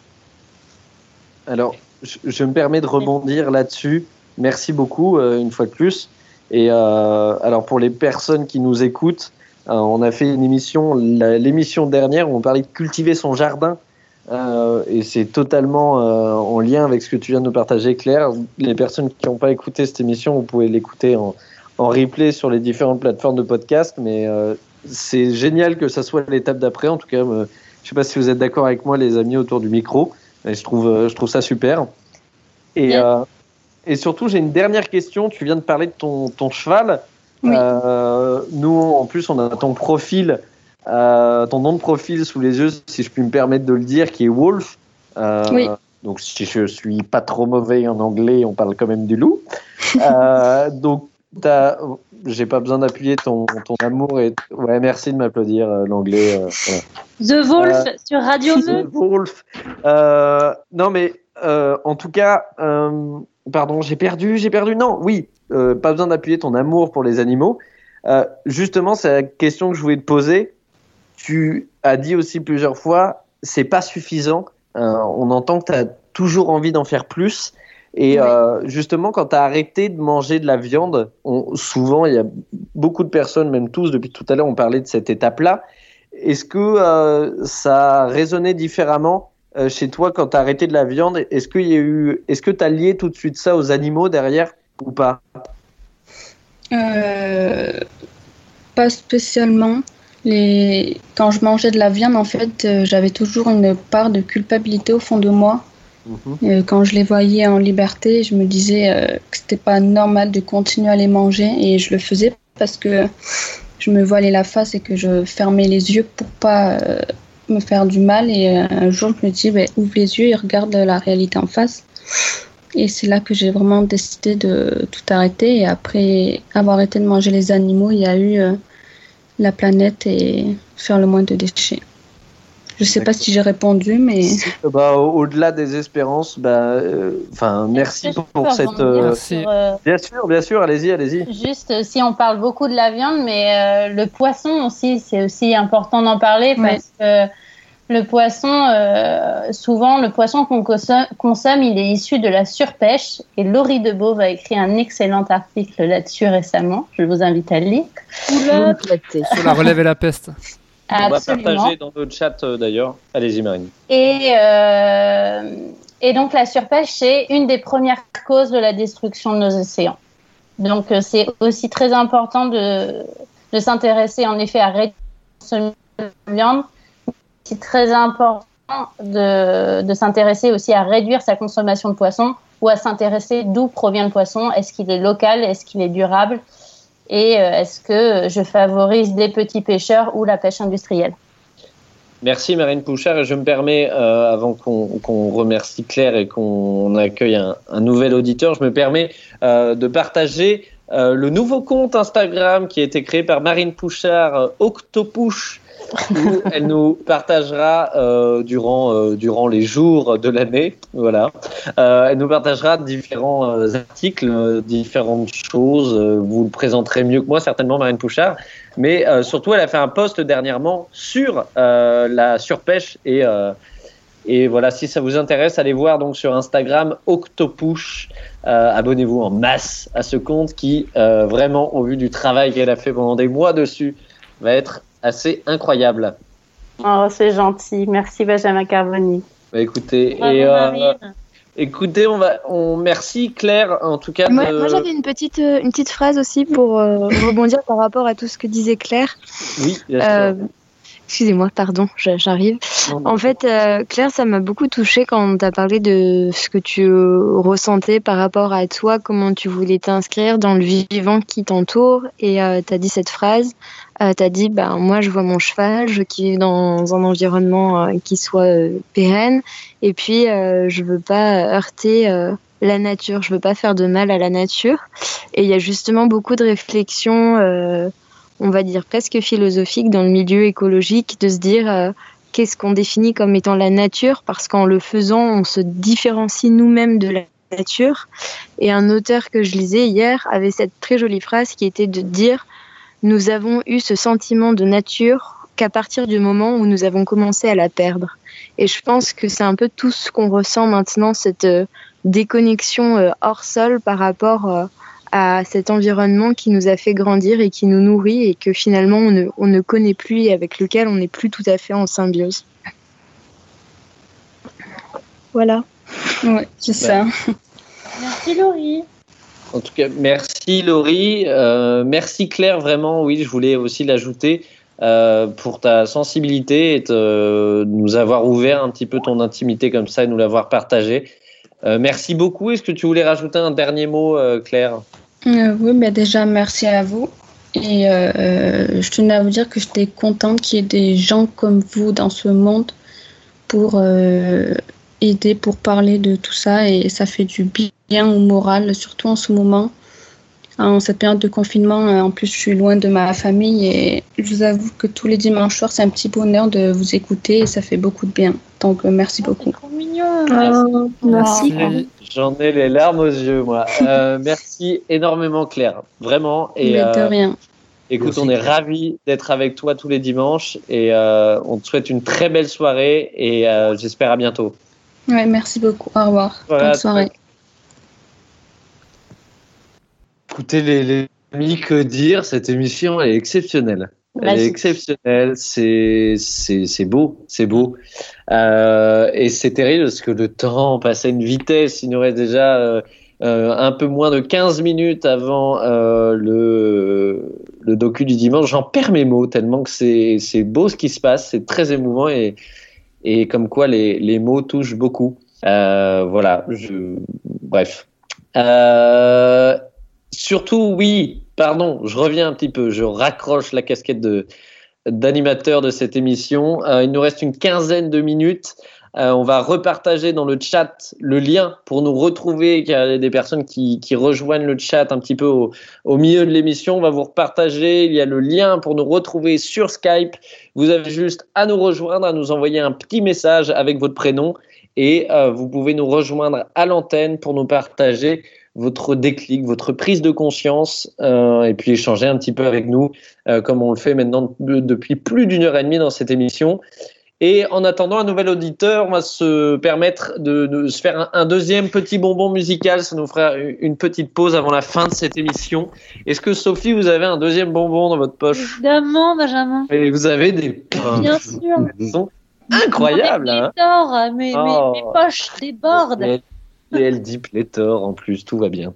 Alors, je, je me permets de rebondir là-dessus. Merci beaucoup, euh, une fois de plus. Et euh, alors, pour les personnes qui nous écoutent, euh, on a fait une émission, la- l'émission dernière, où on parlait de cultiver son jardin. Euh, et c'est totalement euh, en lien avec ce que tu viens de nous partager, Claire. Les personnes qui n'ont pas écouté cette émission, vous pouvez l'écouter en, en replay sur les différentes plateformes de podcast. Mais euh, c'est génial que ça soit l'étape d'après. En tout cas, euh, je ne sais pas si vous êtes d'accord avec moi, les amis autour du micro. Et je trouve, euh, je trouve ça super. Et, Yes. euh, et surtout, j'ai une dernière question. Tu viens de parler de ton, ton cheval. Oui. Euh, nous, en plus, on a ton profil, euh, ton nom de profil sous les yeux, si je puis me permettre de le dire, qui est Wolf. Euh, Oui. Donc, si je suis pas trop mauvais en anglais, on parle quand même du loup. euh, donc, t'as- j'ai pas besoin d'appuyer ton, ton amour. Et... Ouais, merci de m'applaudir, euh, l'anglais. euh, voilà. The Wolf Euh, sur Radio Meute. The Wolf. Euh, non, mais euh, en tout cas, euh, pardon, j'ai perdu, j'ai perdu. Non, oui, euh, pas besoin d'appuyer ton amour pour les animaux. Euh, justement, c'est la question que je voulais te poser. Tu as dit aussi plusieurs fois, c'est pas suffisant. Euh, on entend que tu as toujours envie d'en faire plus. Et Oui. euh, justement, quand tu as arrêté de manger de la viande, on, souvent, il y a beaucoup de personnes, même tous, depuis tout à l'heure, on parlait de cette étape-là. Est-ce que euh, ça a résonné différemment euh, chez toi quand tu as arrêté de la viande? Est-ce qu'il y a eu, est-ce que tu as lié tout de suite ça aux animaux derrière ou pas? Euh, Pas spécialement. Les... Quand je mangeais de la viande, en fait, euh, j'avais toujours une part de culpabilité au fond de moi. Mhm. Euh, quand je les voyais en liberté, je me disais euh, que c'était pas normal de continuer à les manger et je le faisais parce que je me voilais la face et que je fermais les yeux pour pas euh, me faire du mal. Et euh, un jour, je me dis, bah, ouvre les yeux et regarde la réalité en face. Et c'est là que j'ai vraiment décidé de tout arrêter. Et après avoir arrêté de manger les animaux, il y a eu euh, la planète et faire le moins de déchets. Je ne sais pas si j'ai répondu, mais... Bah, au-delà des espérances, bah, euh, merci pour, pour cette... Euh... Sur, euh... Bien sûr, bien sûr, allez-y, allez-y. Juste, euh, si on parle beaucoup de la viande, mais euh, le poisson aussi, c'est aussi important d'en parler Ouais. parce que le poisson, euh, souvent, le poisson qu'on consomme, consomme, il est issu de la surpêche. Et Laurie Debeauve a écrit un excellent article là-dessus récemment. Je vous invite à le lire. Sur la relève et la peste. On va Absolument. partager dans notre chat euh, d'ailleurs. Allez-y, Marine. Et, euh, et donc la surpêche, c'est une des premières causes de la destruction de nos océans. Donc euh, c'est aussi très important de, de s'intéresser en effet à réduire la viande. C'est très important de, de s'intéresser aussi à réduire sa consommation de poisson ou à s'intéresser d'où provient le poisson. Est-ce qu'il est local? Est-ce qu'il est durable? Et euh, est-ce que je favorise les petits pêcheurs ou la pêche industrielle? Merci Marine Pouchard. Et je me permets, euh, avant qu'on, qu'on remercie Claire et qu'on accueille un, un nouvel auditeur, je me permets euh, de partager euh, le nouveau compte Instagram qui a été créé par Marine Pouchard, euh, Octopouche, où elle nous partagera euh, durant, euh, durant les jours de l'année, voilà, euh, elle nous partagera différents euh, articles, euh, différentes choses. Euh, vous le présenterez mieux que moi, certainement, Marine Pouchard. Mais euh, surtout, elle a fait un post dernièrement sur euh, la surpêche. Et, euh, et voilà, si ça vous intéresse, allez voir donc sur Instagram Octopouche. Euh, abonnez-vous en masse à ce compte qui, euh, vraiment, au vu du travail qu'elle a fait pendant des mois dessus, va être assez incroyable. Oh, c'est gentil. Merci Benjamin Carboni. Bah, écoutez, Bravo, et, euh, Marine. écoutez, on va, on merci Claire en tout cas. Moi, de... moi, j'avais une petite, euh, une petite phrase aussi pour euh, rebondir par rapport à tout ce que disait Claire. Oui, bien sûr. Euh, excusez-moi, pardon, je- j'arrive. Non, En fait, euh, Claire, ça m'a beaucoup touchée quand tu as parlé de ce que tu euh, ressentais par rapport à toi, comment tu voulais t'inscrire dans le vivant qui t'entoure. Et euh, tu as dit cette phrase, euh, tu as dit, bah, moi je vois mon cheval, je veux qu'il vive dans un environnement euh, qui soit euh, pérenne. Et puis, euh, je veux pas heurter euh, la nature, je veux pas faire de mal à la nature. Et il y a justement beaucoup de réflexions, euh, on va dire presque philosophiques dans le milieu écologique, de se dire... Euh, qu'est-ce qu'on définit comme étant la nature, parce qu'en le faisant, on se différencie nous-mêmes de la nature. Et un auteur que je lisais hier avait cette très jolie phrase qui était de dire « Nous avons eu ce sentiment de nature qu'à partir du moment où nous avons commencé à la perdre ». Et je pense que c'est un peu tout ce qu'on ressent maintenant, cette euh, déconnexion euh, hors sol par rapport euh, à cet environnement qui nous a fait grandir et qui nous nourrit et que finalement on ne, on ne connaît plus et avec lequel on n'est plus tout à fait en symbiose. Voilà. Ouais, c'est ça. Merci Laurie. En tout cas, merci Laurie, euh, merci Claire, vraiment, oui, je voulais aussi l'ajouter euh, pour ta sensibilité et te, nous avoir ouvert un petit peu ton intimité comme ça et nous l'avoir partagé. Euh, merci beaucoup. Est-ce que tu voulais rajouter un dernier mot, euh, Claire? Euh, oui, bah déjà, merci à vous. Et euh, je tenais à vous dire que j'étais contente qu'il y ait des gens comme vous dans ce monde pour euh, aider, pour parler de tout ça. Et ça fait du bien au moral, surtout en ce moment. En cette période de confinement, en plus, je suis loin de ma famille. Et je vous avoue que tous les dimanches soirs, c'est un petit bonheur de vous écouter et ça fait beaucoup de bien. Donc, euh, merci beaucoup. Trop mignon. Oh, merci. Merci. J'en ai les larmes aux yeux, moi. Euh, merci énormément, Claire, vraiment. Et, Mais de euh, rien. écoute, Merci, on est Claire. ravis d'être avec toi tous les dimanches et euh, on te souhaite une très belle soirée et euh, j'espère à bientôt. Ouais, merci beaucoup. Au revoir. Voilà, Bonne soirée. Écoutez, les, les amis, que dire? Cette émission elle est exceptionnelle. Elle Magique. est exceptionnelle. C'est, c'est, c'est beau, c'est beau. Euh, et c'est terrible parce que le temps passe à une vitesse. Il nous reste déjà euh, euh, un peu moins de quinze minutes avant euh, le, le docu du dimanche. J'en perds mes mots tellement que c'est, c'est beau ce qui se passe. C'est très émouvant et, et comme quoi les, les mots touchent beaucoup. Euh, voilà. Je, bref. Euh, Surtout, oui, pardon, je reviens un petit peu, je raccroche la casquette de, d'animateur de cette émission. Euh, il nous reste une quinzaine de minutes Euh, on va repartager dans le chat le lien pour nous retrouver. Il y a des personnes qui, qui rejoignent le chat un petit peu au, au milieu de l'émission. On va vous repartager. Il y a le lien pour nous retrouver sur Skype. Vous avez juste à nous rejoindre, à nous envoyer un petit message avec votre prénom et euh, vous pouvez nous rejoindre à l'antenne pour nous partager votre déclic, votre prise de conscience euh, et puis échanger un petit peu avec nous euh, comme on le fait maintenant de, depuis plus d'une heure et demie dans cette émission. Et en attendant un nouvel auditeur, on va se permettre de, de se faire un, un deuxième petit bonbon musical. Ça nous fera une petite pause avant la fin de cette émission. Est-ce que Sophie, vous avez un deuxième bonbon dans votre poche ? Évidemment, Benjamin. Et vous avez des pains. Bien sûr. Ils sont incroyables. Hein. Pléthore, mes, oh. mes, mes poches débordent. Et, et elle dit pléthore en plus, tout va bien.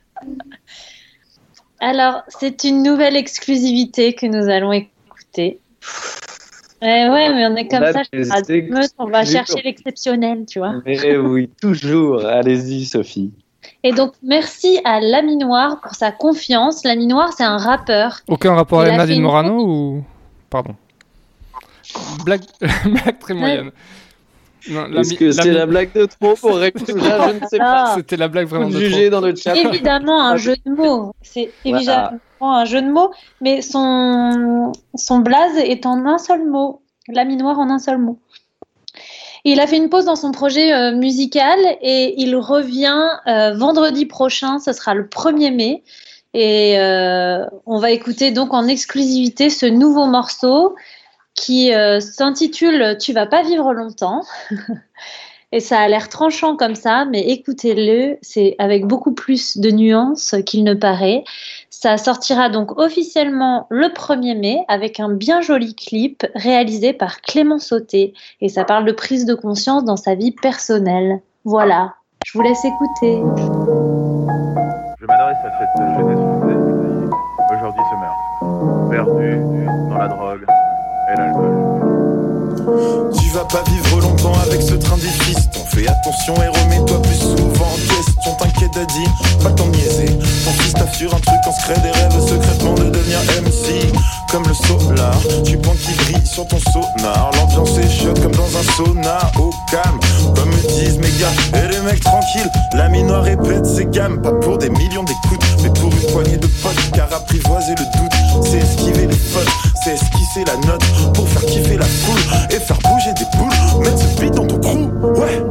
Alors, c'est une nouvelle exclusivité que nous allons écouter. Eh ouais, mais on est comme on ça, je on va chercher l'exceptionnel, tu vois. Mais oui, toujours. Allez-y, Sophie. Et donc, merci à L'Ami Noir pour sa confiance. L'Ami Noir, c'est un rappeur. Aucun rapport avec Nadine Morano une... ou... Pardon. Blague, blague très moyenne. Non, Est-ce que c'est la blague de trop pour répondre? Je ne sais pas. C'était la blague vraiment de trop. Juger dans le chat. Évidemment, un jeu de mots. C'est évidemment voilà. un jeu de mots, mais son, son blaze est en un seul mot. L'Ami Noir en un seul mot. Et il a fait une pause dans son projet euh, musical et il revient euh, vendredi prochain. Ce sera le premier mai. Et euh, on va écouter donc en exclusivité ce nouveau morceau qui euh, s'intitule « Tu vas pas vivre longtemps ». Et ça a l'air tranchant comme ça, mais écoutez-le, c'est avec beaucoup plus de nuances qu'il ne paraît. Ça sortira donc officiellement le premier mai avec un bien joli clip réalisé par Clément Sauté. Et ça parle de prise de conscience dans sa vie personnelle. Voilà, je vous laisse écouter. Je m'adresse à cette jeunesse française qui aujourd'hui se meurt, perdue dans la drogue et l'alcool. Tu vas pas vivre longtemps avec ce train des fistons. Fais attention et remets-toi plus souvent en question. T'inquiète Daddy, pas le temps de niaiser. Ton fils t'assure un truc en secret, des rêves secrètement de devenir M C. Comme le solar, tu penses qu'il brille sur ton sonar. L'ambiance est chaude comme dans un sauna. Au calme, comme me disent mes gars. Et les mecs tranquilles, L'Ami Noir répète ses gammes. Pas pour des millions d'écoutes, mais pour une poignée de potes. Car apprivoiser le doute, c'est esquiver les fautes. C'est esquisser la note pour faire kiffer la foule. Et faire bouger des boules, mettre ce beat dans ton crew, ouais.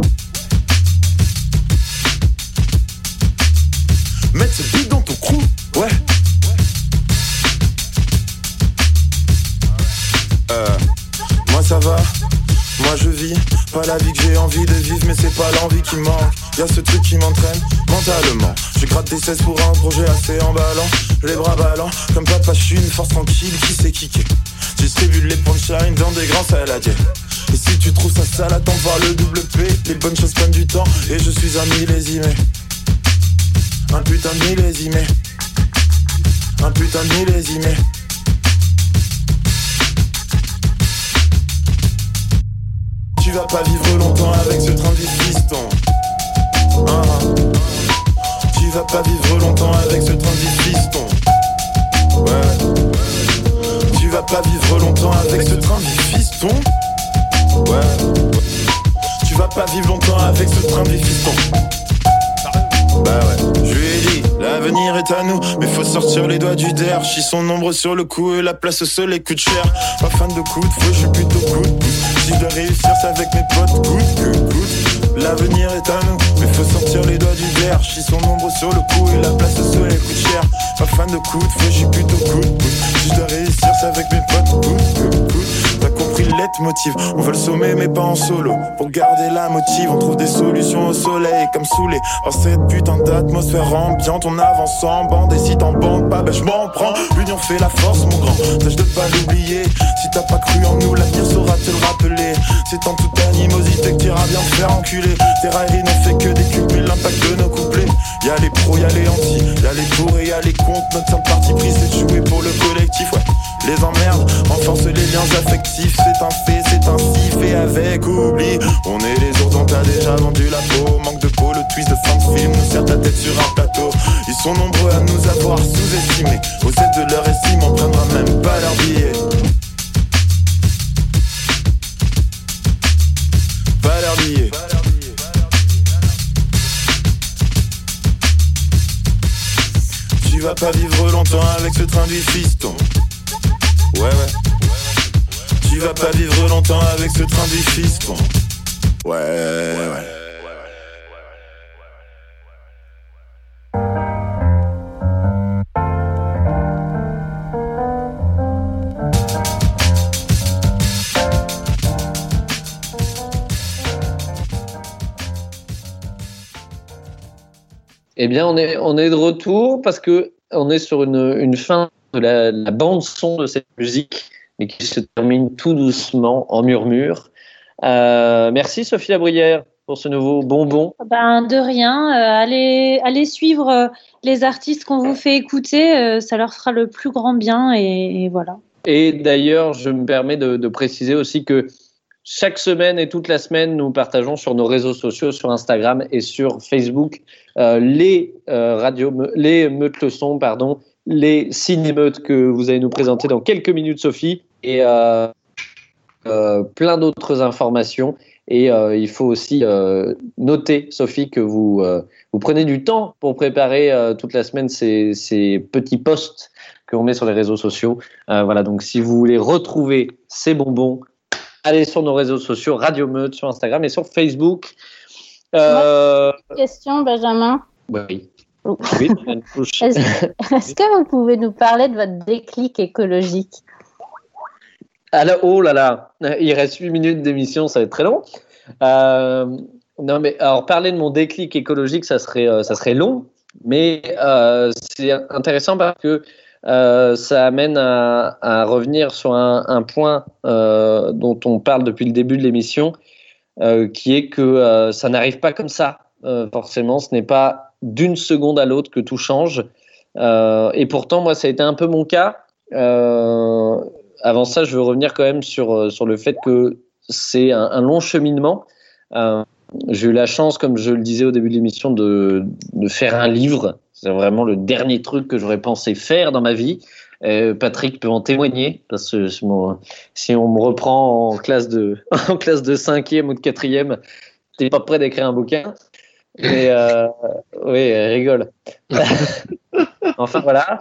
Mettre ce beat dans ton crew, ouais. Euh, moi ça va, moi je vis, pas la vie que j'ai envie de vivre, mais c'est pas l'envie qui manque. Y'a ce truc qui m'entraîne mentalement. Je gratte des seize pour un projet assez emballant. Les bras ballants, comme papa je suis une force tranquille qui sait kicker. Distribue les punchlines dans des grands saladiers. Et si tu trouves ça sale, attends de voir le double P. Les bonnes choses prennent du temps et je suis un millésimé. Un putain de millésimé. Un putain de millésimé. Tu vas pas vivre longtemps avec ce train du fiston. Ah, tu vas pas vivre longtemps avec ce train du fiston. Ouais. Tu vas pas vivre longtemps avec ce train du fiston. Ouais. Tu vas pas vivre longtemps avec ce train du fiston. Bah ouais, je lui ai dit, l'avenir est à nous, mais faut sortir les doigts du der. Chie son ombre sur le cou et la place au soleil coûte cher. Pas fan de coup de feu, je suis plutôt coup de pouce. Si je dois réussir, c'est avec mes potes, coûte que coûte. L'avenir est à nous, mais faut sortir les doigts du der. Chie son ombre sur le cou et la place au soleil coûte cher. Pas fan de coup de feu, je suis plutôt coup de pouce. Si je dois réussir, c'est avec mes potes, coûte que coûte. T'as compris le leitmotiv, on veut le sommet mais pas en solo. Pour garder la motive, on trouve des solutions au soleil comme saoulé par cette putain d'atmosphère ambiante. On avance en bande et si t'en bandes pas, ben je m'en prends. L'union fait la force mon grand, tâche de pas l'oublier. Si t'as pas cru en nous, l'avenir saura te le rappeler. C'est en toute animosité que t'iras bien te faire enculer. Tes railleries n'ont fait que décupler l'impact de nos couplets. Y'a les pros, y'a les anti, y'a les pour et y'a les contre. Notre seul parti pris c'est de jouer pour le collectif, ouais. Les emmerdes renforcent les liens affectifs. C'est un fait, c'est ainsi fait avec oubli. On est les ours dont t'as déjà vendu la peau. Manque de peau, le twist de fin de film nous serre ta tête sur un plateau. Ils sont nombreux à nous avoir sous-estimés. Aux aides de leur estime, on prendra même pas leur billet. Pas leur du fiston. Ouais, ouais. Tu vas pas vivre longtemps avec ce train du fiston. Ouais, ouais. Eh bien, on est, on est de retour parce que on est sur une, une fin de la, la bande son de cette musique, mais qui se termine tout doucement en murmure. Euh, merci Sophie Labruyère pour ce nouveau bonbon. Ben, de rien. Euh, allez, allez suivre euh, les artistes qu'on vous fait écouter. Euh, ça leur fera le plus grand bien et, et voilà. Et d'ailleurs, je me permets de, de préciser aussi que chaque semaine et toute la semaine, nous partageons sur nos réseaux sociaux, sur Instagram et sur Facebook, euh, les euh, radios, les meutes le son, pardon, les cinémeutes que vous allez nous présenter dans quelques minutes, Sophie, et euh, euh, plein d'autres informations. Et euh, il faut aussi euh, noter, Sophie, que vous, euh, vous prenez du temps pour préparer euh, toute la semaine ces, ces petits posts qu'on met sur les réseaux sociaux. Euh, voilà, donc si vous voulez retrouver ces bonbons, allez sur nos réseaux sociaux, Radio Meute, sur Instagram et sur Facebook. Euh... Question, Benjamin. Oui. oui est-ce, est-ce que vous pouvez nous parler de votre déclic écologique ? Alors, oh là là, il reste huit minutes d'émission, ça va être très long. Euh, non, mais alors parler de mon déclic écologique, ça serait, euh, ça serait long, mais euh, c'est intéressant parce que Euh, ça amène à, à revenir sur un, un point euh, dont on parle depuis le début de l'émission, euh, qui est que euh, ça n'arrive pas comme ça, euh, forcément. Ce n'est pas d'une seconde à l'autre que tout change. Euh, et pourtant, moi, ça a été un peu mon cas. Euh, avant ça, je veux revenir quand même sur, sur le fait que c'est un, un long cheminement. Euh, j'ai eu la chance, comme je le disais au début de l'émission, de, de faire un livre. C'est vraiment le dernier truc que j'aurais pensé faire dans ma vie. Euh, Patrick peut en témoigner, parce que si on me reprend en classe de, en classe de cinquième ou de quatrième, t'es pas prêt d'écrire un bouquin. Mais euh, oui, elle rigole. Enfin voilà.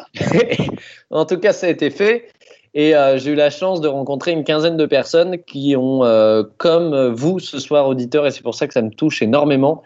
En tout cas, ça a été fait. Et euh, j'ai eu la chance de rencontrer une quinzaine de personnes qui ont, euh, comme vous ce soir, auditeurs, et c'est pour ça que ça me touche énormément,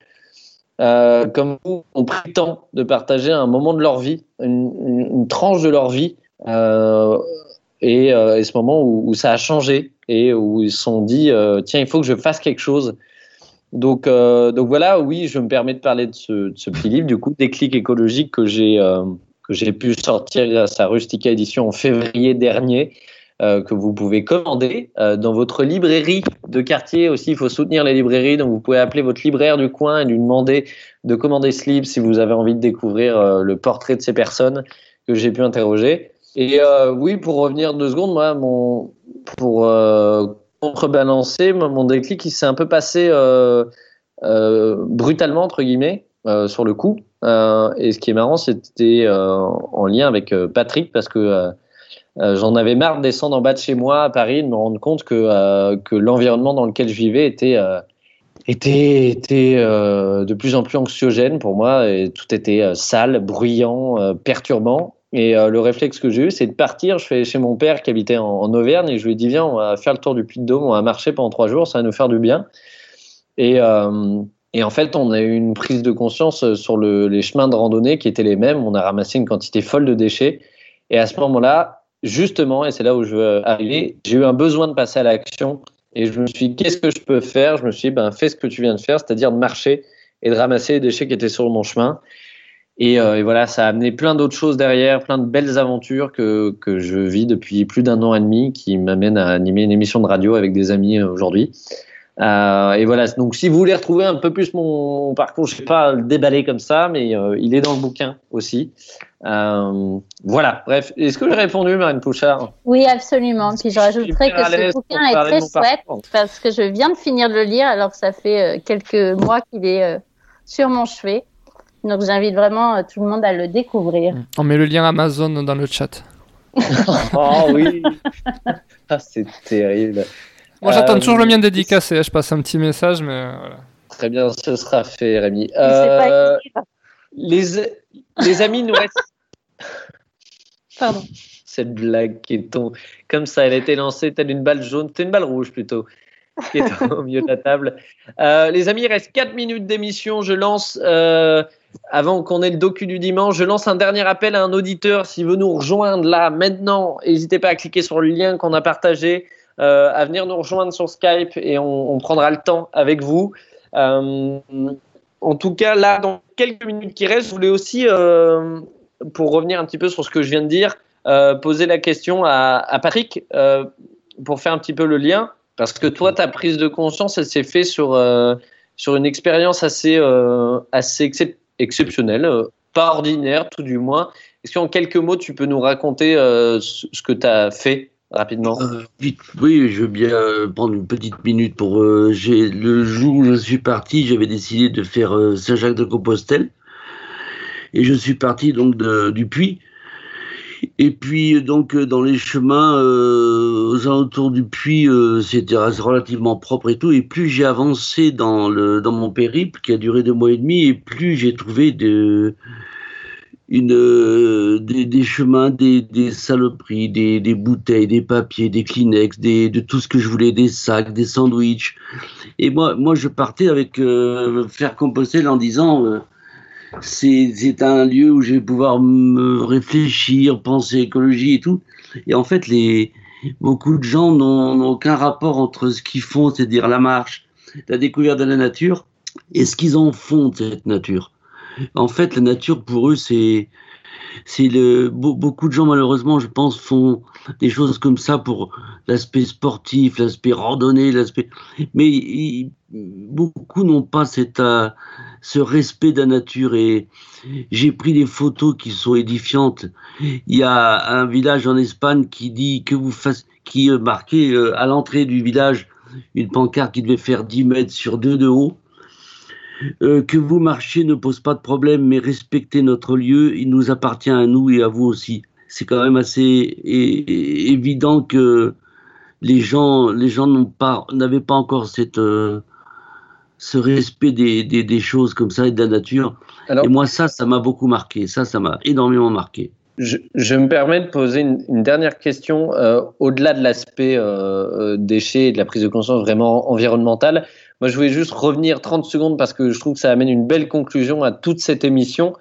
Euh, comme vous, ont pris le temps de partager un moment de leur vie, une, une, une tranche de leur vie, euh, et, euh, et ce moment où, où ça a changé et où ils se sont dit euh, tiens, il faut que je fasse quelque chose. Donc, euh, donc voilà, oui, je me permets de parler de ce, de ce petit livre, du coup, Déclic écologique, que j'ai, euh, que j'ai pu sortir grâce à Rustica Édition en février dernier. Euh, que vous pouvez commander euh, dans votre librairie de quartier aussi. Il faut soutenir les librairies, donc vous pouvez appeler votre libraire du coin et lui demander de commander ce livre si vous avez envie de découvrir euh, le portrait de ces personnes que j'ai pu interroger. Et euh, oui, pour revenir deux secondes, moi, mon, pour euh, contrebalancer, mon déclic, il s'est un peu passé euh, euh, brutalement, entre guillemets, euh, sur le coup. Euh, et ce qui est marrant, c'était euh, en lien avec euh, Patrick, parce que euh, Euh, j'en avais marre de descendre en bas de chez moi à Paris, de me rendre compte que, euh, que l'environnement dans lequel je vivais était, euh, était, était euh, de plus en plus anxiogène pour moi. Et tout était euh, sale, bruyant, euh, perturbant. Et euh, le réflexe que j'ai eu, c'est de partir. Je suis chez mon père qui habitait en, en Auvergne et je lui ai dit viens, on va faire le tour du Puy-de-Dôme, on va marcher pendant trois jours, ça va nous faire du bien. Et, euh, et en fait, on a eu une prise de conscience sur le, les chemins de randonnée qui étaient les mêmes. On a ramassé une quantité folle de déchets. Et à ce moment-là, justement, et c'est là où je veux arriver, j'ai eu un besoin de passer à l'action et je me suis dit, qu'est-ce que je peux faire ? Je me suis dit, ben, fais ce que tu viens de faire, c'est-à-dire de marcher et de ramasser les déchets qui étaient sur mon chemin. Et, euh, et voilà, ça a amené plein d'autres choses derrière, plein de belles aventures que, que je vis depuis plus d'un an et demi, qui m'amènent à animer une émission de radio avec des amis aujourd'hui. Euh, et voilà, donc si vous voulez retrouver un peu plus mon parcours, je ne sais pas le déballer comme ça, mais euh, il est dans le bouquin aussi. Euh, voilà, bref. Est-ce que j'ai répondu, Marine Pouchard ? Oui, absolument. Puis je rajouterais que ce bouquin est très chouette parce que je viens de finir de le lire alors que ça fait quelques mois qu'il est sur mon chevet. Donc j'invite vraiment tout le monde à le découvrir. On met le lien Amazon dans le chat. Oh oui. Ah, c'est terrible. Moi, j'attends euh, toujours le mien dédicacé. Je passe un petit message, mais voilà. Très bien, ce sera fait, Rémi. Euh, les, les amis nous restent. Pardon. cette blague qui est ton... comme ça, elle a été lancée telle une balle jaune, c'est une balle rouge plutôt, qui est au milieu de la table. Euh, les amis, il reste quatre minutes d'émission. Je lance, euh, avant qu'on ait le docu du dimanche, je lance un dernier appel à un auditeur. S'il veut nous rejoindre là, maintenant, n'hésitez pas à cliquer sur le lien qu'on a partagé, euh, à venir nous rejoindre sur Skype et on, on prendra le temps avec vous. Euh, en tout cas, là, dans quelques minutes qui restent, je voulais aussi, euh, pour revenir un petit peu sur ce que je viens de dire, euh, poser la question à, à Patrick, euh, pour faire un petit peu le lien. Parce que toi, ta prise de conscience, elle s'est faite sur, euh, sur une expérience assez, euh, assez excep- exceptionnelle, euh, pas ordinaire tout du moins. Est-ce qu'en quelques mots, tu peux nous raconter euh, ce, ce que tu as fait rapidement ? euh, vite, Oui, je veux bien prendre une petite minute pour... Euh, j'ai, le jour où je suis parti, j'avais décidé de faire euh, Saint-Jacques-de-Compostelle. Et je suis parti donc de, du Puy. Et puis donc dans les chemins euh, aux alentours du Puy, euh, c'était relativement propre et tout. Et plus j'ai avancé dans le dans mon périple qui a duré deux mois et demi, et plus j'ai trouvé de une euh, des, des chemins, des, des saloperies, des, des bouteilles, des papiers, des Kleenex, des de tout ce que je voulais, des sacs, des sandwichs. Et moi moi je partais avec euh, faire Compostelle en disant euh, C'est, c'est un lieu où je vais pouvoir me réfléchir, penser écologie et tout. Et en fait, les, beaucoup de gens n'ont, n'ont aucun rapport entre ce qu'ils font, c'est-à-dire la marche, la découverte de la nature, et ce qu'ils en font de cette nature. En fait, la nature, pour eux, c'est, c'est le, beaucoup de gens, malheureusement, je pense, font des choses comme ça pour l'aspect sportif, l'aspect randonnée, l'aspect, mais ils, beaucoup n'ont pas cette, euh, ce respect de la nature. Et j'ai pris des photos qui sont édifiantes. Il y a un village en Espagne qui dit que vous fassiez, qui euh, marquait euh, à l'entrée du village une pancarte qui devait faire dix mètres sur deux de haut. Euh, que vous marchiez ne pose pas de problème, mais respectez notre lieu, il nous appartient à nous et à vous aussi. C'est quand même assez é- é- évident que les gens, les gens n'ont pas, n'avaient pas encore cette, euh, ce respect des, des, des choses comme ça et de la nature. Alors, et moi, ça, ça m'a beaucoup marqué. Ça, ça m'a énormément marqué. Je, je me permets de poser une, une dernière question, euh, au-delà de l'aspect euh, déchets et de la prise de conscience vraiment environnementale. Moi, je voulais juste revenir trente secondes parce que je trouve que ça amène une belle conclusion à toute cette émission.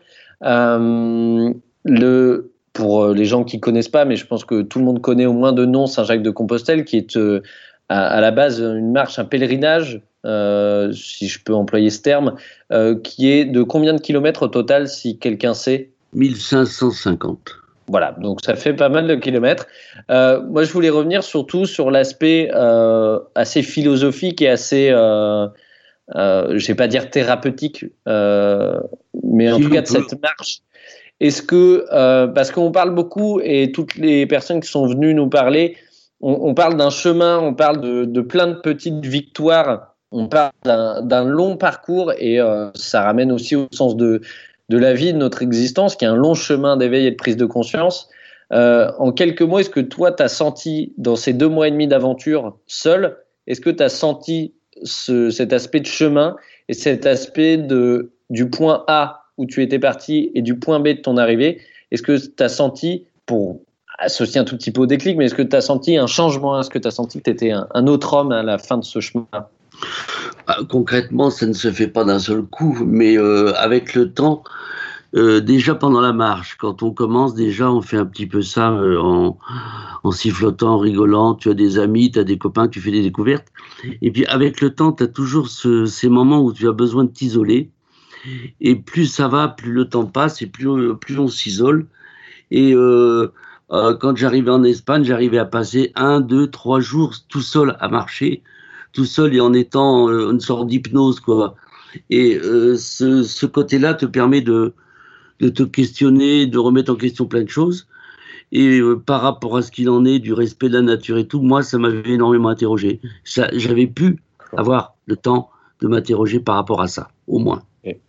Euh, le, pour les gens qui ne connaissent pas, mais je pense que tout le monde connaît au moins de nom Saint-Jacques-de-Compostelle, qui est euh, à, à la base une marche, un pèlerinage, euh, si je peux employer ce terme, euh, qui est de combien de kilomètres au total, si quelqu'un sait ? mille cinq cent cinquante. Voilà, donc ça fait pas mal de kilomètres. Euh, moi, je voulais revenir surtout sur l'aspect euh, assez philosophique et assez, euh, euh, je ne vais pas dire thérapeutique, euh, mais en si tout cas de peut. cette marche. Est-ce que, euh, parce qu'on parle beaucoup et toutes les personnes qui sont venues nous parler, on, on parle d'un chemin, on parle de, de plein de petites victoires, on parle d'un, d'un long parcours et euh, ça ramène aussi au sens de de la vie, de notre existence, qui est un long chemin d'éveil et de prise de conscience. Euh, en quelques mots, est-ce que toi, tu as senti, dans ces deux mois et demi d'aventure seul, est-ce que tu as senti ce, cet aspect de chemin et cet aspect de, du point A où tu étais parti et du point B de ton arrivée, est-ce que tu as senti, pour associer un tout petit peu au déclic, mais est-ce que tu as senti un changement ? Est-ce que tu as senti que tu étais un, un autre homme à la fin de ce chemin ? Concrètement, ça ne se fait pas d'un seul coup, mais euh, avec le temps, euh, déjà pendant la marche, quand on commence, déjà on fait un petit peu ça euh, en, en sifflotant, en rigolant, tu as des amis, tu as des copains, tu fais des découvertes, et puis avec le temps, tu as toujours ce, ces moments où tu as besoin de t'isoler, et plus ça va, plus le temps passe, et plus, plus on s'isole, et euh, euh, quand j'arrivais en Espagne, j'arrivais à passer un, deux, trois jours tout seul à marcher, tout seul et en étant euh, une sorte d'hypnose, quoi. Et euh, ce, ce côté-là te permet de, de te questionner, de remettre en question plein de choses. Et euh, par rapport à ce qu'il en est, du respect de la nature et tout, moi, ça m'avait énormément interrogé. Ça, j'avais pu avoir le temps de m'interroger par rapport à ça, au moins.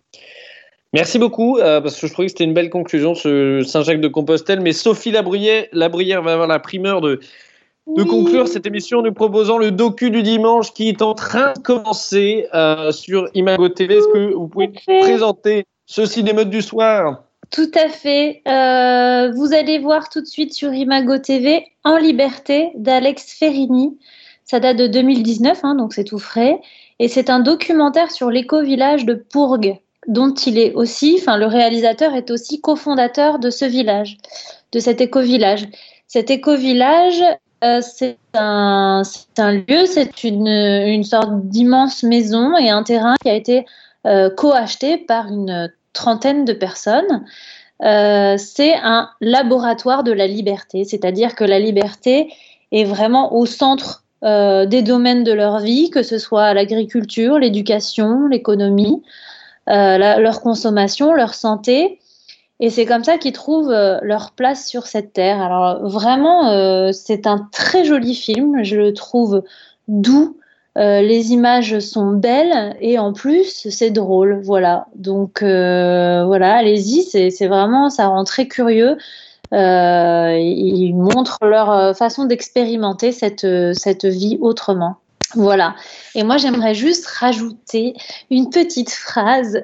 Merci beaucoup, euh, parce que je trouvais que c'était une belle conclusion, ce Saint-Jacques-de-Compostelle. Mais Sophie Labruyère, Labruyère va avoir la primeur de... de conclure cette émission en nous proposant le docu du dimanche qui est en train de commencer euh, sur Imago T V. Est-ce que vous pouvez présenter ce cinémeute du soir ? Tout à fait. Euh, vous allez voir tout de suite sur Imago T V En liberté d'Alex Ferrini. Ça date de deux mille dix-neuf, hein, donc c'est tout frais. Et c'est un documentaire sur l'éco-village de Pourgues, dont il est aussi, enfin le réalisateur est aussi cofondateur de ce village, de cet éco-village. Cet éco-village, euh, c'est un, c'est un lieu, c'est une, une sorte d'immense maison et un terrain qui a été euh, co-acheté par une trentaine de personnes. Euh, c'est un laboratoire de la liberté, c'est-à-dire que la liberté est vraiment au centre euh, des domaines de leur vie, que ce soit l'agriculture, l'éducation, l'économie, euh, la, leur consommation, leur santé. Et c'est comme ça qu'ils trouvent euh, leur place sur cette terre. Alors vraiment, euh, c'est un très joli film, je le trouve doux. Euh, les images sont belles et en plus c'est drôle, voilà. Donc euh, voilà, allez-y, c'est, c'est vraiment, ça rend très curieux. Euh, ils montrent leur façon d'expérimenter cette cette vie autrement. Voilà. Et moi j'aimerais juste rajouter une petite phrase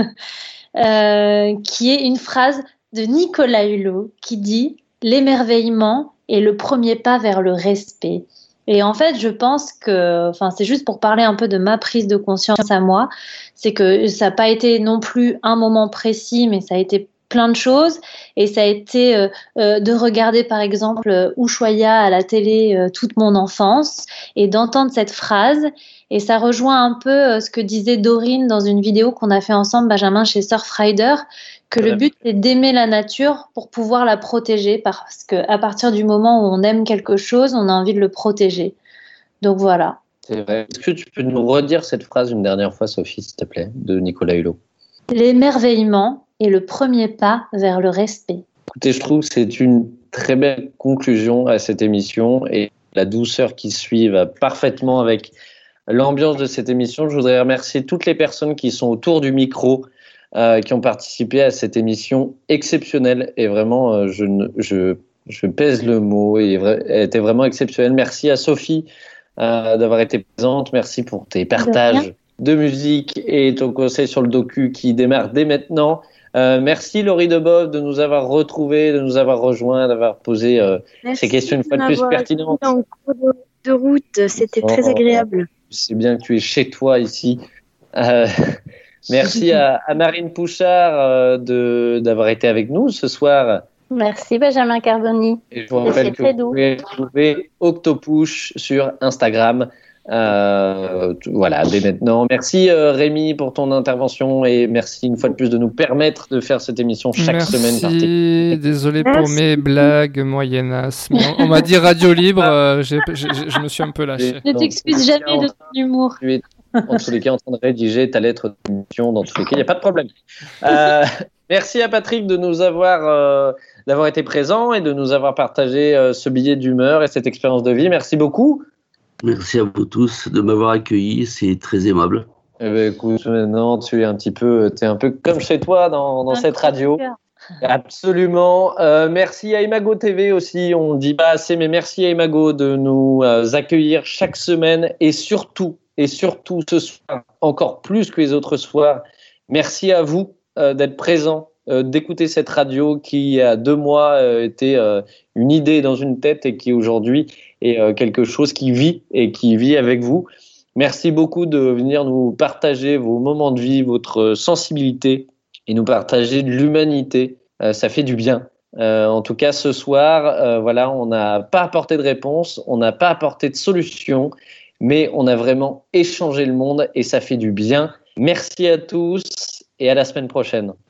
euh, qui est une phrase de Nicolas Hulot qui dit « L'émerveillement est le premier pas vers le respect ». Et en fait, je pense que, enfin, c'est juste pour parler un peu de ma prise de conscience à moi, c'est que ça n'a pas été non plus un moment précis, mais ça a été plein de choses. Et ça a été euh, euh, de regarder, par exemple, Ushuaïa à la télé euh, toute mon enfance et d'entendre cette phrase. Et ça rejoint un peu euh, ce que disait Dorine dans une vidéo qu'on a fait ensemble, Benjamin, chez Surfrider, que le but c'est d'aimer la nature pour pouvoir la protéger, parce qu'à partir du moment où on aime quelque chose, on a envie de le protéger. Donc voilà. C'est vrai. Est-ce que tu peux nous redire cette phrase une dernière fois, Sophie, s'il te plaît, de Nicolas Hulot? L'émerveillement est le premier pas vers le respect. Écoutez, je trouve que c'est une très belle conclusion à cette émission et la douceur qui suit va parfaitement avec l'ambiance de cette émission. Je voudrais remercier toutes les personnes qui sont autour du micro, Euh, qui ont participé à cette émission exceptionnelle et vraiment euh, je, je, je pèse le mot et vra- elle était vraiment exceptionnelle. Merci à Sophie euh, d'avoir été présente, merci pour tes partages de, de musique et ton conseil sur le docu qui démarre dès maintenant. Euh, merci Laurie Deboeuf de nous avoir retrouvés, de nous avoir rejoints, d'avoir posé euh, ces questions une fois de plus pertinentes. En cours de, de route, c'était oh, très agréable. C'est bien que tu es chez toi ici. Euh, Merci à, à Marine Pouchard euh, de, d'avoir été avec nous ce soir. Merci Benjamin Carboni. Et je vous rappelle que vous pouvez trouver Octopouche sur Instagram. Euh, voilà, dès maintenant. Merci euh, Rémi pour ton intervention et merci une fois de plus de nous permettre de faire cette émission chaque merci. semaine. Merci, désolé merci. Pour mes blagues moyennas. Mais on, on m'a dit radio libre, euh, j'ai, j'ai, je me suis un peu lâché. Ne t'excuse jamais de ton humour. En tous les cas, en train de rédiger ta lettre d'émission. Dans tous les cas, il n'y a pas de problème. Euh, merci à Patrick de nous avoir, euh, d'avoir été présent et de nous avoir partagé euh, ce billet d'humeur et cette expérience de vie. Merci beaucoup. Merci à vous tous de m'avoir accueilli. C'est très aimable. Eh ben, écoute, maintenant, tu es un petit peu, t'es un peu comme chez toi dans, dans cette radio. Absolument. Euh, merci à Imago T V aussi. On ne dit pas assez, mais merci à Imago de nous euh, accueillir chaque semaine et surtout, Et surtout ce soir, encore plus que les autres soirs, merci à vous euh, d'être présents, euh, d'écouter cette radio qui, il y a deux mois, euh, était euh, une idée dans une tête et qui aujourd'hui est euh, quelque chose qui vit et qui vit avec vous. Merci beaucoup de venir nous partager vos moments de vie, votre sensibilité et nous partager de l'humanité. Euh, ça fait du bien. Euh, en tout cas, ce soir, euh, voilà, on n'a pas apporté de réponse, on n'a pas apporté de solution, mais on a vraiment échangé le monde et ça fait du bien. Merci à tous et à la semaine prochaine.